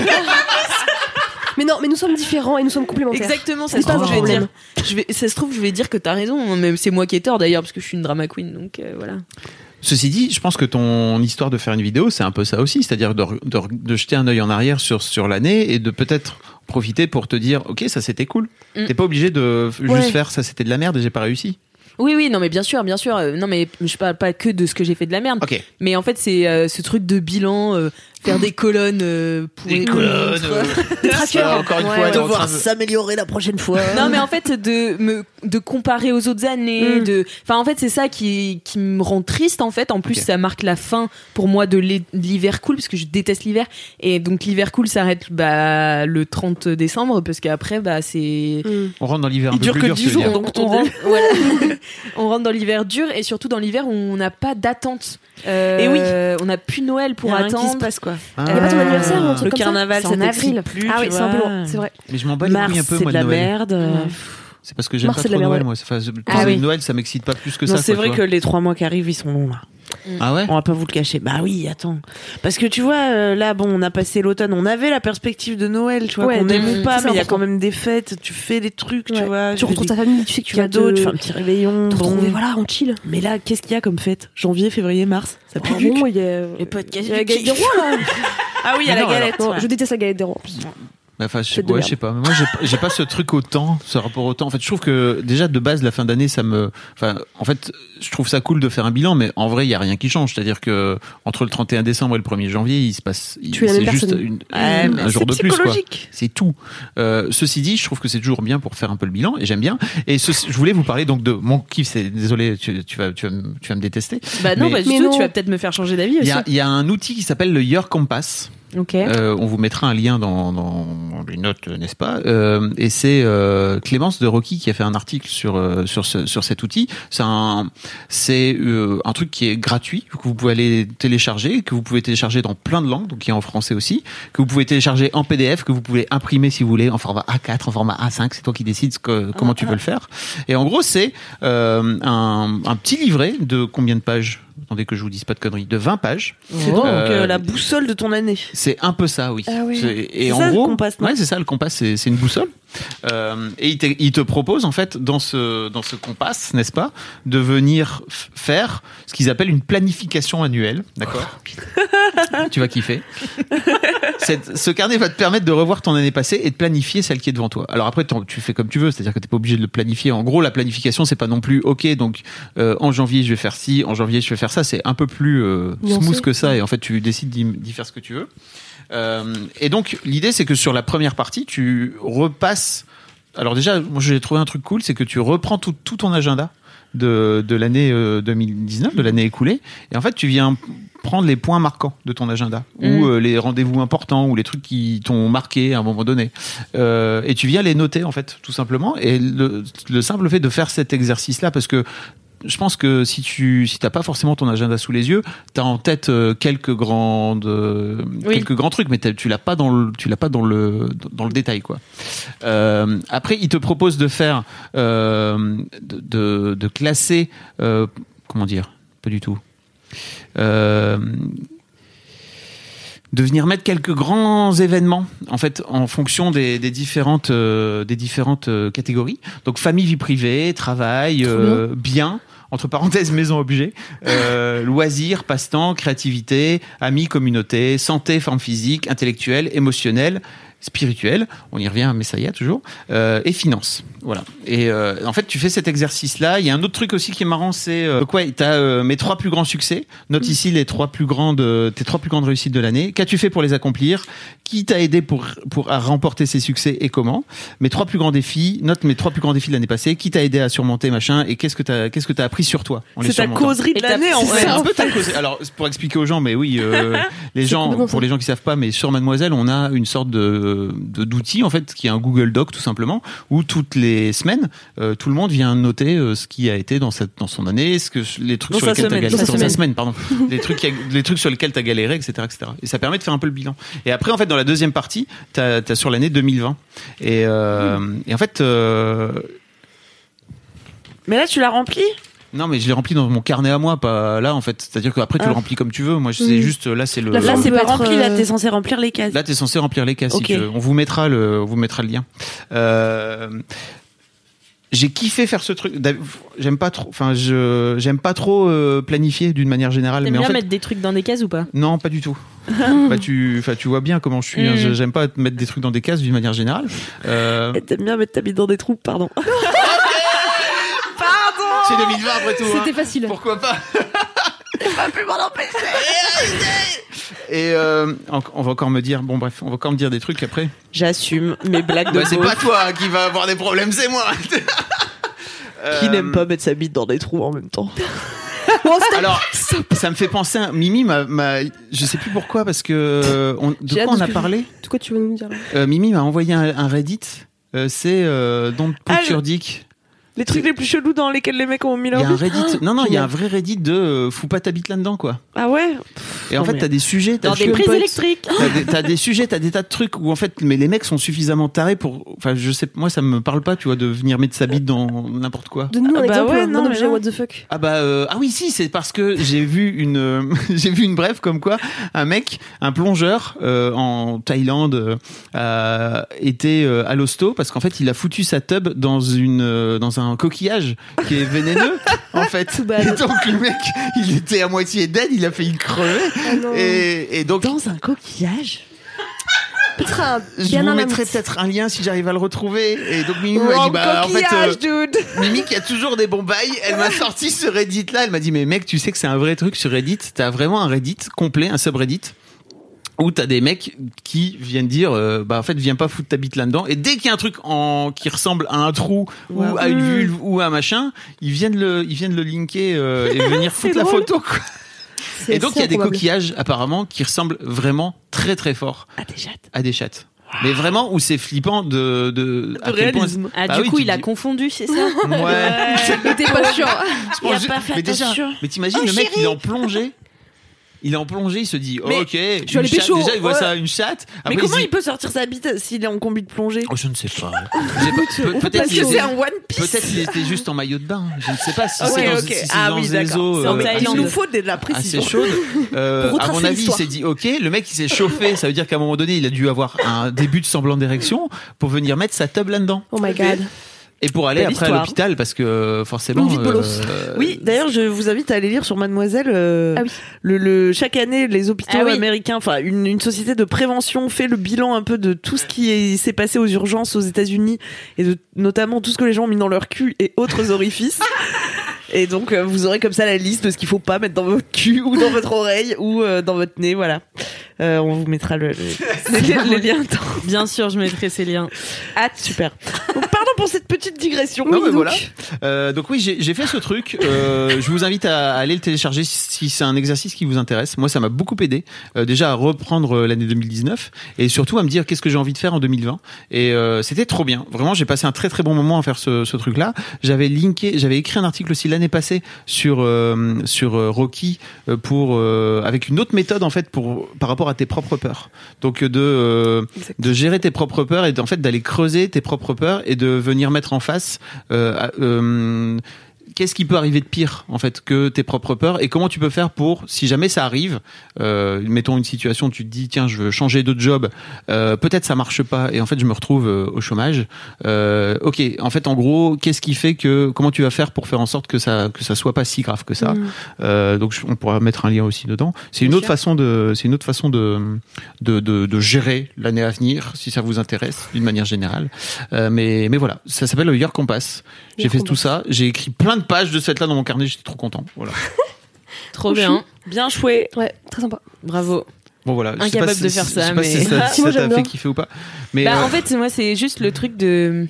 Mais non, mais nous sommes différents et nous sommes complémentaires. Exactement, ça C'est se pas trouve, un je vais problème. dire. Je vais, ça se trouve, je vais dire que t'as raison. Même c'est moi qui ai tort d'ailleurs, parce que je suis une drama queen, donc euh, voilà. Ceci dit, je pense que ton histoire de faire une vidéo, c'est un peu ça aussi, c'est-à-dire de, de, de jeter un œil en arrière sur, sur l'année et de peut-être profiter pour te dire, ok, ça c'était cool. Mm. T'es pas obligé de f- Ouais. juste faire ça c'était de la merde et j'ai pas réussi. Oui, oui, non, mais bien sûr, bien sûr. Euh, non, mais je parle pas que de ce que j'ai fait de la merde. Ok. Mais en fait, c'est euh, ce truc de bilan, euh, faire des colonnes euh, pour Des les- colonnes. euh, voilà, encore une Ouais, fois, ouais. elle est en train de- s'améliorer la prochaine fois. Non, mais en fait, de me de comparer aux autres années, Mm. de, enfin, en fait, c'est ça qui qui me rend triste. En fait, en plus, Ok. ça marque la fin pour moi de l'hi- de l'hiver cool, parce que je déteste l'hiver. Et donc l'hiver cool s'arrête bah le trente décembre, parce qu'après, bah c'est Mm. On rentre dans l'hiver un Il peu dure plus que dur, dix tu veux jours, dire. donc on ton rentre, voilà. On rentre dans l'hiver dur, et surtout dans l'hiver où on n'a pas d'attente. Euh, Et oui. on n'a plus Noël pour Pour rien qui se attendre. passe quoi. Ah. Y a pas ton anniversaire ou un Le truc comme ça carnaval, C'est ça en t'excite avril. plus. Ah oui, tu c'est un peu vois. loin, c'est vrai. Mais je m'en bats les Mars, couilles un peu, c'est moi, de de la Noël. merde. Ouais. C'est parce que j'aime Mars, pas c'est de trop la Noël, merde, moi. Enfin, je- Ah penser oui. de Noël, ça m'excite pas plus que Non, ça. c'est quoi, vrai tu que vois. les trois mois qui arrivent, ils sont longs là. Ah ouais? On va pas vous le cacher. Bah oui, attends. Parce que tu vois, euh, là, bon, on a passé l'automne, on avait la perspective de Noël, tu vois, Ouais, qu'on aime de- ou pas, c'est mais il y a important. quand même des fêtes, tu fais des trucs, tu Ouais. vois. Tu fais retrouves des ta famille, tu sais que tu vas cadeaux, te... tu fais un petit réveillon. te bon. retrouver, voilà, on chill. Mais là, qu'est-ce qu'il y a comme fête? Janvier, février, mars? Ça pue Ah du bon, cul. il y a... Les podcasts il y a la du galette des kiff. rois, là. Ah oui, il y a Mais la non, galette. Non, ouais. je déteste la galette des rois, en plus. Enfin, je sais, C'est de ouais, merde. je sais pas. Moi, j'ai, j'ai pas ce truc au temps, ce rapport au temps. En fait, je trouve que déjà de base, la fin d'année, ça me. Enfin, en fait, je trouve ça cool de faire un bilan, mais en vrai, il y a rien qui change. C'est-à-dire que entre le trente et un décembre et le premier janvier, il se passe. Il, Tu es la c'est même juste personne. une, Ouais, mais un jour c'est de plus, quoi. psychologique. C'est tout. Euh, ceci dit, je trouve que c'est toujours bien pour faire un peu le bilan, et j'aime bien. Et ce, je voulais vous parler donc de mon kiff. C'est désolé, tu, tu vas, tu vas, me- tu vas me détester. Bah non, Mais- pas du Mais tout. non. Tu vas peut-être me faire changer d'avis Il aussi. y a, il y a un outil qui s'appelle le Your Compass. Ok. Euh, on vous mettra un lien dans, dans les notes, n'est-ce pas euh, Et c'est euh, Clémence de Rocky qui a fait un article sur euh, sur ce, sur cet outil. C'est un c'est euh, un truc qui est gratuit que vous pouvez aller télécharger, que vous pouvez télécharger dans plein de langues, donc qui est en français aussi, que vous pouvez télécharger en P D F, que vous pouvez imprimer si vous voulez en format A quatre, en format A cinq. C'est toi qui décides ce que, comment tu veux le faire. Et en gros, c'est euh, un, un petit livret de combien de pages? Attendez que je vous dise pas de conneries. De vingt pages. C'est donc Euh, euh, la boussole de ton année. C'est un peu ça, oui. Ah oui. C'est- Et C'est en ça, le gros, compass, non ouais, c'est ça, le compass, c'est, c'est une boussole. Euh, et il te, il te propose en fait dans ce dans ce compass, n'est-ce pas, de venir f- faire ce qu'ils appellent une planification annuelle, d'accord? Tu vas kiffer. Cette- ce carnet va te permettre de revoir ton année passée et de planifier celle qui est devant toi. Alors après, t'en- tu fais comme tu veux, c'est-à-dire que t'es pas obligé de le planifier. En gros, la planification, c'est pas non plus ok. Donc euh, en janvier, je vais faire ci, en janvier, je vais faire ça. C'est un peu plus euh, Nuancé. smooth que ça. Et en fait, tu décides d'y, d'y faire ce que tu veux. Euh, et donc l'idée, c'est que sur la première partie, tu repasses. Alors déjà, moi j'ai trouvé un truc cool, c'est que tu reprends tout, tout ton agenda de, de l'année euh, deux mille dix-neuf, de l'année écoulée, et en fait tu viens prendre les points marquants de ton agenda, Mm. ou euh, les rendez-vous importants, ou les trucs qui t'ont marqué à un moment donné, euh, et tu viens les noter en fait, tout simplement. Et le, le simple fait de faire cet exercice-là, parce que je pense que si tu si t'as pas forcément ton agenda sous les yeux, t'as en tête euh, quelques grandes euh, Oui. quelques grands trucs, mais t'as- tu l'as pas dans le tu l'as pas dans le dans le détail, quoi. Euh, après, il te propose de faire euh, de, de de classer euh, comment dire, pas du tout. Euh, de venir mettre quelques grands événements en fait en fonction des, des différentes euh, des différentes euh, catégories. Donc famille, vie privée, travail, euh, bien, entre parenthèses maison objet, euh, loisirs, passe-temps, créativité, amis, communauté, santé, forme physique, intellectuelle, émotionnelle, spirituelle, on y revient, mais ça y est toujours, euh, et finances. Voilà. Et euh, en fait, tu fais cet exercice-là. Il y a un autre truc aussi qui est marrant, c'est euh, quoi? T'as euh, mes trois plus grands succès. Note ici les trois plus grandes, euh, tes trois plus grandes réussites de l'année. Qu'as-tu fait pour les accomplir? Qui t'a aidé pour pour à remporter ces succès et comment? Mes trois plus grands défis. Note mes trois plus grands défis de l'année passée. Qui t'a aidé à surmonter machin? Et qu'est-ce que t'as qu'est-ce que t'as appris sur toi en les C'est ta surmontant? causerie de Et t'as- l'année en c'est Ouais, fait. un peu ta cause. Alors, c'est pour expliquer aux gens, mais oui, euh, les C'est gens, complètement pour ça. les gens qui savent pas, mais sur Mademoiselle, on a une sorte de, de d'outil en fait, qui est un Google Doc tout simplement, où toutes les semaines, euh, tout le monde vient noter euh, ce qui a été dans cette, dans son année, ce que les trucs Dans sur sa lesquels t'as semaine. galéré, Dans sa dans sa semaine. semaine, pardon, les trucs, qui a- les trucs sur lesquels t'as galéré, et cetera, et cetera. Et ça permet de faire un peu le bilan. Et après, en fait, dans la deuxième partie, t'as, t'as sur l'année deux mille vingt. Et, euh, et en fait. Euh, Mais là, tu l'as rempli? Non, mais je l'ai rempli dans mon carnet à moi, pas là en fait. C'est-à-dire qu'après tu Ah. le remplis comme tu veux. Moi, c'est Mhm. juste là, c'est le. La Là, forme c'est peut pas être, rempli, là, euh, t'es censé remplir les cases. Là, t'es censé remplir les cases. Ok. Si tu veux. On vous mettra le, on vous mettra le lien. Euh, j'ai kiffé faire ce truc. D'hab- J'aime pas trop. Enfin, je j'aime pas trop euh, planifier d'une manière générale. T'aimes mais en bien fait, mettre des trucs dans des cases ou pas? non, pas du tout. bah, tu, enfin, tu vois bien comment je suis. Hein. Mm. Je- J'aime pas mettre des trucs dans des cases d'une manière générale. Euh, Et T'aimes bien mettre ta bite dans des trous, pardon. c'est deux mille vingt après tout. hein. C'était facile. Pourquoi pas? Pas pu m'en empêcher. Et euh, en- on va encore me dire. Bon, bref, on va encore me dire des trucs après. J'assume mes blagues de Bah, c'est beauf. pas toi qui va avoir des problèmes, c'est moi. Qui Euh, n'aime pas mettre sa bite dans des trous en même temps. Alors, ça me fait penser à Mimi, m'a, m'a- je sais plus pourquoi, parce que on, de J'ai hâte quoi on de a ce que parlé De quoi tu veux nous dire là? Euh, Mimi m'a envoyé un, un Reddit. Euh, c'est euh, Don't Put Ah, Your le- Dick. Les trucs les plus chelous dans lesquels les mecs ont mis Il y leur a un bite. Reddit. Non, non, il y a un génial. vrai Reddit de euh, fous pas ta bite là-dedans, quoi. Ah ouais? Et en Non, fait, mais- t'as des sujets, t'as Dans des des, prises électriques. t'as des, t'as des sujets, t'as des tas de trucs où en fait, mais les mecs sont suffisamment tarés pour. Enfin, je sais, moi, ça me parle pas, tu vois, de venir mettre sa bite dans n'importe quoi. Donne-nous un Ah bah exemple, ouais, un non, objet mais non. what the fuck. Ah bah euh, ah oui si c'est parce que j'ai vu une euh, j'ai vu une brève comme quoi un mec un plongeur euh, en Thaïlande euh, a été euh, à l'hosto parce qu'en fait il a foutu sa tub dans une euh, dans un coquillage qui est vénéneux en fait bad. et donc le mec il était à moitié dead, il a failli crever Ah non. et, et donc Dans un coquillage? Peut-être un Je bien vous un mettrai ami. peut-être un lien si j'arrive à le retrouver. Et donc Mimi m'a Oh, dit bah en fait coquillage, euh, dude. Mimi qui a toujours des bons bails, elle m'a sorti ce Reddit là, elle m'a dit mais mec tu sais que c'est un vrai truc sur Reddit, t'as vraiment un Reddit complet, un subreddit où t'as des mecs qui viennent dire euh, bah en fait viens pas foutre ta bite là-dedans, et dès qu'il y a un truc en qui ressemble à un trou ou Ouais. à une vulve ou à un machin, ils viennent le ils viennent le linker euh, et venir foutre la drôle. photo quoi. C'est Et donc il y a des improbable. coquillages apparemment qui ressemblent vraiment très très fort Ah, des chattes. à des chattes. Mais vraiment où c'est flippant de de, à quel point- réalisme. Ah, Bah du oui, coup, tu il a dis- confondu, c'est ça? Ouais. T'es pas sûr. Je pense juste- mais déjà, mais t'imagines le mec il est en plongée. Il est en plongée, il se dit Mais ok, vais une aller chatte, pécho. déjà il voit Ouais. ça une chatte. Mais Après, comment se dit, il peut sortir sa bite s'il est en combi de plongée? Oh, je ne sais pas. J'ai pas- peut- Peut-être Parce qu'il que c'est était, un One Piece. peut-être qu'il était juste en maillot de bain. Je ne sais pas si Ok, c'est dans, ok. si c'est Ah dans oui, des d'accord. eaux C'est en euh, Thaïlande. Il nous faut de la assez précision. chaudes. Euh, Pour à retracer mon avis, il l'histoire. s'est dit ok. Le mec il s'est chauffé. Ça veut dire qu'à un moment donné, il a dû avoir un début de semblant d'érection pour venir mettre sa tub là-dedans. Oh my god. Et pour aller Belle après histoire. à l'hôpital parce que forcément. Une vie de bolos. euh, Oui, d'ailleurs, je vous invite à aller lire sur Mademoiselle. euh, Ah oui. le, le, chaque année, les hôpitaux Ah oui. américains, enfin, une, une société de prévention fait le bilan un peu de tout ce qui est- s'est passé aux urgences aux États-Unis et de, notamment tout ce que les gens ont mis dans leur cul et autres orifices. Et donc, euh, vous aurez comme ça la liste de ce qu'il faut pas mettre dans votre cul ou dans votre oreille ou euh, dans votre nez, voilà. Euh, on vous mettra le, le, les, les liens. dans- Bien sûr, je mettrai ces liens. Ah, super. Donc, pardon pour cette petite digression. Non, Oui, mais donc. voilà. Euh, donc oui, j'ai j'ai fait ce truc. Euh, je vous invite à, à aller le télécharger si, si c'est un exercice qui vous intéresse. Moi, ça m'a beaucoup aidé euh, déjà à reprendre euh, l'année deux mille dix-neuf et surtout à me dire qu'est-ce que j'ai envie de faire en deux mille vingt. Et euh, c'était trop bien. Vraiment, j'ai passé un très très bon moment à faire ce, ce truc-là. J'avais linké, j'avais écrit un article aussi l'année passée sur euh, sur euh, Rocky euh, pour euh, avec une autre méthode en fait pour par rapport à tes propres peurs. Donc de euh, de gérer tes propres peurs et en fait d'aller creuser tes propres peurs et de venir mettre en face euh, à- euh, qu'est-ce qui peut arriver de pire en fait que tes propres peurs et comment tu peux faire pour si jamais ça arrive euh, mettons une situation où tu te dis tiens je veux changer de job euh, peut-être ça marche pas et en fait je me retrouve euh, au chômage euh, ok en fait en gros qu'est-ce qui fait que comment tu vas faire pour faire en sorte que ça que ça soit pas si grave que ça Mm. euh, donc je- on pourra mettre un lien aussi dedans c'est une Bien autre sûr. façon de c'est une autre façon de de, de, de gérer l'année à venir si ça vous intéresse d'une manière générale euh, mais mais voilà ça s'appelle le Year Compass j'ai Year fait Compass. tout ça j'ai écrit plein de pages de cette là dans mon carnet j'étais trop content voilà Trop bien. Bien choué. Ouais, très sympa. Bravo. bon voilà je sais Incapable pas de si- faire je ça, sais pas si mais- ça, Si, si moi, ça t'a j'aime fait bien. kiffer ou pas mais Bah, euh, en fait, moi, c'est juste le truc de.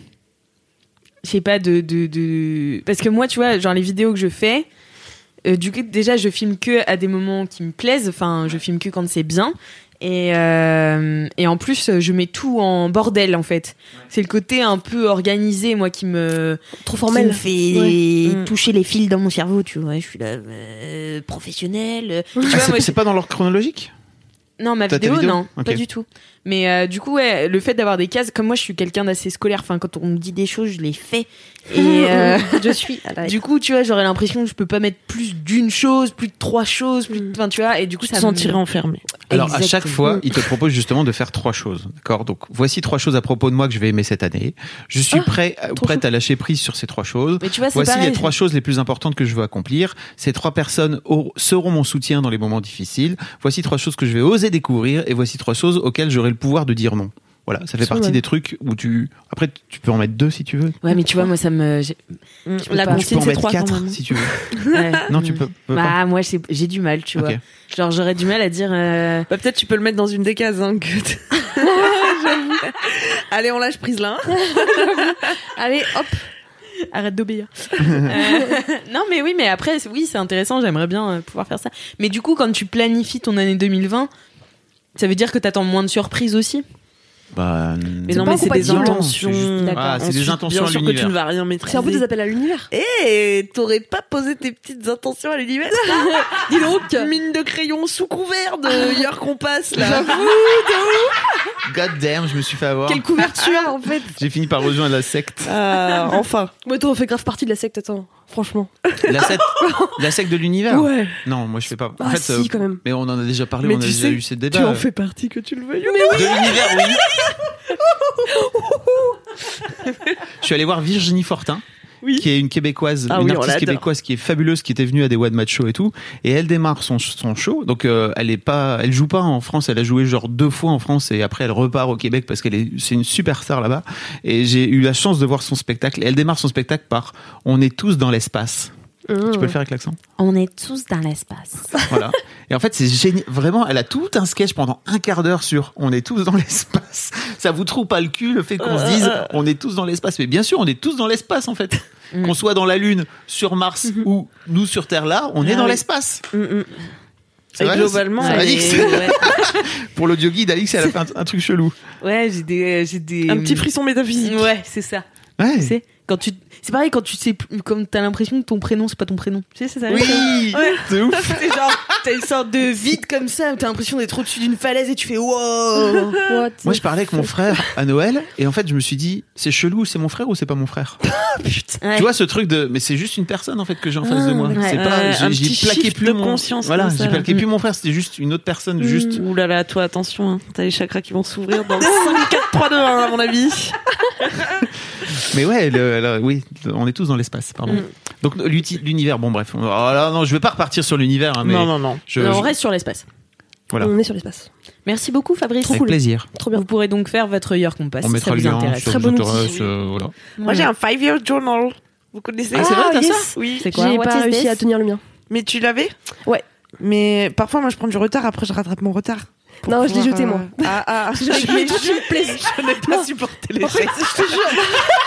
Je sais pas, de, de, de. Parce que moi, tu vois, genre les vidéos que je fais, euh, du coup, déjà, je filme que à des moments qui me plaisent. Enfin, je filme que quand c'est bien. Et, euh, et en plus, je mets tout en bordel, en fait. C'est le côté un peu organisé, moi, qui me. Trop Qui formel. me fait Ouais. Mm. toucher les fils dans mon cerveau, tu vois. Je suis là, euh, professionnel. Tu ah, vois, c'est moi, c'est pas dans l'ordre chronologique non, ma T'as ta vidéo, vidéo non, Ok. pas du tout. Mais euh, du coup, ouais, le fait d'avoir des cases, comme moi, je suis quelqu'un d'assez scolaire. Enfin, quand on me dit des choses, je les fais. Et euh, Je suis à la du coup, tu vois, j'aurais l'impression que je peux pas mettre plus d'une chose, plus de trois choses, plus, de- enfin, tu vois. Et du coup, Tu ça te me sentirais enfermé. Alors à chaque Exactement. fois, il te propose justement de faire trois choses, d'accord? Donc voici trois choses à propos de moi que je vais aimer cette année. Je suis Ah, prêt, trop prête à lâcher prise sur ces trois choses. Mais tu vois, c'est Voici pareil. les trois choses les plus importantes que je veux accomplir. Ces trois personnes auront- seront mon soutien dans les moments difficiles. Voici trois choses que je vais oser découvrir et voici trois choses auxquelles j'aurai le pouvoir de dire non. Voilà, ça fait C'est partie vrai. des trucs où tu. Après, tu peux en mettre deux si tu veux. Ouais, mais tu vois, moi, ça me. j'ai- Mm. peux La pas. Tu peux consigne, en c'est mettre trois quand quatre même. si tu veux. ouais. Non, tu peux. peux pas. Bah, moi, c'est- j'ai du mal, tu vois. Ok. Genre, j'aurais du mal à dire. euh, Bah, peut-être tu peux le mettre dans une des cases. Hein, que t- Allez, on lâche prise là. Allez, hop. Arrête d'obéir. Euh, non, mais oui, mais après, c'est- oui, c'est intéressant. J'aimerais bien euh, pouvoir faire ça. Mais du coup, quand tu planifies ton année deux mille vingt, ça veut dire que t'attends moins de surprises aussi. Bah, Mais C'est non, pas mais c'est des incompatible. intentions. C'est juste- D'accord. Ah, c'est des Ensuite, intentions bien à sûr que tu ne l'univers. vas rien maîtriser. C'est un peu des appels à l'univers. Eh, t'aurais pas posé tes petites intentions à l'univers là? Dis donc. Mine de crayon sous couvert de Year Compass là. God damn, je me suis fait avoir. Quelle couverture en fait. J'ai fini par rejoindre la secte. Ah, enfin. Moi, toi, on fait grave partie de la secte, attends. Franchement. La secte, la secte de l'univers. Ouais. Non, moi je fais pas. En Ah, fait, si, euh, quand même. mais on en a déjà parlé, Mais on a tu déjà sais, eu ces débats. Tu en fais partie que tu le veuilles. De l'univers, oui. Je suis allé voir Virginie Fortin, Oui. qui est une québécoise, Ah une oui, on artiste l'adore. québécoise qui est fabuleuse, qui était venue à des One Match Show et tout, et elle démarre son son show. Donc euh, elle est pas, elle joue pas en France, elle a joué genre deux fois en France et après elle repart au Québec parce qu'elle est, c'est une superstar là-bas. Et j'ai eu la chance de voir son spectacle. Et elle démarre son spectacle par "On est tous dans l'espace". Mmh. Tu peux le faire avec l'accent? On est tous dans l'espace. Voilà. Et en fait, c'est génial. Vraiment, elle a tout un sketch pendant un quart d'heure sur "On est tous dans l'espace". Ça vous trouve pas le cul, le fait qu'on se dise "On est tous dans l'espace". Mais bien sûr, on est tous dans l'espace, en fait. Mm. Qu'on soit dans la Lune, sur Mars Mm-hmm. ou nous sur Terre, là, on est Ah dans oui. l'espace. Mm, mm. C'est Et vrai, globalement, c'est- c'est elle Alix. est- ouais. Pour l'audio guide, Alix, elle a fait un, un truc chelou. Ouais, j'ai des, j'ai des. un petit frisson métaphysique. Ouais, c'est ça. Ouais. Tu sais, quand tu, c'est pareil quand tu sais, plus- comme t'as l'impression que ton prénom c'est pas ton prénom. Tu sais, c'est ça. Oui, Ouais. c'est ouf. C'est genre, t'as une sorte de vide comme ça, où t'as l'impression d'être au-dessus d'une falaise et tu fais wow. What Moi, je parlais avec mon frère à Noël et en fait, je me suis dit, c'est chelou, c'est mon frère ou c'est pas mon frère? Ouais. Tu vois ce truc de, mais c'est juste une personne en fait que j'ai en face de moi. ouais. C'est Ouais, pas, un j'ai, j'ai petit plaqué shift plus de mon conscience Voilà, comme ça, j'ai là. plaqué plus mon frère. C'était juste une autre personne, juste. Ouh là là, toi, attention, hein. T'as les chakras qui vont s'ouvrir dans cinq, quatre, trois, deux, un, à mon avis. Mais ouais, le- le- oui, on est tous dans l'espace. Pardon. Mm. Donc l'uti- l'univers, bon bref. Oh là, non, je vais pas repartir sur l'univers, hein, mais Non, non, non. je, Non, je- on reste sur l'espace. voilà. On est sur l'espace. Merci beaucoup, Fabrice. Avec plaisir. Trop bien. Vous pourrez donc faire votre Year Compass On si mettra ça le vous lien intéresse. sur Très les bon intéresse, outil. euh, voilà. Moi, j'ai un five-year journal. Vous connaissez? Ah, c'est vrai, t'as yes. ça Oui. C'est quoi? J'ai What pas is réussi this? à tenir le mien. Mais tu l'avais? Ouais. Mais parfois, moi, je prends du retard, après, je rattrape mon retard. Pour Non, je l'ai pouvoir, jeté, euh, moi. Ah, ah, je, J'avais écrit des trucs qui me plaisaient. je n'ai pas supporté les faits. Je te jure.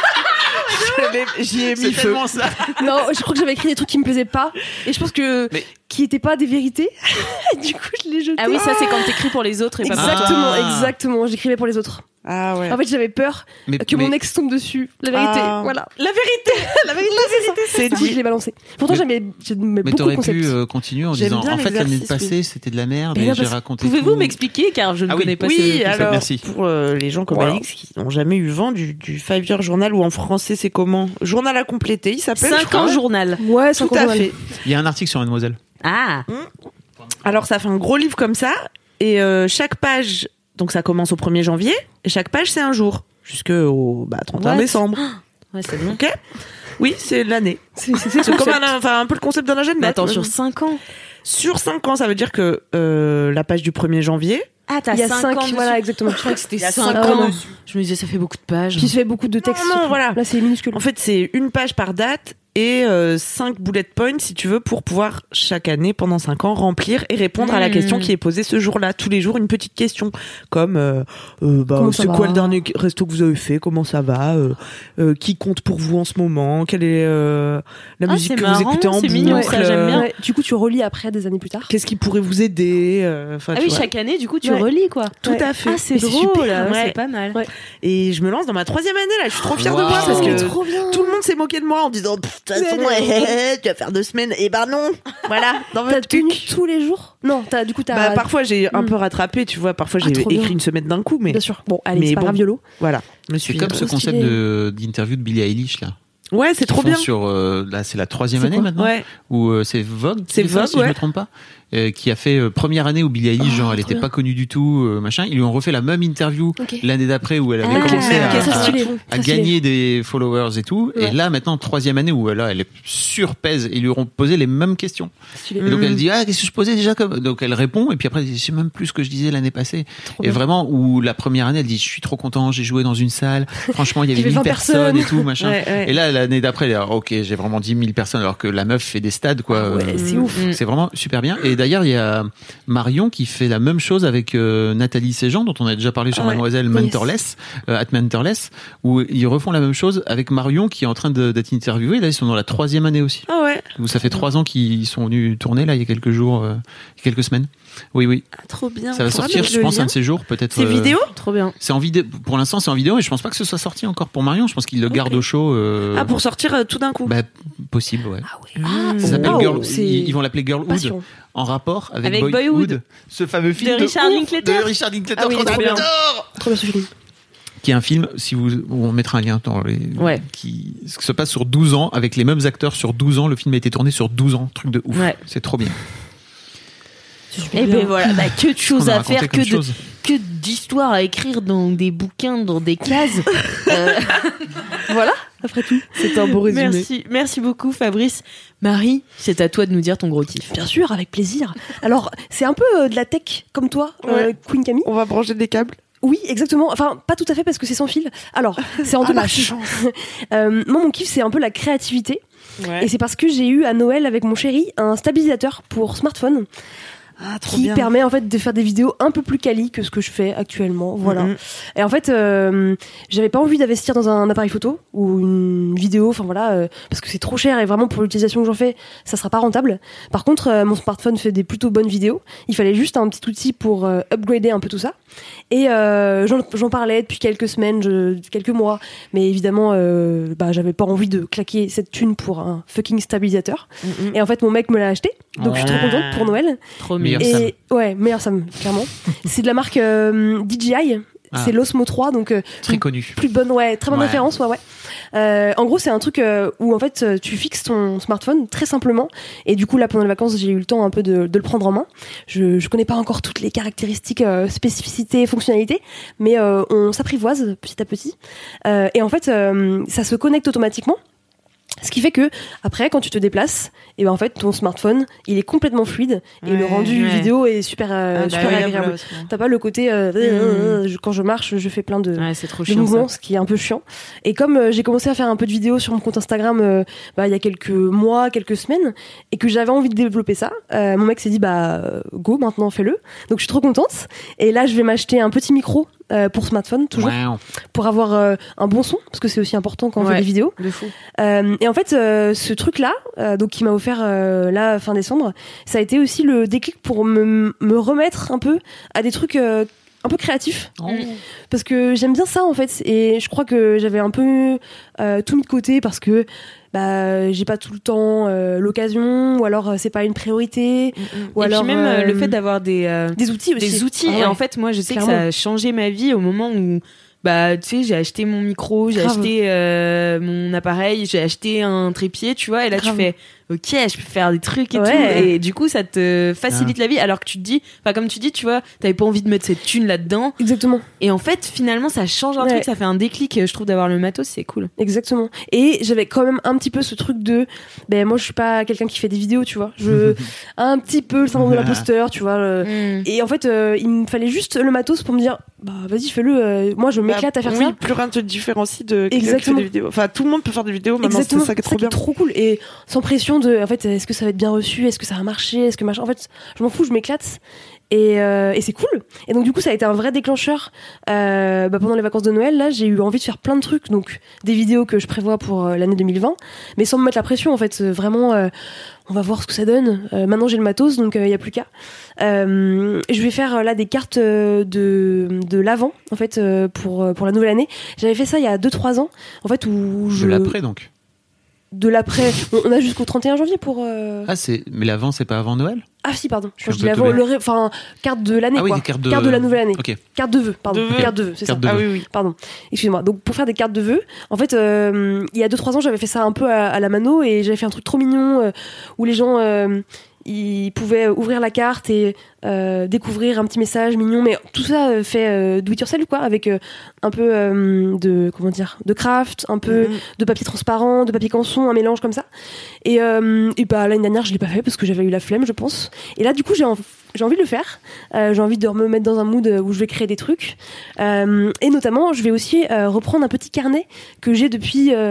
Je l'ai- J'y ai mis C'est feu. tellement ça. Non, je crois que j'avais écrit des trucs qui me plaisaient pas. Et je pense que. Mais- qui étaient pas des vérités. Du coup, je l'ai jeté. Ah oui, ça c'est quand t'écris pour les autres et pas pour toi. Exactement, Ah. exactement. J'écrivais pour les autres. Ah ouais. En fait, j'avais peur Mais, que mais- mon ex tombe dessus. La vérité, Ah. voilà. La vérité. La vérité, c'est ça. C'est Du coup, je dit. l'ai balancé. Pourtant, Mais- j'aimais, j'aimais mais beaucoup t'aurais le concept. pu euh, continuer en J'aime disant bien en fait l'année l'exercice, passée c'était de la merde Mais et non, j'ai parce- raconté Pouvez-vous tout. m'expliquer car je ne Ah oui. connais pas Oui, ce. alors merci. pour euh, les gens comme Voilà. Alix qui n'ont jamais eu vent du, du five-year journal ou en français c'est comment? Journal à compléter, il s'appelle. je cinq crois. ans journal. Ouais, c'est Tout encore à mal. fait. Il y a un article sur Mademoiselle. Ah. Alors ça fait un gros livre comme ça et euh, chaque page, donc ça commence au premier janvier et chaque page c'est un jour jusqu'au bah, trente et un What décembre. Ouais, c'est bon. Ok. Oui, c'est l'année. C'est, c'est, c'est C'est comme un, enfin, un peu le concept d'un agenda. Mais attends, tu sur vois. cinq ans. Sur cinq ans, ça veut dire que euh, la page du premier janvier. Ah, t'as Il y a cinq cinq, ans. dessus. voilà, exactement. Je crois que c'était Il y a cinq cinq ans. ans. Je me disais, ça fait beaucoup de pages. Puis, ça fait beaucoup de textes. Non, non, surtout. voilà. Là, c'est minuscule. En fait, c'est une page par date et euh, cinq bullet points, si tu veux, pour pouvoir chaque année, pendant cinq ans, remplir et répondre à la Mmh. question qui est posée ce jour-là. Tous les jours, une petite question. Comme, euh, euh, bah, Comment ça c'est va quoi le dernier resto que vous avez fait? Comment ça va? euh, euh, Qui compte pour vous en ce moment? Quelle est euh, la Ah, musique c'est que marrant, vous écoutez en c'est boucle? mignon, ça, j'aime bien. Ouais, du coup, tu relis après des années plus tard. Qu'est-ce qui pourrait vous aider? euh, enfin, Ah tu oui, vois. chaque année, du coup, tu Ouais. relis quoi. Tout Ouais. à fait. Ah, c'est Et drôle, super, ouais, ouais. c'est pas mal. Ouais. Et je me lance dans ma troisième année là. Je suis trop fière de Wow. moi parce que trop bien. tout le monde s'est moqué de moi en disant, Pff, de toute façon, Mais non. ouais, tu vas faire deux semaines. Et ben non. Voilà. Dans T'as votre tenu truc. tous les jours? Non, t'as, du coup, t'as. Bah, parfois j'ai un Hmm. peu rattrapé, tu vois. Parfois Ah, j'ai trop écrit bien. une semaine d'un coup, mais Bien sûr. Bon, allez, Mais c'est pas bon. grave, YOLO. voilà. Je me C'est suis. comme ce trop concept stylé. de, d'interview de Billie Eilish là. Ouais, c'est Qu'ils trop font bien. Sur euh, là, c'est la troisième C'est année quoi? maintenant. Ouais. Où euh, c'est Vogue. C'est qui fait ça, Vogue, si je ouais. me trompe pas. Euh, qui a fait euh, première année où Billie Eilish, Oh, genre, elle trop était bien. pas connue du tout, euh, machin. Ils lui ont refait la même interview Ok. l'année d'après où elle avait Ah, commencé même à, question. à- stylé. à Très stylé. gagner des followers et tout. Ouais. Et là, maintenant, troisième année où là, elle est surpèse. Ils lui ont posé les mêmes questions. Stylé. Et donc Mhm. elle dit ah qu'est-ce que je posais déjà comme donc elle répond et puis après elle dit je sais même plus ce que je disais l'année passée. Trop Et bien. vraiment où la première année elle dit je suis trop content, j'ai joué dans une salle, franchement il y Il y avait avait mille vingt personnes et personnes. tout machin. Ouais, ouais. Et là l'année d'après elle dit ah, ok j'ai vraiment dit mille personnes alors que la meuf fait des stades quoi. Ouais, Euh, c'est Mm. ouf. Mm. c'est vraiment super bien. Et d'ailleurs, il y a Marion qui fait la même chose avec euh, Nathalie Séjean, dont on a déjà parlé sur Ouais. Mademoiselle Yes. Mentorless, euh, at Mentorless, où ils refont la même chose avec Marion qui est en train de- d'être interviewée. Là, ils sont dans la troisième année aussi. Ah ouais. Où ça fait trois ans qu'ils sont venus tourner, là, il y a quelques jours, euh, il y a quelques semaines. Oui, oui. Ah, trop bien. Ça va On pourra sortir, mettre je le pense, lien. un de ces jours, peut-être. C'est euh, vidéo? Trop bien. C'est en vidéo. Pour l'instant, c'est en vidéo et je pense pas que ce soit sorti encore pour Marion. Je pense qu'ils le gardent au show. euh, Ah, pour sortir euh, tout d'un coup. bah, possible, ouais. Ah ouais. Ah, Ça s'appelle wow, Girl. c'est Ils, ils vont l'appeler Girlhood passion. en rapport avec, Avec Boyhood, Boyhood. ce fameux film De Richard ouf Linklater. de Richard Linklater Ah oui, qu'on trop bien. adore, Trop bien ce film. qui est un film si vous où on mettra un lien dans les Ouais. qui ce qui se passe sur douze ans avec les mêmes acteurs sur douze ans. Le film a été tourné sur douze ans, truc de ouf. Ouais. C'est trop bien. Et ben voilà, bah, que de choses On a à raconté faire, que comme de, chose. que d'histoires à écrire dans des bouquins, dans des cases. euh... Voilà, après tout. C'est un beau résumé. Merci, merci beaucoup Fabrice. Marie, c'est à toi de nous dire ton gros kiff. Bien sûr, avec plaisir. Alors, c'est un peu euh, de la tech comme toi, euh, Ouais. Queen Camille. On va brancher des câbles. Oui, exactement. Enfin, pas tout à fait parce que c'est sans fil. Alors, c'est en Ah, deux la parties. chance. Euh, moi, mon kiff, c'est un peu la créativité. Ouais. Et c'est parce que j'ai eu à Noël avec mon chéri un stabilisateur pour smartphone Ah, trop qui bien. permet en fait de faire des vidéos un peu plus quali que ce que je fais actuellement. Voilà. Mhm. Et en fait, euh, j'avais pas envie d'investir dans un appareil photo ou une vidéo, enfin voilà, euh, parce que c'est trop cher et vraiment pour l'utilisation que j'en fais, ça sera pas rentable. Par contre, euh, mon smartphone fait des plutôt bonnes vidéos. Il fallait juste un petit outil pour euh, upgrader un peu tout ça. Et euh, j'en, j'en parlais depuis quelques semaines, je, quelques mois, mais évidemment, euh, bah, j'avais pas envie de claquer cette thune pour un fucking stabilisateur. Mm-mm. Et en fait, mon mec me l'a acheté, donc je suis trop contente pour Noël. Trop Meilleur mignon. Sam. Et ouais, meilleur Sam, clairement. C'est de la marque euh, D J I. Ah. C'est l'Osmo trois, donc euh, Très connu. plus bonne, ouais, très bonne Ouais. référence, ouais, ouais. Euh, en gros, c'est un truc euh, où en fait euh, tu fixes ton smartphone très simplement, et du coup là pendant les vacances j'ai eu le temps un peu de, de le prendre en main. Je, je connais pas encore toutes les caractéristiques, euh, spécificités, fonctionnalités, mais euh, on s'apprivoise petit à petit. Euh, et en fait, euh, ça se connecte automatiquement. Ce qui fait que après, quand tu te déplaces, et ben en fait, ton smartphone, il est complètement fluide et Ouais, le rendu ouais. vidéo est super, euh, Ah, bah super oui, agréable. voilà, aussi. T'as pas le côté euh, euh, je- quand je marche, je fais plein de, Ouais, c'est trop de chiant. mouvements, ça. ce qui est un peu chiant. Et comme euh, j'ai commencé à faire un peu de vidéos sur mon compte Instagram euh, bah, il y a quelques mois, quelques semaines, et que j'avais envie de développer ça, euh, mon mec s'est dit bah euh, go, maintenant fais-le. Donc je suis trop contente. Et là, je vais m'acheter un petit micro euh, pour smartphone, toujours, Wow. pour avoir euh, un bon son, parce que c'est aussi important quand on Ouais. fait des vidéos. De fou. Euh, et en fait, euh, ce truc-là, euh, donc qui m'a offert euh, là fin décembre, ça a été aussi le déclic pour me, me remettre un peu à des trucs euh, un peu créatifs, Oh. parce que j'aime bien ça en fait. Et je crois que j'avais un peu euh, tout mis de côté parce que bah j'ai pas tout le temps euh, l'occasion, ou alors euh, c'est pas une priorité, ou Et alors puis même euh, euh, le fait d'avoir des euh, des outils aussi. des outils. Ah Et ouais. en fait, moi, je sais Clairement. que ça a changé ma vie au moment où, bah, tu sais, j'ai acheté mon micro, j'ai Grave. acheté euh, mon appareil, j'ai acheté un trépied, tu vois. Et là, Grave. tu fais, ok, je peux faire des trucs et Ouais. tout. Et du coup, ça te facilite la vie. Alors que tu te dis, enfin, comme tu dis, tu vois, t'avais pas envie de mettre cette thune là-dedans. Exactement. Et en fait, finalement, ça change un Ouais. truc, ça fait un déclic. Je trouve d'avoir le matos, c'est cool. Exactement. Et j'avais quand même un petit peu ce truc de, ben moi je suis pas quelqu'un qui fait des vidéos, tu vois. Je un petit peu le syndrome de l'imposteur, tu vois. euh, Et en fait, euh, il me fallait juste le matos pour me dire, bah vas-y fais-le. euh, moi je m'éclate à faire oui, ça. plus rien ne te différencie de quelqu'un qui fait Exactement. des vidéos. Enfin, tout le monde peut faire des vidéos maintenant, c'est Exactement. ça qui est trop bien. trop cool. Et sans pression de, en fait, est-ce que ça va être bien reçu, est-ce que ça va marcher, est-ce que machin. En fait, je m'en fous, je m'éclate. Et, euh, et c'est cool. Et donc du coup, ça a été un vrai déclencheur. Euh, bah, pendant les vacances de Noël, là, j'ai eu envie de faire plein de trucs. Donc des vidéos que je prévois pour euh, l'année deux mille vingt, mais sans me mettre la pression. En fait, Euh, vraiment, euh, on va voir ce que ça donne. Euh, maintenant, j'ai le matos, donc il y a plus qu'à. Euh, je vais faire euh, là des cartes euh, de de l'avant, en fait, euh, pour euh, pour la nouvelle année. J'avais fait ça il y a deux trois ans, en fait, où je De l'après donc. de l'après. On on a jusqu'au trente et un janvier pour. euh, Ah c'est mais l'avant c'est pas avant Noël. Ah si, pardon. Je Quand suis je dis un peu avant, teubé. le ré- enfin carte de l'année Ah oui, quoi. des cartes de- Carte de la nouvelle année. Ok. Carte de vœux, pardon. De vœux. Carte de vœux, c'est ça. Carte de Ah vœux. oui, oui. Pardon. Excusez-moi. Donc pour faire des cartes de vœux, en fait, euh, il y a deux trois ans, j'avais fait ça un peu à, à la mano et j'avais fait un truc trop mignon euh, où les gens euh, ils pouvaient ouvrir la carte et euh, découvrir un petit message mignon, mais tout ça euh, fait euh, do it yourself quoi, avec euh, un peu euh, de comment dire, de craft, un peu Mhm. de papier transparent, de papier canson, un mélange comme ça. Et, euh, et bah l'année dernière, je l'ai pas fait parce que j'avais eu la flemme, je pense. Et là, du coup, j'ai en- j'ai envie de le faire. Euh, j'ai envie de me mettre dans un mood où je vais créer des trucs. Euh, et notamment, je vais aussi euh, reprendre un petit carnet que j'ai depuis euh,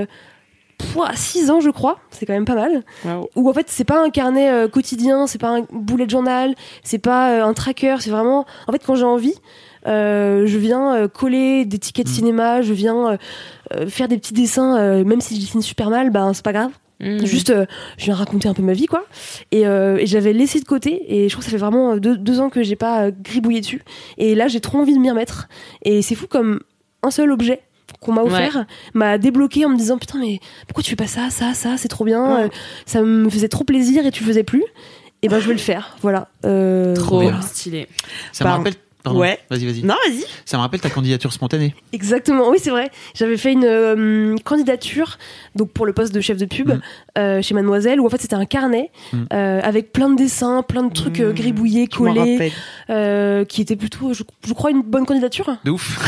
six ans, je crois. C'est quand même pas mal. Waouh. Où en fait, c'est pas un carnet euh, quotidien, c'est pas un bullet journal, c'est pas euh, un tracker, c'est vraiment. En fait, quand j'ai envie. Euh, je viens euh, coller des tickets de cinéma, je viens euh, euh, faire des petits dessins, euh, même si je dessine super mal, ben c'est pas grave. Mmh. Juste, euh, je viens raconter un peu ma vie, quoi. Et, euh, et j'avais laissé de côté, et je crois que ça fait vraiment deux, deux ans que j'ai pas euh, gribouillé dessus. Et là, j'ai trop envie de m'y remettre. Et c'est fou comme un seul objet qu'on m'a offert m'a débloqué en me disant putain, mais pourquoi tu fais pas ça, ça, ça, c'est trop bien. Ouais. euh, ça me faisait trop plaisir et tu le faisais plus. Et ben, je vais le faire. Voilà. Euh, Trop voilà. stylé. Ça Bah, me rappelle Pardon. Ouais. Vas-y, vas-y. Non, vas-y. Ça me rappelle ta candidature spontanée. Exactement, oui, c'est vrai. J'avais fait une euh, candidature donc pour le poste de chef de pub Mm. euh, chez Mademoiselle, où en fait c'était un carnet Mm. euh, avec plein de dessins, plein de trucs euh, gribouillés, Je m'en collés, rappelle. euh, qui était plutôt, je, je crois, une bonne candidature. De ouf.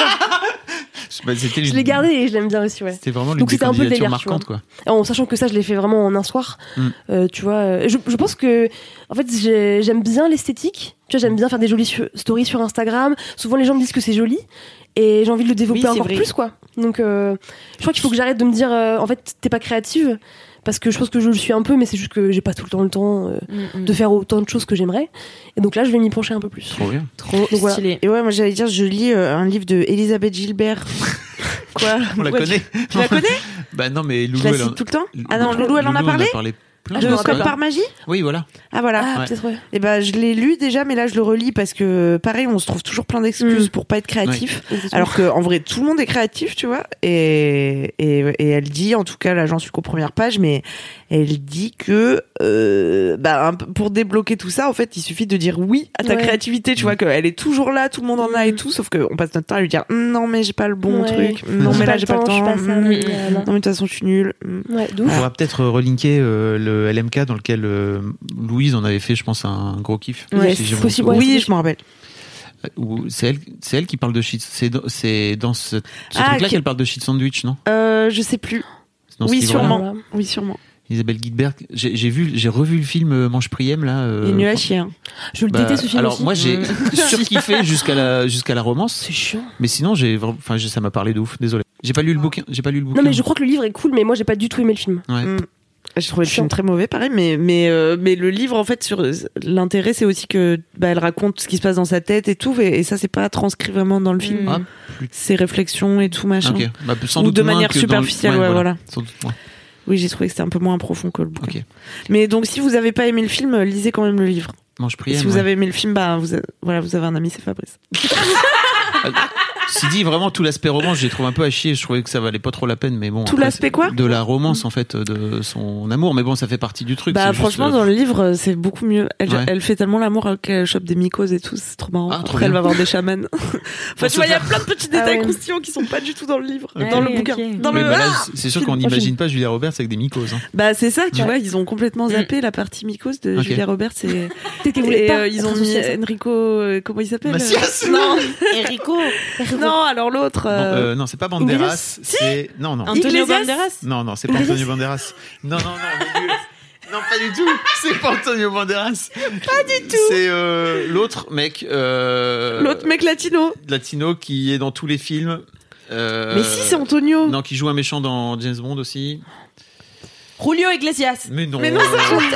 Bah, c'était Je une- l'ai gardé et je l'aime bien aussi, ouais. C'était vraiment l'une Donc des c'était un peu le candidatures délire, tu marquantes, quoi. En sachant que ça, je l'ai fait vraiment en un soir. Mm. Euh, tu vois, euh, je, je pense que, en fait, j'ai- j'aime bien l'esthétique. Tu vois, j'aime bien faire des jolies su- stories sur Instagram. Souvent, les gens me disent que c'est joli. Et j'ai envie de le développer Oui, c'est encore vrai. plus, quoi. Donc, euh, je crois qu'il faut que j'arrête de me dire, euh, en fait, t'es pas créative. Parce que je pense que je le suis un peu, mais c'est juste que j'ai pas tout le temps le temps euh, Mm, mm. de faire autant de choses que j'aimerais. Et donc là, je vais m'y pencher un peu plus. Trop bien. Trop Donc voilà. stylé. Et ouais, moi j'allais dire, je lis euh, un livre de Elisabeth Gilbert. Quoi On la Ouais, connaît. Tu la connais? Bah non, mais Je Loulou, la elle en... cite tout le temps. Ah non, Loulou, elle en a Loulou, parlé. plein je De me fois. rappelle Comme pas. par magie. Oui, voilà. Ah voilà. Ah, Ouais. peut-être, ouais. Et ben je l'ai lu déjà, mais là je le relis parce que pareil, on se trouve toujours plein d'excuses Mm. pour pas être créatif. Exactement. Alors que en vrai, tout le monde est créatif, tu vois. Et, et, et elle dit, en tout cas, là j'en suis qu'aux premières pages, mais elle dit que euh, bah, un peu- pour débloquer tout ça, en fait, il suffit de dire oui à ta Ouais. créativité, tu vois, qu'elle est toujours là, tout le monde en a et tout, sauf qu'on passe notre temps à lui dire non, mais j'ai pas le bon Ouais. truc, non, J'ai mais là j'ai pas le je suis temps, pas ça, Mm. mais, euh, non. non, mais de toute façon, je suis nulle. Mm. Ouais, de On ouf. va peut-être relinker euh, le L M K dans lequel euh, Louise en avait fait, je pense, un gros kiff. Ouais, si j'ai mon possible, souvenir. ouais. Oui, je m'en rappelle. Ou c'est elle, c'est elle qui parle de shit. C'est dans, c'est dans ce, ce Ah, truc-là qui- qu'elle parle de shit sandwich, non? Euh, je sais plus. C'est dans ce Oui, livre-là. sûrement. Voilà. Oui, sûrement. Isabelle Guilbert. J'ai, j'ai vu, j'ai revu le film euh, Mange Priem là. euh, Il est nul à chier. hein. Je le bah, déteste ce film alors aussi. moi j'ai surkiffé jusqu'à la jusqu'à la romance, C'est chiant. mais sinon j'ai, vra- enfin j'ai- ça m'a parlé de ouf. Désolé. J'ai pas lu le bouquin. J'ai pas lu le bouquin. Non, mais je crois que le livre est cool, mais moi, j'ai pas du tout aimé le film. Ouais. Mm. J'ai trouvé le Chiant. film très mauvais, pareil, mais mais euh, mais le livre en fait sur l'intérêt c'est aussi que bah, elle raconte ce qui se passe dans sa tête et tout, et, et ça c'est pas transcrit vraiment dans le film. Mm. Ah, plus- Ses réflexions et tout machin. Ok. Bah, sans Ou doute de moins manière que dans le- superficielle, ouais, voilà. Sans doute moins. Oui, j'ai trouvé que c'était un peu moins profond que le bouquin. Ok. Mais donc si vous avez pas aimé le film, lisez quand même le livre. Mange Et Priem. si vous ouais. avez aimé le film, bah vous avez, voilà, vous avez un ami, c'est Fabrice. Si dit vraiment tout l'aspect romance, j'ai trouvé un peu à chier. Je trouvais que ça valait pas trop la peine, mais bon. Tout après, l'aspect c'est- quoi De la romance en fait, de son amour. Mais bon, ça fait partie du truc. Bah c'est juste, franchement euh, dans le livre c'est beaucoup mieux. Elle, Ouais. elle fait tellement l'amour qu'elle chope des mycoses et tout, c'est trop marrant. Ah, trop Après elle bien. va voir des chamans. Enfin Pour tu vois, il y a se plein de petits Ah détails ouais. croustillants qui sont pas du tout dans le livre, Ok. dans le Ah oui, bouquin. ok. Dans oui, le bah là, Ah c'est- c'est sûr qu'on Film, n'imagine pas Julia Roberts avec des mycoses. Hein. Bah c'est ça, tu Ouais. vois, ils ont complètement zappé la partie mycose de Ok. Julia Roberts et, Peut-être qu'elle voulait et pas euh, ils ont être mis associée à ça. Enrico, euh, comment il s'appelle Macias. euh, Non, Enrico. non, alors l'autre. Bon, euh, euh, non, c'est pas Banderas. Iglesias. C'est non, non. Antonio Iglesias. Banderas. Non, non, c'est pas Iglesias. Antonio Banderas. Non, non, non, mais nul. Non, pas du tout. C'est pas Antonio Banderas. Pas du tout. C'est euh, l'autre mec. Euh, L'autre mec latino. latino qui est dans tous les films. Euh, Mais si, c'est Antonio. Non, qui joue un méchant dans James Bond aussi. Julio Iglesias. Mais non. Mais non, c'est un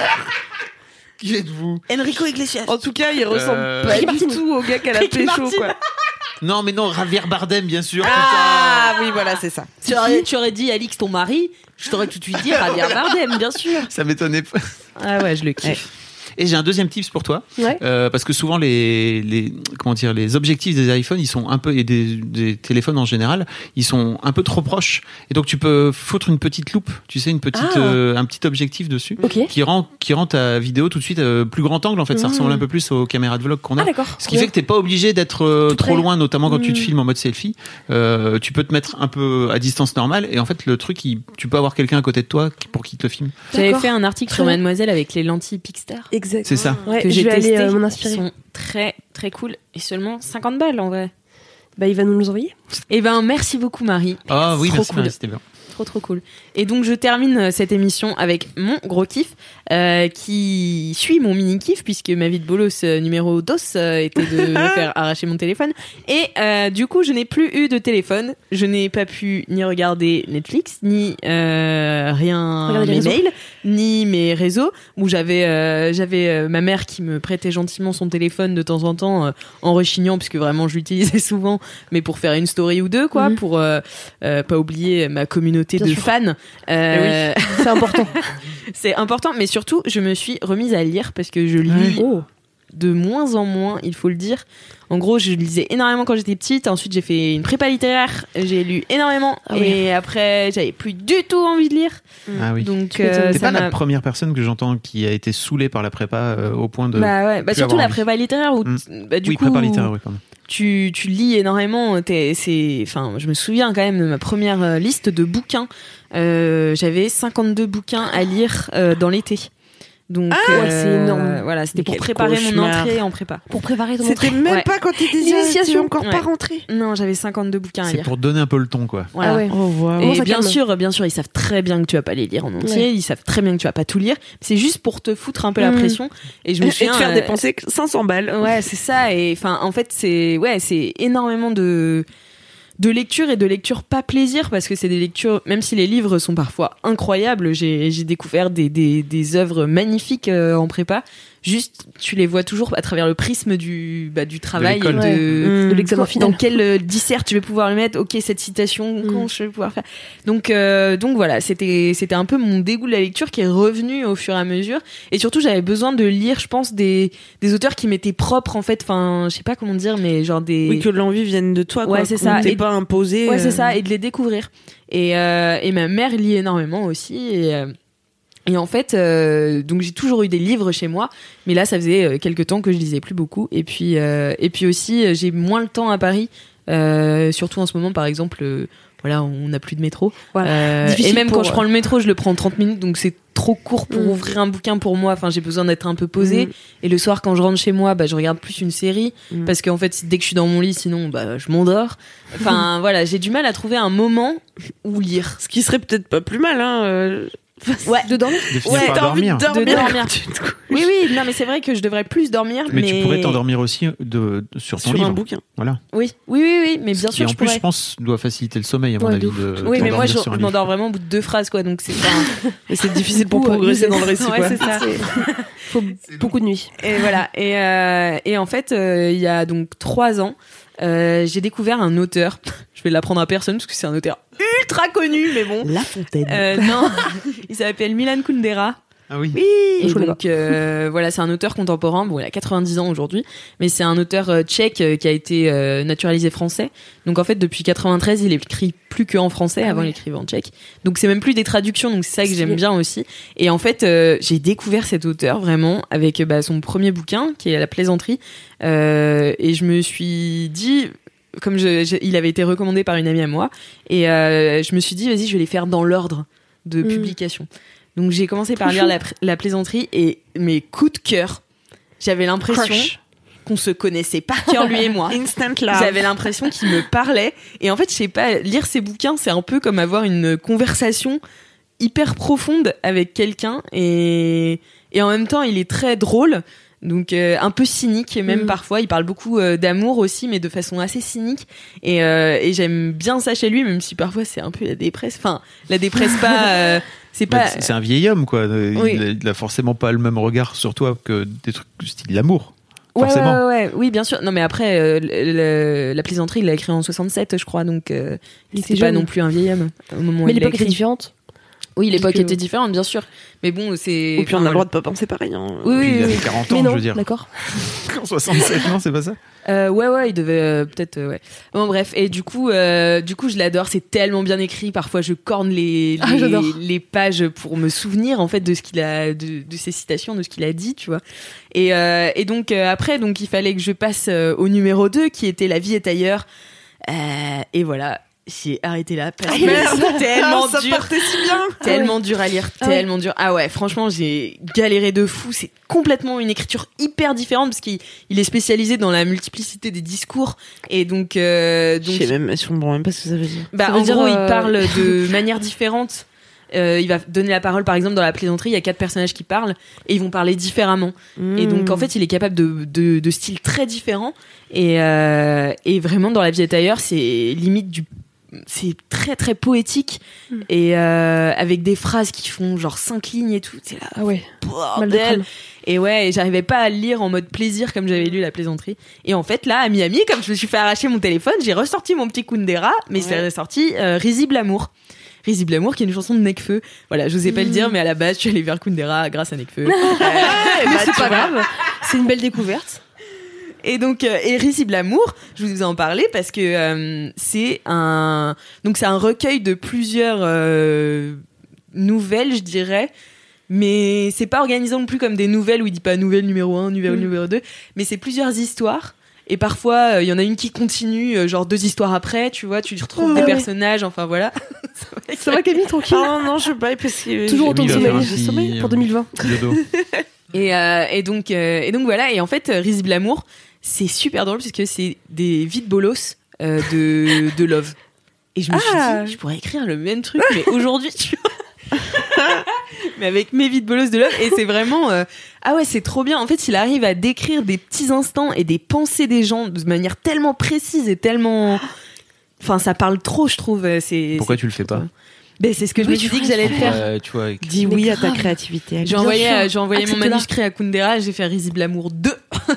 Qui êtes-vous? Enrico Iglesias. En tout cas, il ressemble Euh, pas Ricky du Martin. tout au gars qu'elle a Ricky pécho, Martin. quoi. Non, mais non, Javier Bardem, bien sûr. Ah oui, voilà, c'est ça. Tu aurais, tu aurais dit Alix, ton mari, je t'aurais tout de suite dit Javier Bardem, bien sûr. Putain, ça m'étonnait pas. Ah ouais, je le kiffe. Et j'ai un deuxième tips pour toi. Ouais. Euh, parce que souvent les, les comment dire les objectifs des iPhones ils sont un peu et des, des téléphones en général ils sont un peu trop proches et donc tu peux foutre une petite loupe, tu sais, une petite Ah. euh, un petit objectif dessus Ok. qui rend qui rend ta vidéo tout de suite euh, plus grand angle en fait, ça Mmh. ressemble un peu plus aux caméras de vlog qu'on a. Ah, d'accord. Ce qui fait que t'es pas obligé d'être euh, Tout trop près. loin, notamment quand tu te Mm. filmes en mode selfie. Euh, tu peux te mettre un peu à distance normale et en fait le truc, il- tu peux avoir quelqu'un à côté de toi qui- pour qu'il te le filme. J'avais D'accord. fait un article sur Très bien. Mademoiselle avec les lentilles Pixter. Exact. C'est ça. Ouais, Que je j'ai vais testé. aller euh, m'en Ils inspirer. sont très très cool et seulement cinquante balles en vrai. Bah, il va nous les envoyer. Eh ben merci beaucoup Marie. Ah oui, Trop merci, cool. Marie, c'était bien. Trop trop cool. Et donc je termine euh, cette émission avec mon gros kiff euh, qui suit mon mini kiff puisque ma vie de bolos euh, numéro deux euh, était de me faire arracher mon téléphone et euh, du coup je n'ai plus eu de téléphone, je n'ai pas pu ni regarder Netflix ni euh, rien, Regarder les mes réseaux. mails ni mes réseaux où j'avais euh, j'avais euh, ma mère qui me prêtait gentiment son téléphone de temps en temps euh, en rechignant puisque vraiment je l'utilisais souvent mais pour faire une story ou deux quoi, Mhm. pour euh, euh, pas oublier ma communauté Bien de sûr. fans. Euh, C'est important. c'est important, mais surtout, je me suis remise à lire parce que je lis Oh. de moins en moins, il faut le dire. En gros, je lisais énormément quand j'étais petite. Ensuite, j'ai fait une prépa littéraire. J'ai lu énormément. Ah oui. Et après, j'avais plus du tout envie de lire. Ah oui. Donc, euh, t'es pas m'a... la première personne que j'entends qui a été saoulée par la prépa euh, au point de. Bah ouais. Bah surtout la prépa littéraire où, mmh. bah, du oui, coup, prépa littéraire, oui, pardon. Tu, tu lis énormément. T'es, c'est, enfin, je me souviens quand même de ma première liste de bouquins. Euh, j'avais cinquante-deux bouquins à lire euh, dans l'été. Donc, ah, euh, ouais, c'est énorme. Voilà, c'était Mais pour préparer cauchemar. mon entrée en prépa. Pour préparer ton C'était entrée. même ouais. pas quand t'étais L'initiation. encore ouais. pas rentrée. Non, j'avais cinquante-deux bouquins à C'est lire. pour donner un peu le ton, quoi. Voilà. Ah ouais. Oh, wow. Et ça bien calme. sûr, bien sûr, ils savent très bien que tu vas pas les lire en entier. Ouais. Ils savent très bien que tu vas pas tout lire. C'est juste pour te foutre un peu la Mmh. pression. Et je me Et souviens te faire euh, dépenser cinq cents balles. Ouais, c'est ça. Et enfin, en fait, c'est ouais, c'est énormément de de lecture et de lecture pas plaisir parce que c'est des lectures, même si les livres sont parfois incroyables. J'ai j'ai découvert des des des œuvres magnifiques euh, en prépa. Juste, tu les vois toujours à travers le prisme du bah, du travail De et l'école. de, Ouais. De l'examen Quand- final. Dans quel euh, dissert tu vas pouvoir le mettre. Ok, cette citation, quand je vais pouvoir faire. Donc, euh, donc voilà, c'était c'était un peu mon dégoût de la lecture qui est revenu au fur et à mesure. Et surtout, j'avais besoin de lire, je pense, des des auteurs qui m'étaient propres en fait. Enfin, je sais pas comment dire, mais genre des. Oui, que l'envie vienne de toi. Ouais, quoi. c'est Qu'on ça. t'ait Et- pas imposé. Ouais, c'est euh, ça, et de les découvrir. Et euh, et ma mère lit énormément aussi. Et euh, Et en fait, euh, donc j'ai toujours eu des livres chez moi, mais là ça faisait euh, quelques temps que je lisais plus beaucoup. Et puis euh, et puis aussi euh, j'ai moins le temps à Paris, euh, surtout en ce moment par exemple. Euh, voilà, on n'a plus de métro. Voilà. Euh, Difficile et même pour, quand je prends le métro, je le prends en trente minutes, donc c'est trop court pour Mm. ouvrir un bouquin pour moi. Enfin, j'ai besoin d'être un peu posée. Mm. Et le soir, quand je rentre chez moi, bah, je regarde plus une série, Mm. parce qu'en fait, dès que je suis dans mon lit, sinon, bah, je m'endors. Enfin, voilà, j'ai du mal à trouver un moment où lire. Ce qui serait peut-être pas plus mal, hein. euh, Ouais, De dormir. De finir Ouais, par t'as envie dormir. de dormir. De dormir. quand tu te couches. Oui, oui, non, mais c'est vrai que je devrais plus dormir, mais, Mais, tu pourrais t'endormir aussi de, de- sur ton Sur livre. un bouquin. Voilà. Oui, oui, oui, oui, mais bien Ce sûr, qui, je en plus, pourrais. je pense, doit faciliter le sommeil, à mon Ouais, avis. de ouf. De Oui, mais moi, t'endormir je, sur un je livre. m'endors vraiment au bout de deux phrases, quoi. Donc c'est pas. Et c'est difficile pour Beaucoup, progresser ouais. dans le récit, Ouais, quoi. c'est ça. Faut beaucoup de nuits. Et voilà. Et, euh, et en fait, euh, il y a donc trois ans, euh, j'ai découvert un auteur. Je vais l'apprendre à personne parce que c'est un auteur ultra connu, mais bon. La Fontaine. Euh, non, il s'appelle Milan Kundera. Ah oui. Et Je connais donc euh, voilà, c'est un auteur contemporain. Bon, il a quatre-vingt-dix ans aujourd'hui, mais c'est un auteur euh, tchèque euh, qui a été euh, naturalisé français. Donc en fait, depuis quatre-vingt-treize, il écrit plus que en français. Ah Avant, ouais. il écrivait en tchèque. Donc c'est même plus des traductions. Donc c'est ça que Stylé. j'aime bien aussi. Et en fait, euh, j'ai découvert cet auteur vraiment avec bah, son premier bouquin qui est La Plaisanterie. Euh, et je me suis dit. Comme je, je- il avait été recommandé par une amie à moi, et euh, je me suis dit, vas-y, je vais les faire dans l'ordre de Mm. publication. Donc j'ai commencé par Trop lire chou. la, la plaisanterie, et mes coups de cœur, j'avais l'impression Crush. qu'on se connaissait par cœur, lui et moi. Instant love. J'avais l'impression qu'il me parlait. Et en fait, je sais pas, lire ces bouquins, c'est un peu comme avoir une conversation hyper profonde avec quelqu'un. Et, et en même temps, il est très drôle. Donc euh, un peu cynique même Mm. parfois. Il parle beaucoup euh, d'amour aussi, mais de façon assez cynique. Et, euh, et j'aime bien ça chez lui, même si parfois c'est un peu la dépresse. Enfin, la dépresse pas... euh, c'est Bah, pas... c'est c'est un vieil homme, quoi. Il, Oui. a, il a forcément pas le même regard sur toi que des trucs du style l'amour. Ouais, Forcément. ouais, ouais, ouais. Oui, bien sûr. Non, mais après, euh, le- le- la plaisanterie, il l'a écrit en soixante-sept, je crois. Donc, euh, Il c'était était pas jeune. non plus un vieil homme au moment où Mais il l'a l'époque était écrit. différente. Oui, l'époque Donc, euh, était différente, bien sûr. Mais bon, c'est. Et puis on a enfin, le droit de pas penser pareil. Hein. Oui, Puis oui, il oui. avait quarante Mais ans, non, je veux dire. d'accord. En soixante-sept, non, c'est pas ça. Euh, ouais, ouais, il devait euh, peut-être. euh, ouais. Bon, bref. Et du coup, euh, du coup, je l'adore. C'est tellement bien écrit. Parfois, je corne les Ah, les, j'adore. les pages pour me souvenir en fait de ce qu'il a, de, de ses citations, de ce qu'il a dit, tu vois. Et euh, et donc euh, après, donc il fallait que je passe euh, au numéro deux, qui était La vie est ailleurs. Euh, et voilà. J'ai arrêté là parce que c'est tellement Ah, ça dur. partait si bien. Tellement dur à lire, Ah ouais. tellement dur. Ah ouais, franchement, j'ai galéré de fou. C'est complètement une écriture hyper différente parce qu'il il est spécialisé dans la multiplicité des discours. Et donc, euh, Je donc sais même, je comprends même pas ce que ça veut dire. bah, Ça veut en dire, gros, euh, il parle de manière différente. Euh, il va donner la parole, par exemple, dans La plaisanterie, il y a quatre personnages qui parlent et ils vont parler différemment. Et donc, en fait, il est capable de, de, de styles très différents. Et, euh, et vraiment, dans La vie est ailleurs, c'est limite du c'est très très poétique mm. et euh, avec des phrases qui font genre cinq lignes et tout. C'est là, ah ouais, bordel. Et ouais, et j'arrivais pas à le lire en mode plaisir comme j'avais lu La Plaisanterie. Et en fait, là, à Miami, comme je me suis fait arracher mon téléphone, j'ai ressorti mon petit Kundera, mais ouais. c'est ressorti euh, Risible Amour. Risible Amour, qui est une chanson de Nekfeu. Voilà, je n'osais pas mmh. le dire, mais à la base, je suis allée vers Kundera grâce à Nekfeu. euh, mais bah, c'est pas grave, c'est une belle découverte. Et donc, euh, et Risible Amour, je vous en parlais parce que euh, c'est un, donc c'est un recueil de plusieurs euh, nouvelles, je dirais. Mais c'est pas organisé non plus comme des nouvelles où il dit pas nouvelle numéro un, nouvelle mmh. numéro deux, mais c'est plusieurs histoires. Et parfois, il euh, y en a une qui continue, euh, genre deux histoires après, tu vois, tu retrouves oh, des ouais. personnages, enfin voilà. Ça va Camille, tranquille. Ah non, je sais pas, parce que toujours autant de sommeil, petit... sommeil pour deux mille vingt. et, euh, et donc, euh, et donc voilà. Et en fait, Risible Amour, c'est super drôle parce que c'est des vides bolos euh, de de love. Et je me ah. suis dit, je pourrais écrire le même truc, mais aujourd'hui, tu vois. Mais avec mes vides bolos de love. Et c'est vraiment euh, ah ouais, c'est trop bien. En fait, il arrive à décrire des petits instants et des pensées des gens de manière tellement précise et tellement, enfin, ça parle trop, je trouve. C'est pourquoi c'est... tu le fais pas? Ben, c'est ce que oui, je me suis dit que j'allais le faire. Euh, tu vois, avec... Dis oui à ta créativité. J'ai envoyé, euh, j'ai envoyé mon manuscrit à Kundera, j'ai fait Risible Amour deux.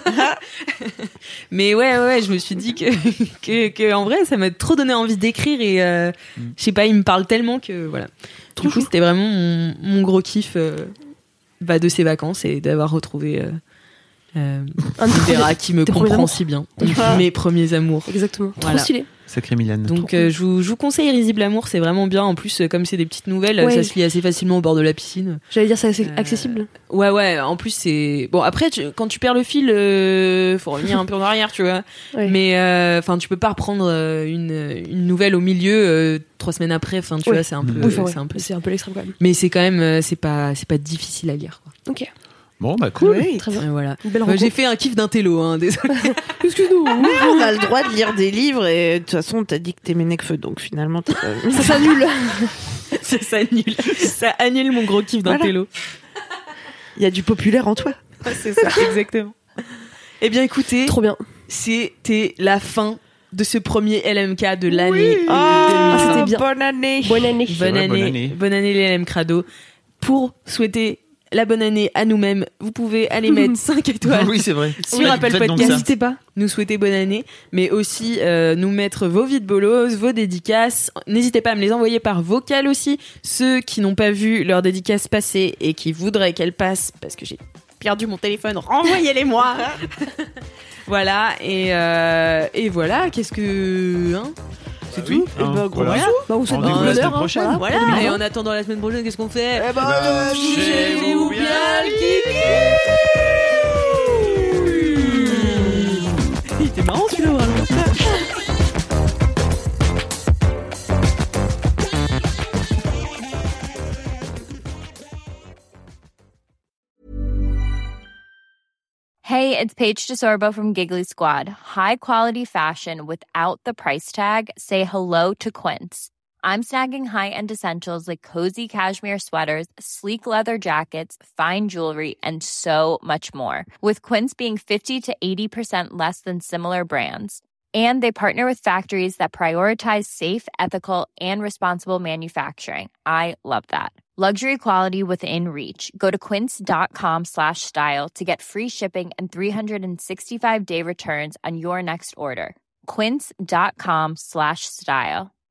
Mais ouais, ouais, je me suis dit que, que, que en vrai, ça m'a trop donné envie d'écrire et, euh, mm. je sais pas, il me parle tellement que, voilà. Du coup, c'était vraiment mon, mon gros kiff, euh, bah, de ces vacances et d'avoir retrouvé, euh, euh, un Kundera qui me comprend si bien. Mes premiers amours. Exactement. Voilà. Trop stylé. Sacré Milan. Donc euh, je, vous, je vous conseille Risible Amour, c'est vraiment bien. En plus, comme c'est des petites nouvelles, ouais. ça se lit assez facilement au bord de la piscine. J'allais dire c'est assez euh, accessible. Ouais, ouais. En plus, c'est bon. Après, tu, quand tu perds le fil, euh, faut revenir un peu en arrière, tu vois. Ouais. Mais enfin, euh, tu peux pas reprendre une, une nouvelle au milieu euh, trois semaines après. Enfin, tu ouais. vois, c'est un peu, oui, c'est ouais. un peu, c'est un peu l'extrême quand même. Mais c'est quand même, c'est pas, c'est pas difficile à lire, quoi. Ok. Bon, bah cool. Oui, très bien. Et voilà. Bah, j'ai fait un kiff d'intello, hein, désolé. Excuse-nous. On a le droit de lire des livres et de toute façon, on t'a dit que t'aimais Nekfeu, donc finalement, t'as pas... ça s'annule. ça s'annule. Ça annule mon gros kiff d'intello. Voilà. Il y a du populaire en toi. C'est ça, exactement. Eh bien, écoutez. Trop bien. C'était la fin de ce premier L M K de l'année. Oui. Ah, oh, c'était bien. Bonne année. Bonne année. Bonne année. Bonne année. Bonne année, les L M Crado. Pour souhaiter la bonne année à nous-mêmes, vous pouvez aller mettre cinq étoiles. Oui, c'est vrai. Sur oui, Apple Podcast. N'hésitez pas. Nous souhaiter bonne année, mais aussi euh, nous mettre vos vides bolos, vos dédicaces. N'hésitez pas à me les envoyer par vocal aussi. Ceux qui n'ont pas vu leur dédicace passer et qui voudraient qu'elle passe, parce que j'ai perdu mon téléphone, renvoyez-les-moi. Voilà, et, euh, et voilà, qu'est-ce que... Hein c'est ah tout. Oui, et hein, ben, gros voilà. Bah, on se rendez-vous dit la semaine hein, prochaine. Voilà. voilà. Et en attendant la semaine prochaine, qu'est-ce qu'on fait? Eh ben, euh, bougez-vous bien le kiki. Il était marrant celui-là, vraiment. Hey, it's Paige DeSorbo from Giggly Squad. High quality fashion without the price tag. Say hello to Quince. I'm snagging high-end essentials like cozy cashmere sweaters, sleek leather jackets, fine jewelry, and so much more. With Quince being fifty to eighty percent less than similar brands. And they partner with factories that prioritize safe, ethical, and responsible manufacturing. I love that. Luxury quality within reach. Go to quince.com slash style to get free shipping and three sixty-five day returns on your next order. Quince.com slash style.